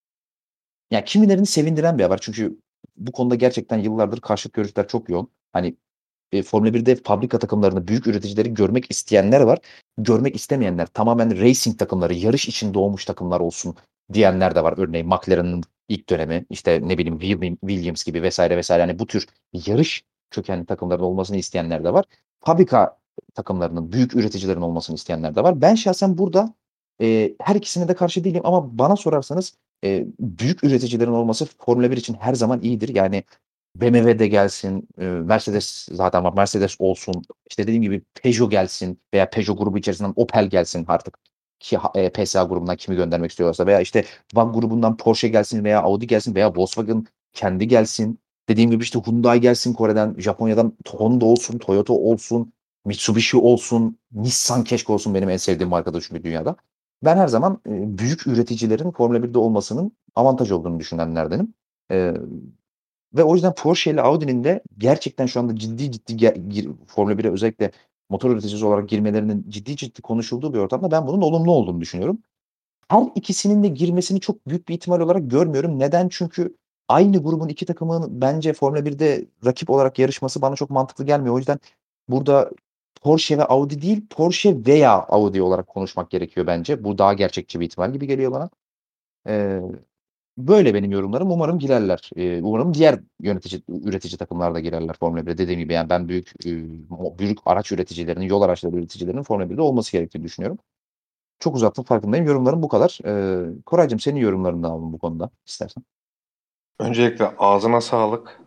yani kimilerini sevindiren bir haber. Çünkü bu konuda gerçekten yıllardır karşıt görüşler çok yoğun. Hani Formula 1'de fabrika takımlarını, büyük üreticileri görmek isteyenler var. Görmek istemeyenler, tamamen racing takımları, yarış için doğmuş takımlar olsun diyenler de var. Örneğin McLaren'ın ilk dönemi, işte ne bileyim Williams gibi vesaire vesaire. Hani bu tür yarış kökenli takımların olmasını isteyenler de var. Fabrika takımlarının, büyük üreticilerin olmasını isteyenler de var. Ben şahsen burada her ikisine de karşı değilim ama bana sorarsanız büyük üreticilerin olması Formula 1 için her zaman iyidir. Yani BMW de gelsin, Mercedes zaten var. Mercedes olsun. İşte dediğim gibi Peugeot gelsin veya Peugeot grubu içerisinden Opel gelsin artık. Ki PSA grubundan kimi göndermek istiyorlarsa veya işte VAG grubundan Porsche gelsin veya Audi gelsin veya Volkswagen kendi gelsin. Dediğim gibi işte Hyundai gelsin Kore'den, Japonya'dan Honda olsun, Toyota olsun, Mitsubishi olsun, Nissan keşke olsun benim en sevdiğim markada çünkü dünyada. Ben her zaman büyük üreticilerin Formula 1'de olmasının avantaj olduğunu düşünenlerdenim. E, Ve o yüzden Porsche ile Audi'nin de gerçekten şu anda ciddi Formula 1'e özellikle motor üreticisi olarak girmelerinin ciddi konuşulduğu bir ortamda ben bunun olumlu olduğunu düşünüyorum. Her ikisinin de girmesini çok büyük bir ihtimal olarak görmüyorum. Neden? Çünkü aynı grubun iki takımın bence Formula 1'de rakip olarak yarışması bana çok mantıklı gelmiyor. O yüzden burada Porsche ve Audi değil, Porsche veya Audi olarak konuşmak gerekiyor bence. Bu daha gerçekçi bir ihtimal gibi geliyor bana. Ee, Böyle benim yorumlarım. Umarım girerler. Umarım diğer üretici takımlar da girerler Formula 1'e. Dediğim gibi yani ben büyük araç üreticilerinin, yol araçları üreticilerinin Formula 1'de olması gerektiğini düşünüyorum. Çok uzattım farkındayım. Yorumlarım bu kadar. Koraycığım senin yorumlarını da alalım bu konuda istersen. Öncelikle ağzına sağlık.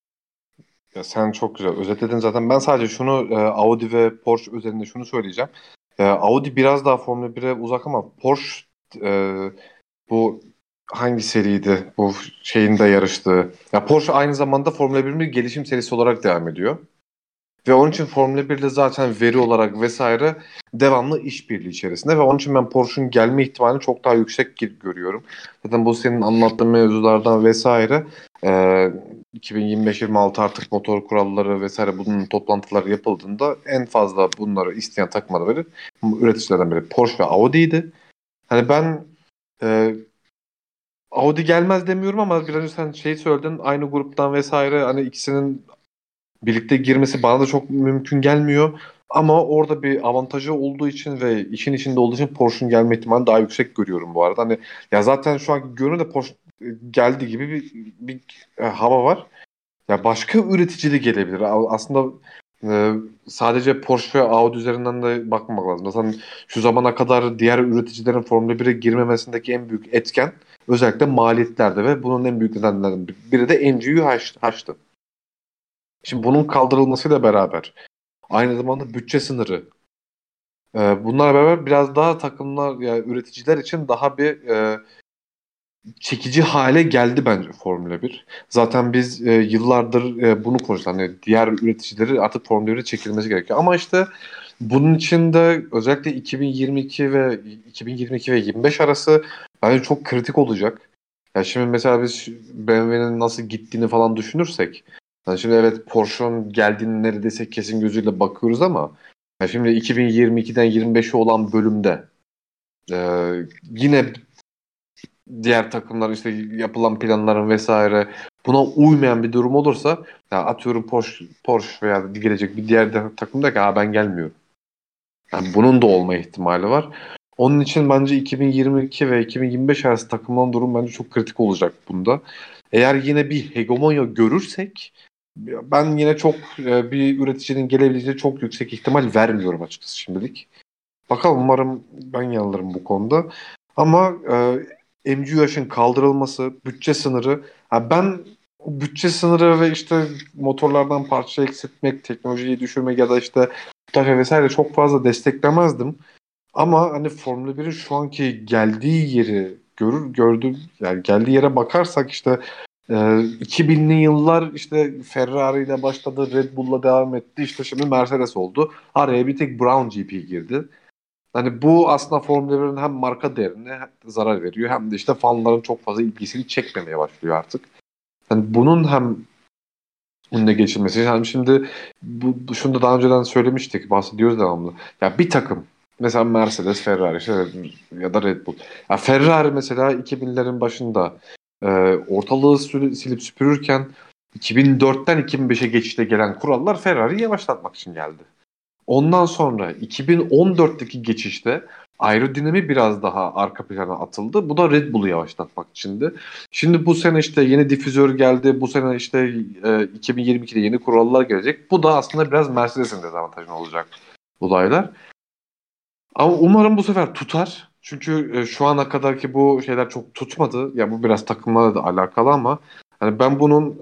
Ya sen çok güzel özetledin zaten. Ben sadece şunu Audi ve Porsche üzerinde şunu söyleyeceğim. Audi biraz daha Formula 1'e uzak ama Porsche bu hangi seriydi? Bu şeyin de yarıştığı. Ya Porsche aynı zamanda Formula 1'in bir gelişim serisi olarak devam ediyor. Ve onun için Formula 1 ile zaten veri olarak vesaire devamlı işbirliği içerisinde ve onun için ben Porsche'un gelme ihtimalini çok daha yüksek görüyorum. Zaten bu senin anlattığın mevzulardan vesaire 2025-26 artık motor kuralları vesaire bunun toplantıları yapıldığında en fazla bunları isteyen takımları üreticilerden biri Porsche ve Audi'ydi. Hani ben Audi gelmez demiyorum ama biraz önce sen şey söyledin aynı gruptan vesaire hani ikisinin birlikte girmesi bana da çok mümkün gelmiyor. Ama orada bir avantajı olduğu için ve işin içinde olduğu için Porsche'un gelme ihtimali daha yüksek görüyorum bu arada. Hani ya zaten şu anki görünümde Porsche geldi gibi bir hava var. Ya başka üretici de gelebilir. Aslında sadece Porsche ve Audi üzerinden de bakmamak lazım. Mesela şu zamana kadar diğer üreticilerin Formula 1'e girmemesindeki en büyük etken özellikle maliyetlerdi ve bunun en büyük nedenlerinden biri de MGU-H'tı. Şimdi bunun kaldırılmasıyla beraber aynı zamanda bütçe sınırı. Bunlarla beraber biraz daha takımlar, yani üreticiler için daha bir çekici hale geldi bence Formula 1. Zaten biz yıllardır bunu konuştuk. Hani diğer üreticileri artık Formula 1'e çekilmesi gerekiyor. Ama işte bunun için de özellikle 2022 ve 25 arası bence çok kritik olacak. Ya şimdi mesela biz BMW'nin nasıl gittiğini falan düşünürsek, yani şimdi evet Porsche'un geldiğini neredeyse kesin gözüyle bakıyoruz ama ya şimdi 2022'den 25'e olan bölümde e, yine diğer takımlar işte yapılan planların vesaire buna uymayan bir durum olursa, ya atıyorum Porsche veya gelecek bir diğer takım da ki ben gelmiyorum. Yani bunun da olma ihtimali var. Onun için bence 2022 ve 2025 arası takımların durum bence çok kritik olacak bunda. Eğer yine bir hegemonya görürsek ben yine çok bir üreticinin gelebileceği çok yüksek ihtimal vermiyorum açıkçası şimdilik. Bakalım, umarım ben yanılırım bu konuda. Ama MGUH'ın kaldırılması, bütçe sınırı, ben bütçe sınırı ve işte motorlardan parça eksiltmek, teknolojiyi düşürmek ya da işte TUTAŞ'a vesaire çok fazla desteklemezdim. Ama hani Formula 1'in şu anki geldiği yeri gördüm, yani geldiği yere bakarsak işte 2000'li yıllar işte Ferrari ile başladı, Red Bull'la devam etti, işte şimdi Mercedes oldu. Araya bir tek Brown GP girdi. Hani bu aslında Formula 1'in hem marka değerine zarar veriyor hem de işte fanların çok fazla ilgisini çekmemeye başlıyor artık. Yani bunun hem önüne geçilmesi. Yani şimdi şunu da daha önceden söylemiştik, bahsediyoruz devamlı. Ya bir takım mesela Mercedes, Ferrari işte, ya da Red Bull. Ya Ferrari mesela 2000'lerin başında e, ortalığı silip süpürürken 2004'ten 2005'e geçişte gelen kurallar Ferrari'yi yavaşlatmak için geldi. Ondan sonra 2014'teki geçişte aerodinami biraz daha arka plana atıldı. Bu da Red Bull'u yavaşlatmak içindi. Şimdi bu sene işte yeni difüzör geldi. Bu sene işte 2022'de yeni kurallar gelecek. Bu da aslında biraz Mercedes'in dezavantajına olacak olaylar. Ama umarım bu sefer tutar. Çünkü şu ana kadarki bu şeyler çok tutmadı. Ya bu biraz takımlarla da alakalı ama hani ben bunun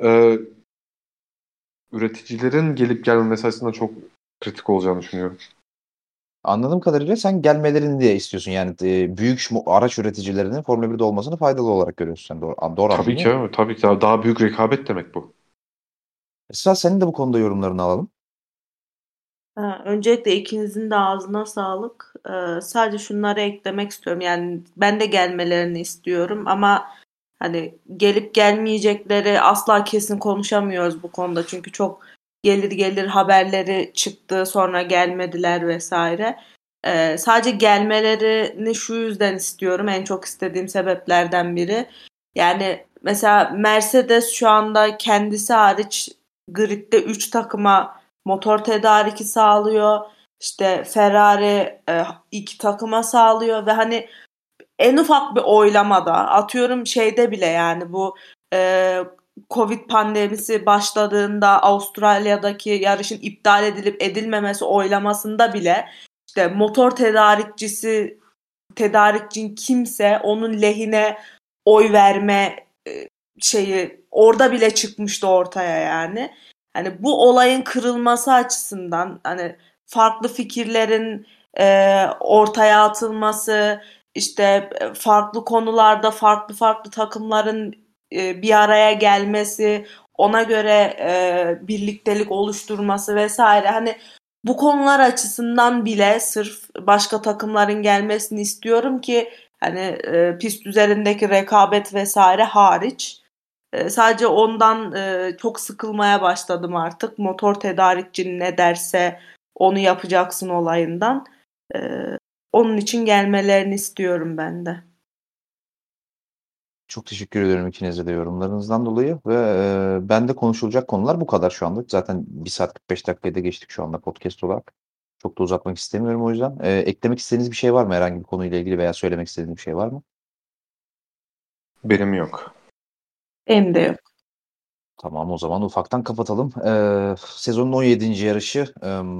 üreticilerin gelip gelmemesi açısından çok kritik olacağını düşünüyorum. Anladığım kadarıyla sen gelmelerini diye istiyorsun. Yani büyük araç üreticilerinin Formula 1'de olmasını faydalı olarak görüyorsun sen. Doğru Tabii anladım değil ki, mi? evet, tabii ki daha büyük rekabet demek bu. Esra, senin de bu konuda yorumlarını alalım. Öncelikle ikinizin de ağzına sağlık. Sadece şunları eklemek istiyorum. Yani ben de gelmelerini istiyorum ama hani gelip gelmeyecekleri asla kesin konuşamıyoruz bu konuda. Çünkü çok gelir haberleri çıktı, sonra gelmediler vesaire. Sadece gelmelerini şu yüzden istiyorum. En çok istediğim sebeplerden biri. Yani mesela Mercedes şu anda kendisi hariç gridde 3 takıma motor tedariki sağlıyor. İşte Ferrari 2 takıma sağlıyor ve hani en ufak bir oylamada, atıyorum şeyde bile, yani bu Covid pandemisi başladığında Avustralya'daki yarışın iptal edilip edilmemesi oylamasında bile işte motor tedarikçin kimse onun lehine oy verme şeyi orada bile çıkmıştı ortaya yani. Hani bu olayın kırılması açısından, hani farklı fikirlerin ortaya atılması, işte farklı konularda farklı takımların bir araya gelmesi, ona göre birliktelik oluşturması vesaire. Hani bu konular açısından bile sırf başka takımların gelmesini istiyorum ki hani pist üzerindeki rekabet vesaire hariç. Sadece ondan çok sıkılmaya başladım artık. Motor tedarikçinin ne derse onu yapacaksın olayından. E, Onun için gelmelerini istiyorum ben de. Çok teşekkür ederim ikinize de yorumlarınızdan dolayı ve bende konuşulacak konular bu kadar şu anlık. Zaten 1 saat 45 dakikaya da geçtik şu anda podcast olarak. Çok da uzatmak istemiyorum o yüzden. Eklemek istediğiniz bir şey var mı? Herhangi bir konuyla ilgili veya söylemek istediğiniz bir şey var mı? Benim yok. Benim de yok. Tamam, o zaman ufaktan kapatalım. Sezonun 17. yarışı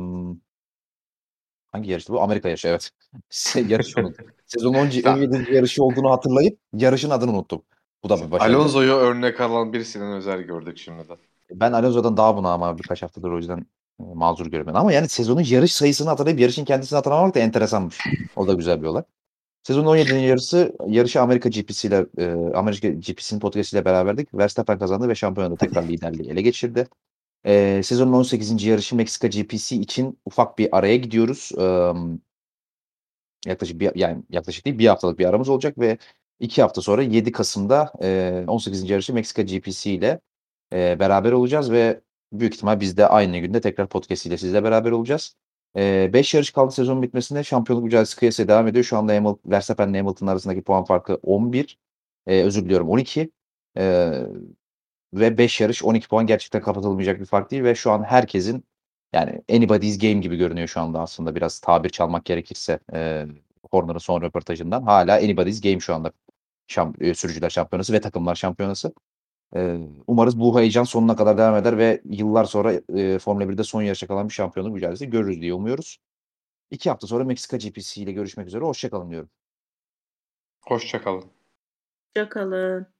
hangi yarıştı bu? Amerika yarışı, evet. Yarışı unuttum. Sezonun 17. yarışı olduğunu hatırlayıp yarışın adını unuttum. Bu da bir başarı. Alonso'yu örnek alan bir Sinan Özer gördük şimdiden. Ben Alonso'dan daha buna ama birkaç haftadır o yüzden mazur görüyorum. Ama yani sezonun yarış sayısını hatırlayıp yarışın kendisini hatırlamamak da enteresanmış. O da güzel bir olay. Sezonun 17. yarışı Amerika GP'si ile Amerika GP'sinin podcast'iyle beraberdik. Verstappen kazandı ve şampiyonada tekrar liderliği ele geçirdi. Sezonun 18. yarışı Meksika GP'si için ufak bir araya gidiyoruz. Yaklaşık değil, bir haftalık bir aramız olacak ve 2 hafta sonra 7 Kasım'da 18. yarışı Meksika GP'si ile beraber olacağız ve büyük ihtimal biz de aynı günde tekrar podcast ile sizle beraber olacağız. 5 yarış kaldı sezonun bitmesine. Şampiyonluk mücadelesi kıyasıya devam ediyor. Şu anda Verstappen ile Hamilton arasındaki puan farkı 11. Özür diliyorum, 12. Ve 5 yarış 12 puan, gerçekten kapatılmayacak bir fark değil ve şu an herkesin, yani anybody's game gibi görünüyor şu anda aslında, biraz tabir çalmak gerekirse Horner'ın son röportajından. Hala anybody's game şu anda sürücüler şampiyonası ve takımlar şampiyonası. Umarız bu heyecan sonuna kadar devam eder ve yıllar sonra Formula 1'de son yarışa kalan bir şampiyonluk mücadelesi görürüz diye umuyoruz. 2 hafta sonra Meksika GP'si ile görüşmek üzere. Hoşça kalın diyorum. Hoşça kalın. Hoşça kalın.